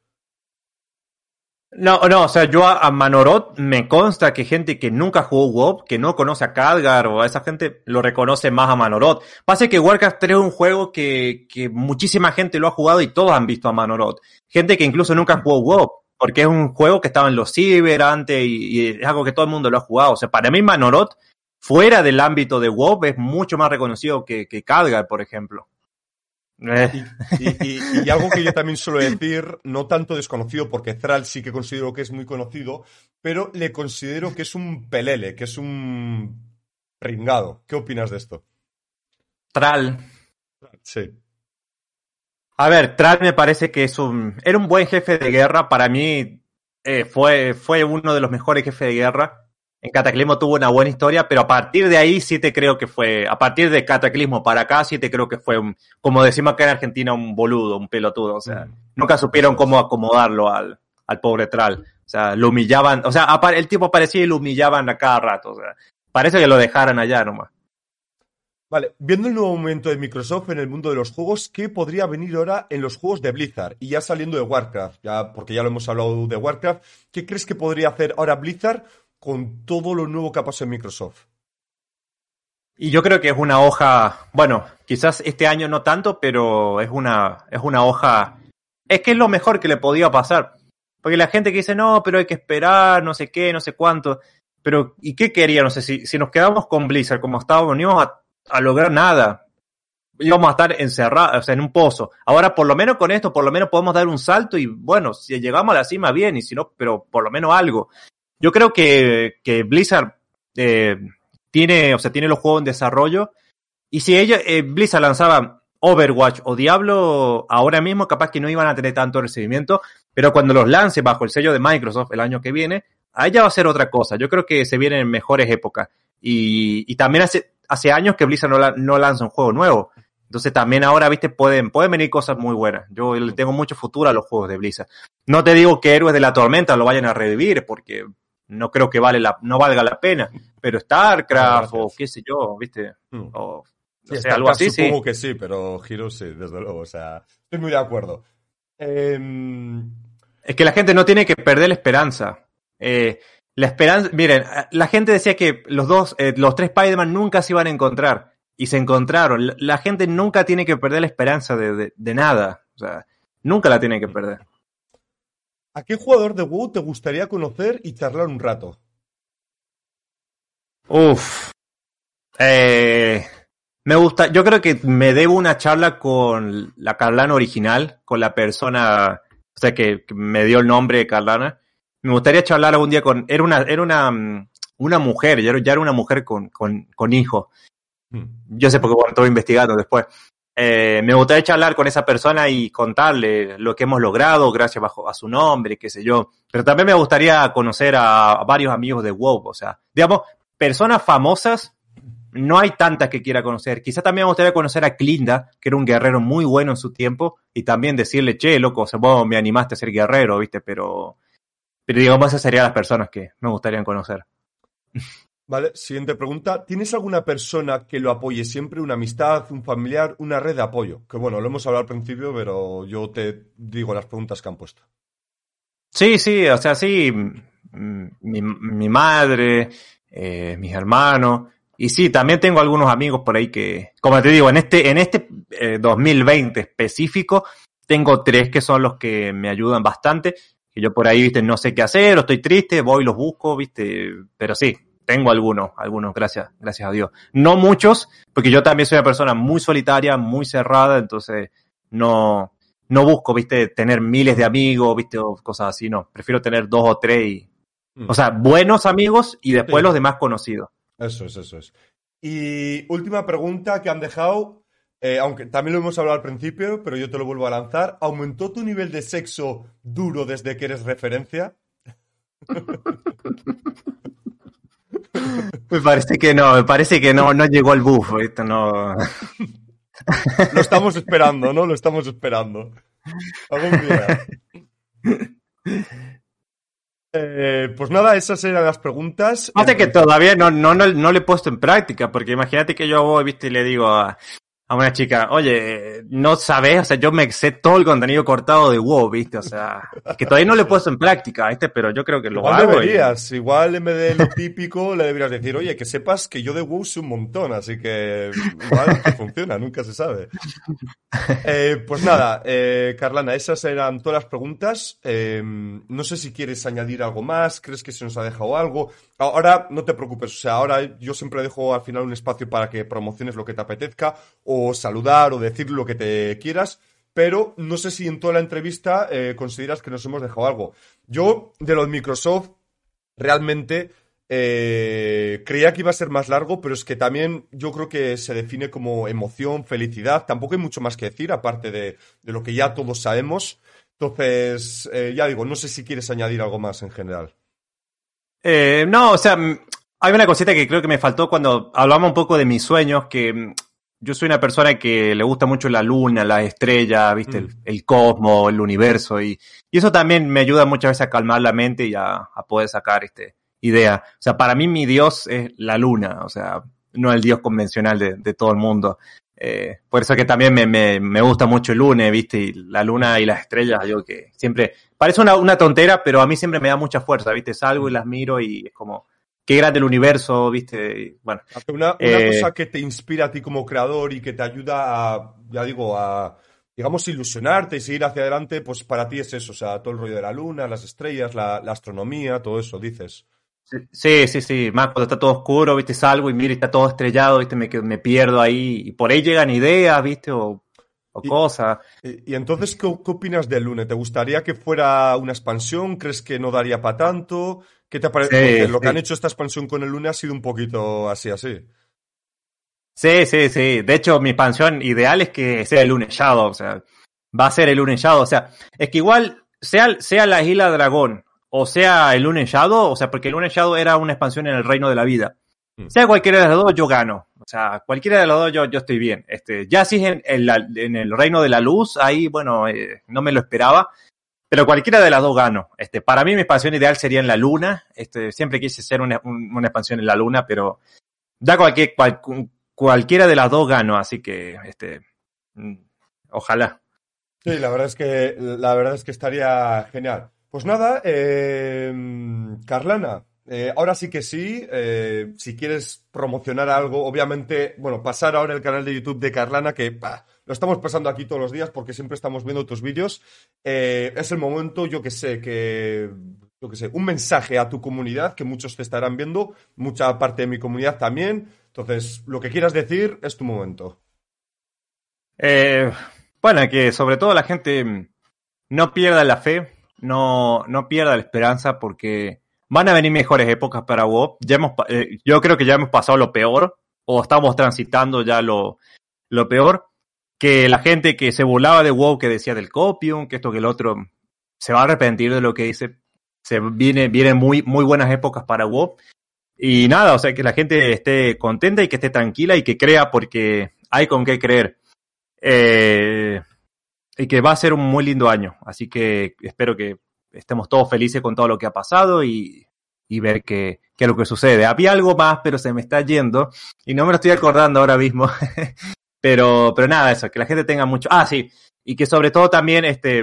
Speaker 2: No, no, o sea, yo a, a Manoroth me consta que gente que nunca jugó WoW, que no conoce a Khadgar o a esa gente, lo reconoce más a Manoroth. Pasa que Warcraft tres es un juego que, que muchísima gente lo ha jugado y todos han visto a Manoroth. Gente que incluso nunca jugó WoW, porque es un juego que estaba en los ciber antes y, y es algo que todo el mundo lo ha jugado. O sea, para mí Manoroth, fuera del ámbito de WoW, es mucho más reconocido que, que Khadgar, por ejemplo. Eh.
Speaker 1: Y, y, y, y algo que yo también suelo decir, no tanto desconocido, porque Thrall sí que considero que es muy conocido, pero le considero que es un pelele, que es un pringado. ¿Qué opinas de esto?
Speaker 2: Thrall.
Speaker 1: Sí.
Speaker 2: A ver, Thrall me parece que es un... Era un buen jefe de guerra. Para mí eh, fue, fue uno de los mejores jefes de guerra. En Cataclismo tuvo una buena historia, pero a partir de ahí sí te creo que fue... A partir de Cataclismo para acá sí te creo que fue, un, como decimos acá en Argentina, un boludo, un pelotudo. O sea, mm. nunca supieron cómo acomodarlo al, al pobre Thrall. O sea, lo humillaban... O sea, el tipo aparecía y lo humillaban a cada rato. O sea, parece que lo dejaran allá nomás.
Speaker 1: Vale, viendo el nuevo momento de Microsoft en el mundo de los juegos, ¿qué podría venir ahora en los juegos de Blizzard? Y ya saliendo de Warcraft, ya porque ya lo hemos hablado de Warcraft, ¿qué crees que podría hacer ahora Blizzard con todo lo nuevo que ha pasado en Microsoft?
Speaker 2: Y yo creo que es una hoja, bueno, quizás este año no tanto, pero es una, es una hoja, es que es lo mejor que le podía pasar. Porque la gente que dice, no, pero hay que esperar, no sé qué, no sé cuánto. Pero, ¿y qué quería? No sé, si, si nos quedamos con Blizzard como Estados Unidos a a lograr nada, íbamos a estar encerrados, o sea, en un pozo. Ahora, por lo menos con esto, por lo menos podemos dar un salto y, bueno, si llegamos a la cima, bien, y si no, pero por lo menos algo. Yo creo que, que Blizzard eh, tiene, o sea, tiene los juegos en desarrollo, y si ella, eh, Blizzard lanzaba Overwatch o Diablo, ahora mismo capaz que no iban a tener tanto recibimiento, pero cuando los lance bajo el sello de Microsoft el año que viene, ahí ya va a ser otra cosa. Yo creo que se vienen mejores épocas. Y, y también hace... Hace años que Blizzard no, la, no lanza un juego nuevo. Entonces también ahora, viste, pueden, pueden venir cosas muy buenas. Yo le tengo mucho futuro a los juegos de Blizzard. No te digo que Héroes de la Tormenta lo vayan a revivir, porque no creo que vale la, no valga la pena. Pero StarCraft o qué sé yo, viste,
Speaker 1: mm.
Speaker 2: o
Speaker 1: sí,
Speaker 2: o sea, algo así,
Speaker 1: supongo
Speaker 2: sí.
Speaker 1: que sí, pero Heroes sí, desde luego. O sea, estoy muy de acuerdo. Eh...
Speaker 2: Es que la gente no tiene que perder la esperanza. Eh... La esperanza, miren, la gente decía que los dos, eh, los tres Spider-Man nunca se iban a encontrar y se encontraron. La, la gente nunca tiene que perder la esperanza de, de, de nada, o sea, nunca la tiene que perder.
Speaker 1: ¿A qué jugador de WoW te gustaría conocer y charlar un rato?
Speaker 2: Uf, eh, me gusta, yo creo que me debo una charla con la Carlana original, con la persona, o sea, que, que me dio el nombre de Carlana. Me gustaría charlar algún día con... Era una, era una, una mujer, ya era, ya era una mujer con, con, con hijo. Hmm. Yo sé porque, bueno, estuve investigando después. Eh, me gustaría charlar con esa persona y contarle lo que hemos logrado gracias bajo a su nombre, qué sé yo. Pero también me gustaría conocer a, a varios amigos de WoW. O sea, digamos, personas famosas, no hay tantas que quiera conocer. Quizás también me gustaría conocer a Clinda, que era un guerrero muy bueno en su tiempo, y también decirle, che, loco, o sea, vos me animaste a ser guerrero, ¿viste? Pero... Pero digamos, esas serían las personas que me gustaría conocer.
Speaker 1: Vale, siguiente pregunta. ¿Tienes alguna persona que lo apoye siempre? ¿Una amistad, un familiar, una red de apoyo? Que bueno, lo hemos hablado al principio, pero yo te digo las preguntas que han puesto.
Speaker 2: Sí, sí, o sea, sí. Mi, mi madre, eh, mis hermanos. Y sí, también tengo algunos amigos por ahí que, como te digo, en este, en este eh, dos mil veinte específico, tengo tres que son los que me ayudan bastante. Que yo por ahí, viste, no sé qué hacer, o estoy triste, voy y los busco, viste, pero sí, tengo algunos, algunos, gracias, gracias a Dios. No muchos, porque yo también soy una persona muy solitaria, muy cerrada, entonces no, no busco, viste, tener miles de amigos, viste, o cosas así, no. Prefiero tener dos o tres y, mm. o sea, buenos amigos y después sí. Los demás conocidos.
Speaker 1: Eso es, eso es. Y última pregunta que han dejado... Eh, aunque también lo hemos hablado al principio, pero yo te lo vuelvo a lanzar. ¿Aumentó tu nivel de sexo duro desde que eres referencia?
Speaker 2: Me parece que no, me parece que no, no llegó el buff, esto no.
Speaker 1: Lo estamos esperando, ¿no? Lo estamos esperando. Algún día. Eh, pues nada, esas eran las preguntas.
Speaker 2: Fíjate que todavía no, no, no, no le he puesto en práctica, porque imagínate que yo voy, viste, y le digo a... a una chica, oye, no sabes, o sea, yo me sé todo el contenido cortado de WoW, ¿viste? O sea, es que todavía no lo he puesto en práctica, ¿viste? Pero yo creo que lo
Speaker 1: igual
Speaker 2: hago.
Speaker 1: Deberías, y... igual en vez de lo típico, le deberías decir, oye, que sepas que yo de WoW sé un montón, así que igual que funciona, nunca se sabe. Eh, pues nada, eh, Carlana, esas eran todas las preguntas. Eh, no sé si quieres añadir algo más, crees que se nos ha dejado algo. Ahora, no te preocupes, o sea, ahora yo siempre dejo al final un espacio para que promociones lo que te apetezca, o saludar, o decir lo que te quieras, pero no sé si en toda la entrevista eh, consideras que nos hemos dejado algo. Yo, de lo de Microsoft, realmente Eh, creía que iba a ser más largo, pero es que también yo creo que se define como emoción, felicidad. Tampoco hay mucho más que decir, aparte de, de lo que ya todos sabemos. Entonces, eh, ya digo, no sé si quieres añadir algo más en general.
Speaker 2: Eh, no, o sea, hay una cosita que creo que me faltó cuando hablamos un poco de mis sueños, que yo soy una persona que le gusta mucho la luna, las estrellas, ¿viste? Mm. El, el cosmos, el universo, y, y eso también me ayuda muchas veces a calmar la mente y a, a poder sacar este idea. O sea, para mí mi Dios es la luna, o sea, no el Dios convencional de, de todo el mundo. Eh, por eso que también me, me, me gusta mucho el lunes, ¿viste? Y la luna y las estrellas, yo que siempre... Parece una, una tontera, pero a mí siempre me da mucha fuerza, ¿viste? Salgo y las miro y es como... Qué grande el universo, ¿viste? Y, bueno,
Speaker 1: una, una eh, cosa que te inspira a ti como creador y que te ayuda a, ya digo, a, digamos, ilusionarte y seguir hacia adelante, pues para ti es eso, o sea, todo el rollo de la luna, las estrellas, la, la astronomía, todo eso, dices.
Speaker 2: Sí, sí, sí, más cuando está todo oscuro, ¿viste? Salgo y miro y está todo estrellado, ¿viste? Me, me pierdo ahí y por ahí llegan ideas, ¿viste? O, o
Speaker 1: y,
Speaker 2: cosas.
Speaker 1: Y, y entonces, ¿qué, ¿qué opinas del Lune? ¿Te gustaría que fuera una expansión? ¿Crees que no daría para tanto? ¿Qué te parece? Sí, Porque lo sí. que han hecho esta expansión con el Lune ha sido un poquito así, así.
Speaker 2: Sí, sí, sí. De hecho, mi expansión ideal es que sea el Lune Shadow, o sea, va a ser el Lune Shadow, o sea, es que igual, sea, sea la Isla Dragón, o sea el Lune Shadow, o sea, porque el Lune Shadow era una expansión en el Reino de la Vida. Mm. Sea cualquiera de los dos, yo gano. O sea, cualquiera de los dos, yo, yo estoy bien. Este, ya si en, en, la, en el Reino de la Luz, ahí, bueno, eh, no me lo esperaba. Pero cualquiera de las dos gano. Este, para mí mi expansión ideal sería en la Luna. Este, siempre quise hacer una, un, una expansión en la Luna, pero ya cualquier, cual, cualquiera de las dos gano, así que, este, ojalá.
Speaker 1: Sí, la verdad es que, la verdad es que estaría genial. Pues nada, eh, Carlana, eh, ahora sí que sí, eh, si quieres promocionar algo, obviamente, bueno, pasar ahora el canal de YouTube de Carlana, que bah, lo estamos pasando aquí todos los días porque siempre estamos viendo tus vídeos, eh, es el momento, yo que sé, que, yo que sé, un mensaje a tu comunidad, que muchos te estarán viendo, mucha parte de mi comunidad también, entonces, lo que quieras decir es tu momento.
Speaker 2: Eh, bueno, que sobre todo la gente no pierda la fe, No, no pierda la esperanza porque van a venir mejores épocas para WoW. Ya hemos, eh, yo creo que ya hemos pasado lo peor o estamos transitando ya lo, lo peor. Que la gente que se burlaba de WoW, que decía del copium, que esto que el otro, se va a arrepentir de lo que dice. Se viene, vienen muy, muy buenas épocas para WoW. Y nada, o sea, que la gente esté contenta y que esté tranquila y que crea porque hay con qué creer. Eh... Y que va a ser un muy lindo año. Así que espero que estemos todos felices con todo lo que ha pasado y, y ver qué, qué es lo que sucede. Había algo más, pero se me está yendo y no me lo estoy acordando ahora mismo. pero, pero nada, eso, que la gente tenga mucho... Ah, sí, y que sobre todo también, este,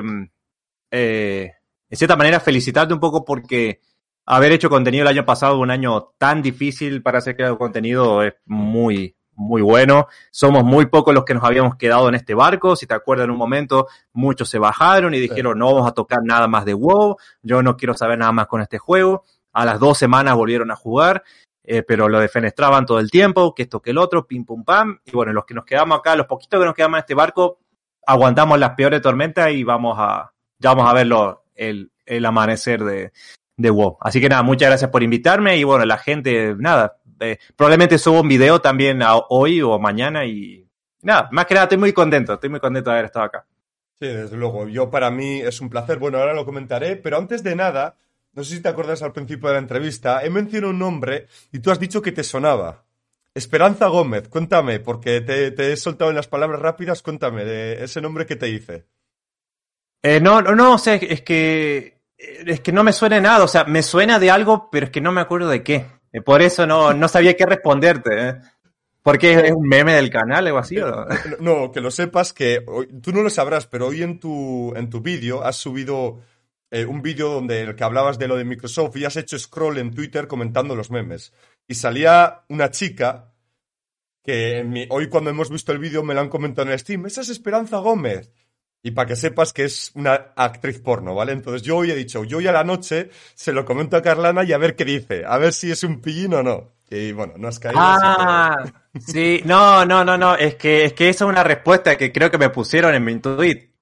Speaker 2: eh, de cierta manera, felicitarte un poco porque haber hecho contenido el año pasado, un año tan difícil para hacer contenido, es muy... muy bueno, somos muy pocos los que nos habíamos quedado en este barco, si te acuerdas en un momento, muchos se bajaron y dijeron sí. No vamos a tocar nada más de WoW, yo no quiero saber nada más con este juego, a las dos semanas volvieron a jugar, eh, pero lo defenestraban todo el tiempo, que esto que el otro, pim pum pam, y bueno, los que nos quedamos acá, los poquitos que nos quedamos en este barco, aguantamos las peores tormentas y vamos a, ya vamos a verlo, el, el amanecer de, de WoW, así que nada, muchas gracias por invitarme y bueno, la gente, nada, Eh, probablemente subo un video también a, hoy o mañana y nada, más que nada estoy muy contento, estoy muy contento de haber estado acá.
Speaker 1: Sí, desde luego, yo para mí es un placer, bueno, ahora lo comentaré, pero antes de nada, no sé si te acuerdas al principio de la entrevista, he mencionado un nombre y tú has dicho que te sonaba. Esperanza Gómez, cuéntame, porque te, te he soltado en las palabras rápidas, cuéntame de ese nombre que te hice.
Speaker 2: Eh, no, no, no, o sea, es que, es que no me suena nada, o sea, me suena de algo, pero es que no me acuerdo de qué. Por eso no, no sabía qué responderte, ¿eh? ¿Porque es un meme del canal o algo así? ¿O?
Speaker 1: No, no, que lo sepas que hoy, tú no lo sabrás, pero hoy en tu, en tu vídeo has subido eh, un vídeo donde el que hablabas de lo de Microsoft y has hecho scroll en Twitter comentando los memes. Y salía una chica que en mi, hoy cuando hemos visto el vídeo me lo han comentado en el Steam. Esa es Esperanza Gómez. Y para que sepas que es una actriz porno, ¿vale? Entonces yo hoy he dicho, yo hoy a la noche se lo comento a Carlana y a ver qué dice, a ver si es un pillín o no. Y bueno, no has caído.
Speaker 2: Ah, sí, no, no, no, no, es que, es que esa es una respuesta que creo que me pusieron en mi tweet.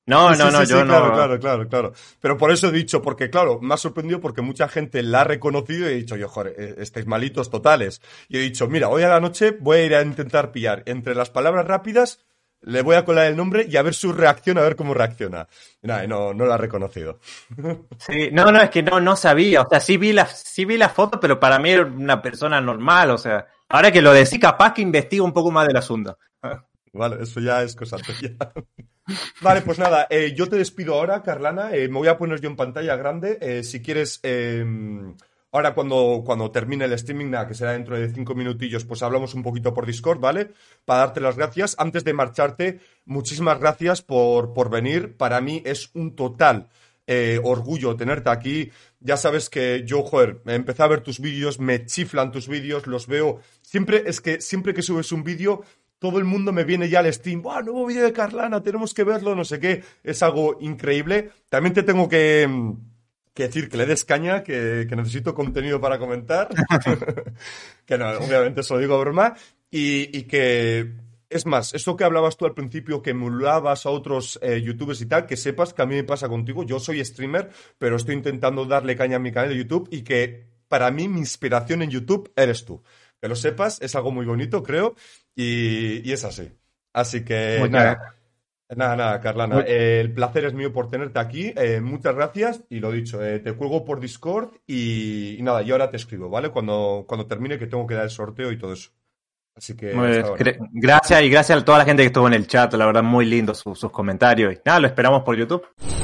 Speaker 2: No,
Speaker 1: Sí,
Speaker 2: no,
Speaker 1: sí,
Speaker 2: no,
Speaker 1: sí,
Speaker 2: yo
Speaker 1: sí, claro,
Speaker 2: no.
Speaker 1: claro, claro, claro. Pero por eso he dicho, porque claro, me ha sorprendido porque mucha gente la ha reconocido y he dicho, yo, joder, eh, estáis malitos totales. Y he dicho, mira, hoy a la noche voy a ir a intentar pillar entre las palabras rápidas, le voy a colar el nombre y a ver su reacción, a ver cómo reacciona. Y nada, y no, no la ha reconocido.
Speaker 2: Sí, no, no, es que no, no sabía. O sea, sí vi la, sí vi la foto, pero para mí era una persona normal. O sea, ahora que lo decís, capaz que investigo un poco más del asunto.
Speaker 1: Vale, eso ya es cosa tuya. Vale, pues nada, eh, yo te despido ahora, Carlana. Eh, me voy a poner yo en pantalla grande. Eh, si quieres, eh, ahora cuando, cuando termine el streaming, nada, que será dentro de cinco minutillos, pues hablamos un poquito por Discord, ¿vale? Para darte las gracias. Antes de marcharte, muchísimas gracias por, por venir. Para mí es un total eh, orgullo tenerte aquí. Ya sabes que yo, joder, empecé a ver tus vídeos, me chiflan tus vídeos, los veo. Siempre, es que siempre que subes un vídeo todo el mundo me viene ya al Steam, ¡buah, nuevo vídeo de Carlana, tenemos que verlo, no sé qué! Es algo increíble. También te tengo que, que decir que le des caña, que, que necesito contenido para comentar. Que no, obviamente eso lo digo a broma. Y, y que, es más, eso que hablabas tú al principio, que emulabas a otros eh, youtubers y tal, que sepas que a mí me pasa contigo. Yo soy streamer, pero estoy intentando darle caña a mi canal de YouTube y que para mí mi inspiración en YouTube eres tú. Que lo sepas, es algo muy bonito, creo, y, y es así. Así que
Speaker 2: Muchas
Speaker 1: nada,
Speaker 2: gracias.
Speaker 1: nada, nada, Carlana.
Speaker 2: Mu-
Speaker 1: Eh, el placer es mío por tenerte aquí. Eh, muchas gracias y lo dicho, eh, te cuelgo por Discord y, y nada, yo ahora te escribo, ¿vale? Cuando, cuando termine que tengo que dar el sorteo y todo eso. Así que
Speaker 2: muy bien.
Speaker 1: hasta ahora.
Speaker 2: Gre- Gracias y gracias a toda la gente que estuvo en el chat. La verdad, muy lindo su- sus comentarios. Y nada, lo esperamos por YouTube.